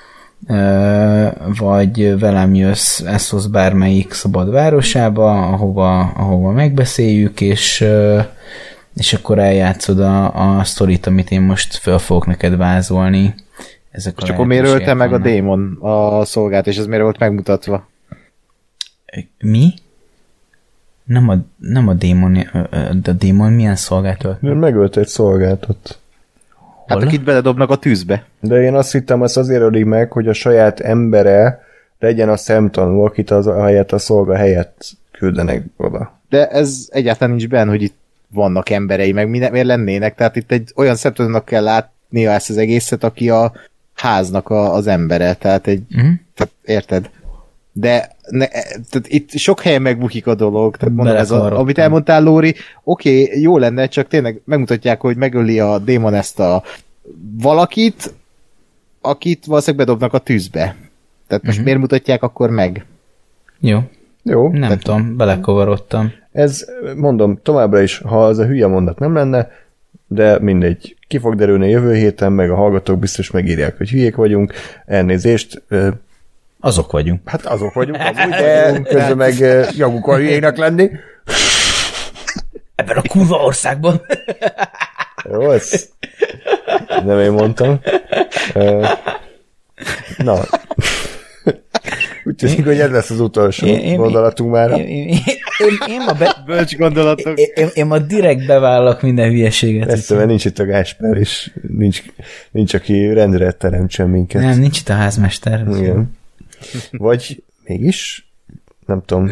vagy velem jössz Essos bármelyik szabad városába, ahova megbeszéljük, és akkor eljátszod a sztorit, amit én most föl fogok neked vázolni. És akkor miért ölte meg a démon a szolgát, és ez miért volt megmutatva? Mi? Nem a démon, de a démon milyen szolgát ölt? Megölt egy szolgátot. Hát akit beledobnak a tűzbe. De én azt hittem, azt azért ölik meg, hogy a saját embere legyen a szemtanú, akit az helyett a szolga helyett küldenek oda. De ez egyáltalán nincs benne, hogy itt vannak emberei, meg miért lennének, tehát itt egy olyan szemtanúnak kell látnia ezt az egészet, aki háznak az embere, tehát tehát érted? De tehát itt sok helyen megbukik a dolog, tehát mondom, amit elmondtál, Lóri, oké, jó lenne, csak tényleg megmutatják, hogy megöli a démon ezt a valakit, akit valószínűleg bedobnak a tűzbe. Tehát most miért mutatják akkor meg? Jó. Nem tudom, belekavarodtam. Ez, mondom, továbbra is, ha az a hülye mondat nem lenne, de mindegy. Ki fog derülni jövő héten, meg a hallgatók biztos megírják, hogy hülyék vagyunk, elnézést. Azok vagyunk. Hát azok vagyunk, amúgy, de közben meg joguk a hülyének lenni. Ebben a kurva országban. Jó, ezt nem én mondtam. Na. Úgy tűnik, hogy ez lesz az utolsó gondolatunk már. Én ma bölcs gondolatok. Én ma direkt bevállalok minden hülyeséget. Ezt mert nincs itt a Gásper, és nincs aki rendre teremtsen minket. Nem, nincs itt a házmester. Igen. Vagy mégis? Nem tudom.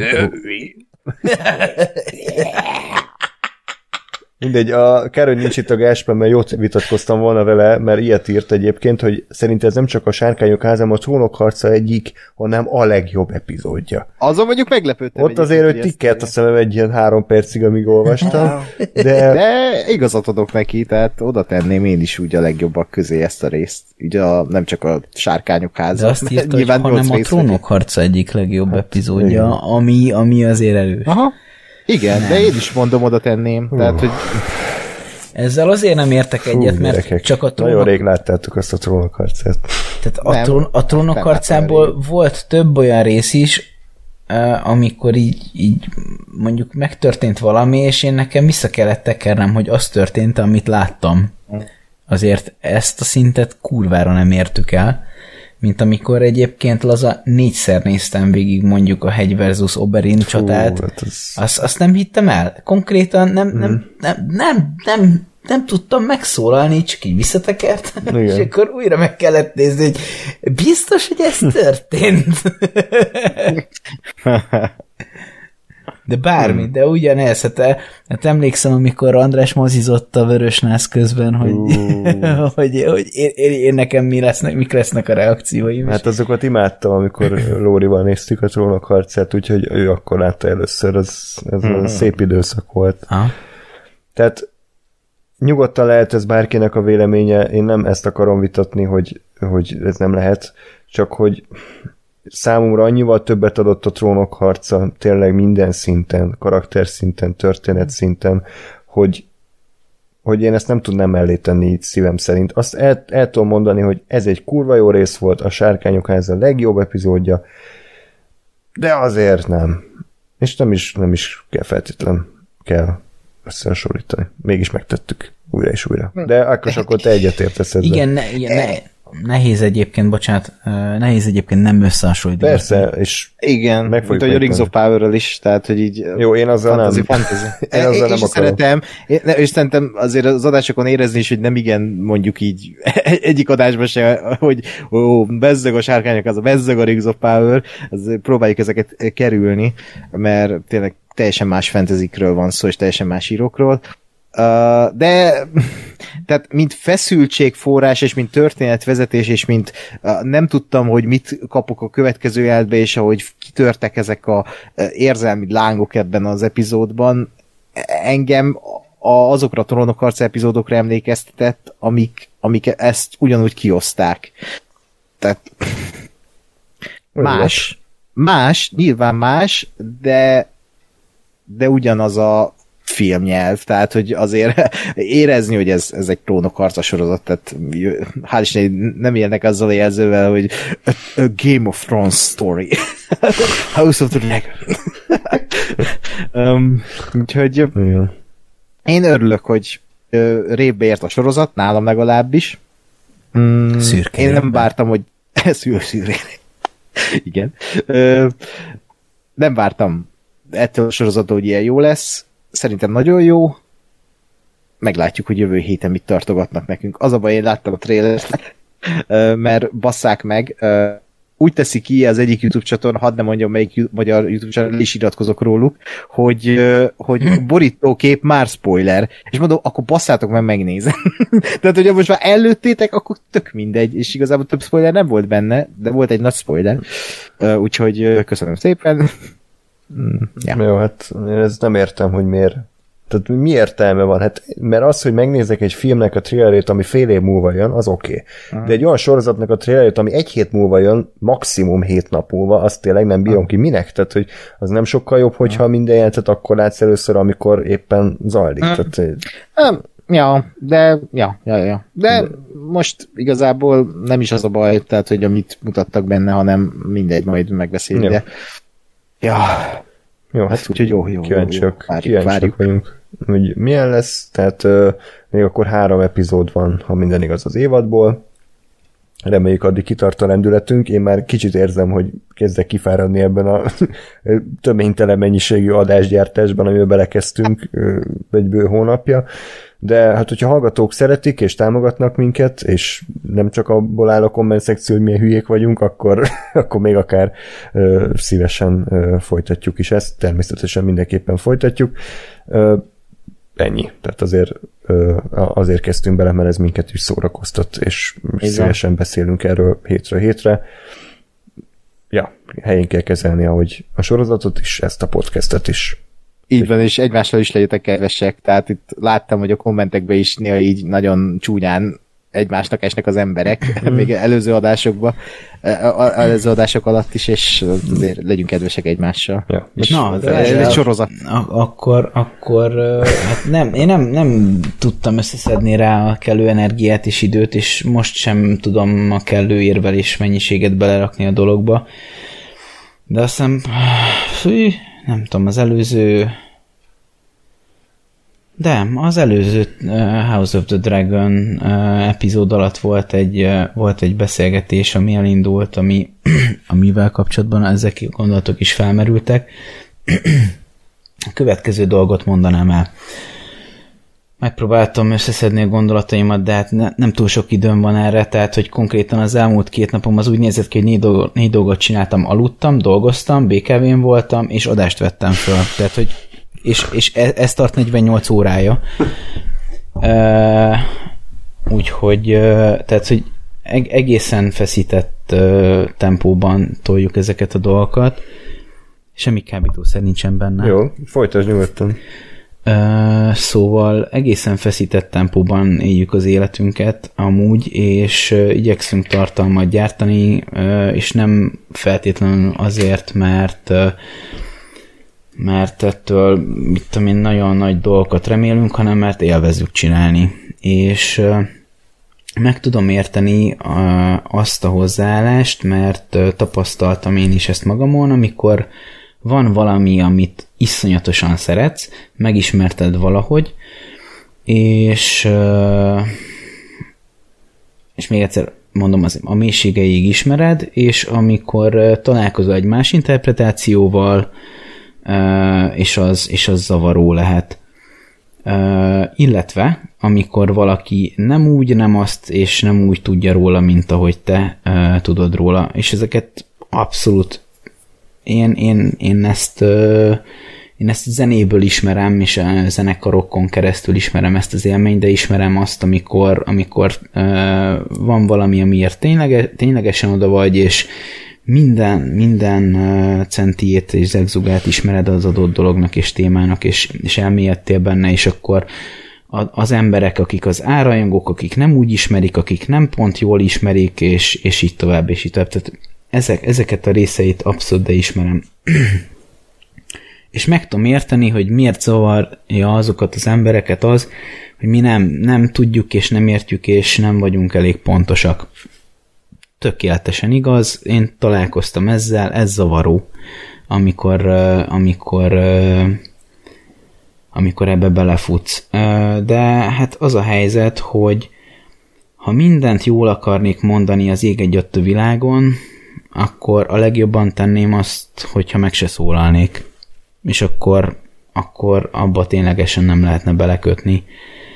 Mindegy, kár, hogy nincs itt a Gásper, mert jót vitatkoztam volna vele, mert ilyet írt egyébként, hogy szerint ez nem csak a Sárkányok házam, a Trónok harca egyik, hanem a legjobb epizódja. Azon mondjuk meglepődtem. Ott azért, hogy tikkelt a szemem egy ilyen 3 percig, amíg olvastam. De igazat adok neki, tehát oda tenném én is úgy a legjobbak közé ezt a részt. Ugye nem csak a Sárkányok háza. De azt írta, hogy hanem a Trónok harca egyik legjobb epizódja, ami azért erős. Aha. Igen, de én is mondom, oda tenném. Tehát, hogy Ezzel azért nem értek egyet, mert gyerekek, csak a trónok... Nagyon rég láttátok azt a Trónok harcát. Tehát a Trónok harcából volt több olyan rész is, amikor így mondjuk megtörtént valami, és én nekem vissza kellett tekernem, hogy az történt, amit láttam. Azért ezt a szintet kurvára nem értük el, mint amikor egyébként laza 4-szer néztem végig mondjuk a Hegy versus Oberyn csatát. Azt nem hittem el. Konkrétan nem tudtam megszólalni, csak így visszatekertem, és akkor újra meg kellett nézni, hogy biztos, hogy ez történt. De bármi, de ugyanez. Hát emlékszem, amikor András mozizott a Vörösnász közben, hogy én nekem mik lesznek a reakcióim. Hát azokat imádtam, amikor Lórival néztük a Trónok harcát, úgyhogy ő akkor látta először, ez szép időszak volt. Tehát nyugodtan lehet ez bárkinek a véleménye, én nem ezt akarom vitatni, hogy ez nem lehet, csak hogy számomra annyival többet adott a Trónok harca, tényleg minden szinten, karakter szinten, történet szinten, hogy én ezt nem tudnám mellé tenni így szívem szerint. Azt el tudom mondani, hogy ez egy kurva jó rész volt, a Sárkányok háza a legjobb epizódja, de azért nem. És nem is kell feltétlen kell összehasonlítani. Mégis megtettük újra és újra. De akkor te egyetértesz ezzel. Igen, nehéz egyébként nem összehasonlítani. Persze, és igen, mint a Rings of Power-ről is, tehát, hogy így jó, én azzal nem. Én azzal nem akarom. És szerintem azért az adásokon érezni is, hogy nem igen mondjuk így egyik adásban se, hogy bezzeg a Sárkányok, az a bezzeg a Rings of Power, próbáljuk ezeket kerülni, mert tényleg teljesen más fantazikről van szó, és teljesen más írókról. De tehát mint feszültségforrás, és mint történetvezetés, és mint nem tudtam, hogy mit kapok a következő jelentbe, és ahogy kitörtek ezek a érzelmi lángok ebben az epizódban, engem azokra a Trónok harca epizódokra emlékeztetett, amik ezt ugyanúgy kioszták. Tehát nyilván más, de ugyanaz a filmnyelv, tehát hogy azért érezni, hogy ez egy Trónok harca sorozat, tehát hál' Isten, nem élnek azzal a jelzővel, hogy a Game of Thrones story. House of the Dragon. Úgyhogy én örülök, hogy révbe ért a sorozat, nálam legalábbis. Én nem vártam, hogy szürke. Igen. Nem vártam ettől a sorozattól, hogy ilyen jó lesz. Szerintem nagyon jó. Meglátjuk, hogy jövő héten mit tartogatnak nekünk. Az a baj, én láttam a trailert, mert basszák meg. Úgy teszi ki az egyik YouTube csatorna, hadd nem mondjam, melyik magyar YouTube csatorna, is iratkozok róluk, hogy borítókép már spoiler. És mondom, akkor basszátok meg, megnézem. Tehát, hogyha most már előttétek, akkor tök mindegy. És igazából több spoiler nem volt benne, de volt egy nagy spoiler. Úgyhogy köszönöm szépen. Ja. Jó, hát én ezt nem értem, hogy miért. Tehát mi értelme van? Hát, mert az, hogy megnézek egy filmnek a trailerét, ami fél év múlva jön, az oké. De egy olyan sorozatnak a trailerét, ami 1 hét múlva jön, maximum 7 nap múlva, azt tényleg nem bírom ki. Minek? Tehát, hogy az nem sokkal jobb, hogyha minden jelentet akkor látsz először, amikor éppen zajlik. Tehát, De most igazából nem is az a baj, tehát, hogy amit mutattak benne, hanem mindegy, majd megbeszéljük, de jó, hát úgyhogy jó. Kíváncsiak vagyunk, hogy milyen lesz, tehát még akkor 3 epizód van, ha minden igaz az évadból. Reméljük addig kitart a lendületünk. Én már kicsit érzem, hogy kezdek kifáradni ebben a töménytelen mennyiségű adásgyártásban, amiben belekezdtünk egy bő hónapja. De hát, hogyha hallgatók szeretik és támogatnak minket, és nem csak abból áll a komment szekció, hogy milyen hülyék vagyunk, akkor még akár szívesen folytatjuk is ezt. Természetesen mindenképpen folytatjuk. Ennyi. Tehát azért kezdtünk bele, mert ez minket is szórakoztat, és szívesen beszélünk erről hétről hétre. Ja, helyén kell kezelni, ahogy a sorozatot is, ezt a podcastet is. Így van, és egymással is legyetek kedvesek, tehát itt láttam, hogy a kommentekben is néha így nagyon csúnyán egymásnak esnek az emberek, még előző adások alatt is, és azért legyünk kedvesek egymással. Ja. Na, de ez egy sorozat. Akkor hát én nem tudtam összeszedni rá a kellő energiát és időt, és most sem tudom a kellő érvelés mennyiséget belerakni a dologba. De azt hiszem, nem tudom, az előző House of the Dragon epizód alatt volt egy beszélgetés, ami elindult, amivel kapcsolatban ezek a gondolatok is felmerültek. A következő dolgot mondanám el. Megpróbáltam összeszedni a gondolataimat, de hát nem túl sok időm van erre, tehát hogy konkrétan az elmúlt 2 napom az úgy nézett ki, hogy 4 dolgot csináltam, aludtam, dolgoztam, BKV-n voltam, és adást vettem föl. Tehát, hogy és ez tart 48 órája. Úgyhogy tehát, hogy egészen feszített tempóban toljuk ezeket a dolgokat. Semmi kábítószer nincsen benne. Jó, folytasd nyugodtan. Szóval egészen feszített tempóban éljük az életünket amúgy, és igyekszünk tartalmat gyártani, és nem feltétlenül azért, mert ettől, mit tudom én, nagyon nagy dolgokat remélünk, hanem mert élvezzük csinálni. És meg tudom érteni azt a hozzáállást, mert tapasztaltam én is ezt magamon, amikor van valami, amit iszonyatosan szeretsz, megismerted valahogy, és még egyszer mondom, a mélységeig ismered, és amikor találkozol egy más interpretációval, és az zavaró lehet. Illetve, amikor valaki nem úgy, nem azt, és nem úgy tudja róla, mint ahogy te tudod róla. És ezeket abszolút én ezt zenéből ismerem, és a zenekarokon keresztül ismerem ezt az élményt, de ismerem azt, amikor van valami, amiért ténylegesen oda vagy, és minden centiét és zegzugát ismered az adott dolognak és témának, és elmélyedtél benne, és akkor az emberek, akik az árajongók, akik nem úgy ismerik, akik nem pont jól ismerik, és így tovább, és így tovább. Tehát ezeket a részeit abszolút ismerem. És meg tudom érteni, hogy miért zavarja azokat az embereket az, hogy mi nem tudjuk, és nem értjük, és nem vagyunk elég pontosak. Tökéletesen igaz, én találkoztam ezzel, ez zavaró, amikor ebbe belefutsz. De hát az a helyzet, hogy ha mindent jól akarnék mondani az ég egyatt a világon, akkor a legjobban tenném azt, hogyha meg se szólalnék. És akkor abba ténylegesen nem lehetne belekötni.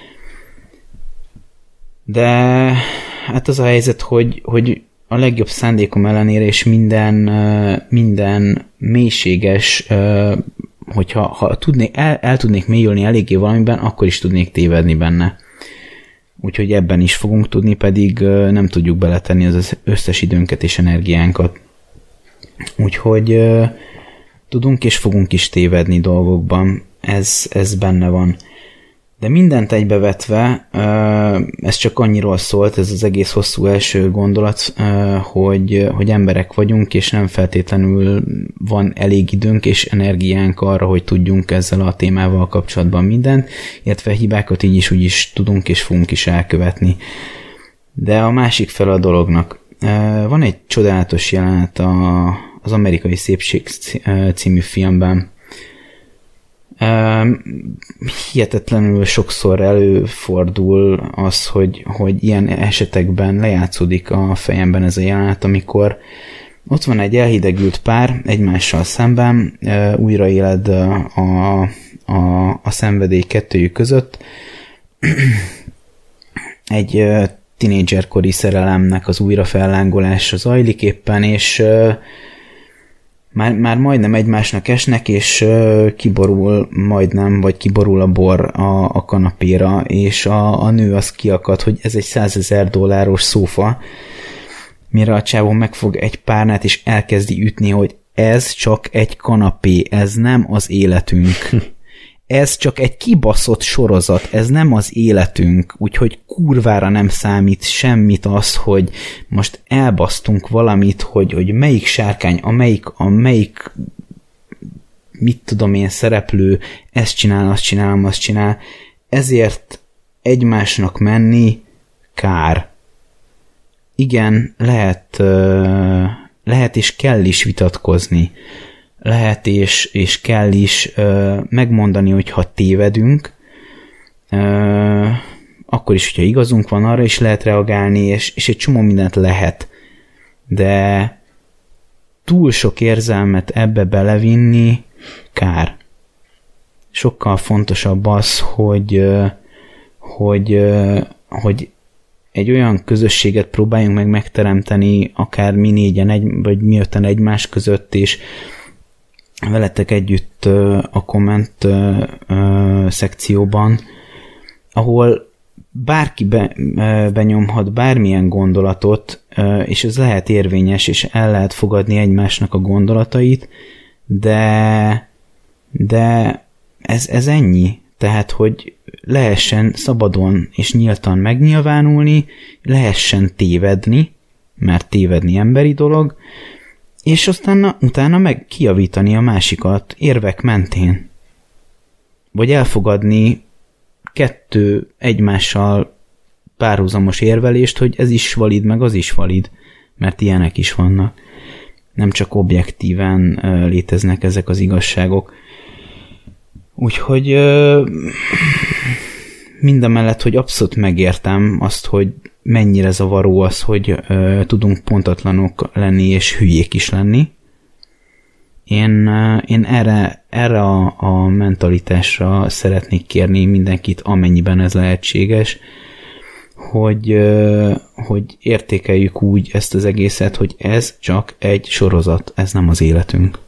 De hát az a helyzet, hogy a legjobb szándékom ellenére, és minden mélységes, hogyha el tudnék mélyülni eléggé valamiben, akkor is tudnék tévedni benne. Úgyhogy ebben is fogunk tudni, pedig nem tudjuk beletenni az összes időnket és energiánkat. Úgyhogy tudunk és fogunk is tévedni dolgokban. Ez benne van. De mindent egybevetve, ez csak annyiról szólt, ez az egész hosszú első gondolat, hogy emberek vagyunk, és nem feltétlenül van elég időnk és energiánk arra, hogy tudjunk ezzel a témával kapcsolatban mindent, illetve hibákat így is úgy is tudunk és fogunk is elkövetni. De a másik fel a dolognak. Van egy csodálatos jelenet az Amerikai Szépség című filmben. Hihetetlenül sokszor előfordul az, hogy ilyen esetekben lejátszódik a fejemben ez a jelenet, amikor ott van egy elhidegült pár egymással szemben, újraéled a szenvedély kettőjük között. Egy tinédzserkori szerelemnek az újrafellángolása zajlik éppen, és már majdnem egymásnak esnek, és kiborul majdnem, vagy kiborul a bor a kanapéra, és a nő az kiakad, hogy ez egy $100,000 szófa, mire a csávó megfog egy párnát, és elkezdi ütni, hogy ez csak egy kanapé, ez nem az életünk. Ez csak egy kibaszott sorozat, ez nem az életünk, úgyhogy kurvára nem számít semmit az, hogy most elbasztunk valamit, hogy melyik sárkány, amelyik mit tudom én szereplő, ezt csinál, azt csinál, ezért egymásnak menni kár. Igen, lehet és kell is vitatkozni. Lehet és kell is megmondani, hogy ha tévedünk, akkor is, hogyha igazunk van, arra is lehet reagálni, és egy csomó mindent lehet. De túl sok érzelmet ebbe belevinni kár. Sokkal fontosabb az, hogy egy olyan közösséget próbáljunk meg megteremteni, akár mi négyen, vagy mi öten egymás között, és veletek együtt a komment szekcióban, ahol bárki benyomhat bármilyen gondolatot, és ez lehet érvényes, és el lehet fogadni egymásnak a gondolatait, de ez ennyi. Tehát, hogy lehessen szabadon és nyíltan megnyilvánulni, lehessen tévedni, mert tévedni emberi dolog, és aztán utána meg kijavítani a másikat érvek mentén. Vagy elfogadni 2 egymással párhuzamos érvelést, hogy ez is valid, meg az is valid, mert ilyenek is vannak. Nem csak objektíven léteznek ezek az igazságok. Úgyhogy mindamellett, hogy abszolút megértem azt, hogy mennyire zavaró az, hogy tudunk pontatlanok lenni és hülyék is lenni. Én erre a mentalitásra szeretnék kérni mindenkit, amennyiben ez lehetséges, hogy értékeljük úgy ezt az egészet, hogy ez csak egy sorozat, ez nem az életünk.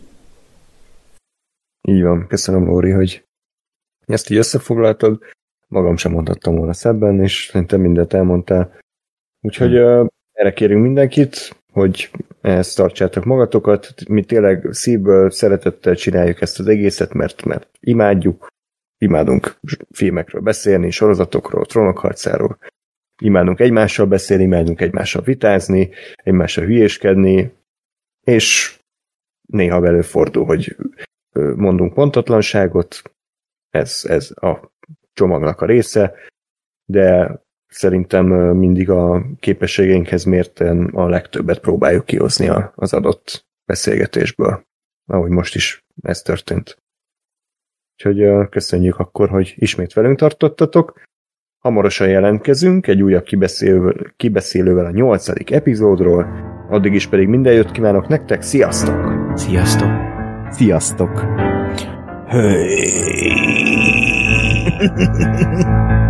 Így van, köszönöm, Lóri, hogy ezt így összefoglaltad. Magam sem mondhattam volna szebben, és szerintem mindent elmondtál. Úgyhogy erre kérünk mindenkit, hogy ezt tartsátok magatokat. Mi tényleg szívből, szeretettel csináljuk ezt az egészet, mert imádunk filmekről beszélni, sorozatokról, Trónokharcáról. Imádunk egymással beszélni, imádunk egymással vitázni, egymással hülyéskedni, és néha előfordul, hogy mondunk pontatlanságot, ez a csomagnak a része, de szerintem mindig a képességeinkhez mérten a legtöbbet próbáljuk kihozni az adott beszélgetésből, ahogy most is ez történt. Úgyhogy köszönjük akkor, hogy ismét velünk tartottatok. Hamarosan jelentkezünk egy újabb kibeszélővel a 8. epizódról, addig is pedig minden jót kívánok nektek, sziasztok! Sziasztok! Sziasztok! Hey.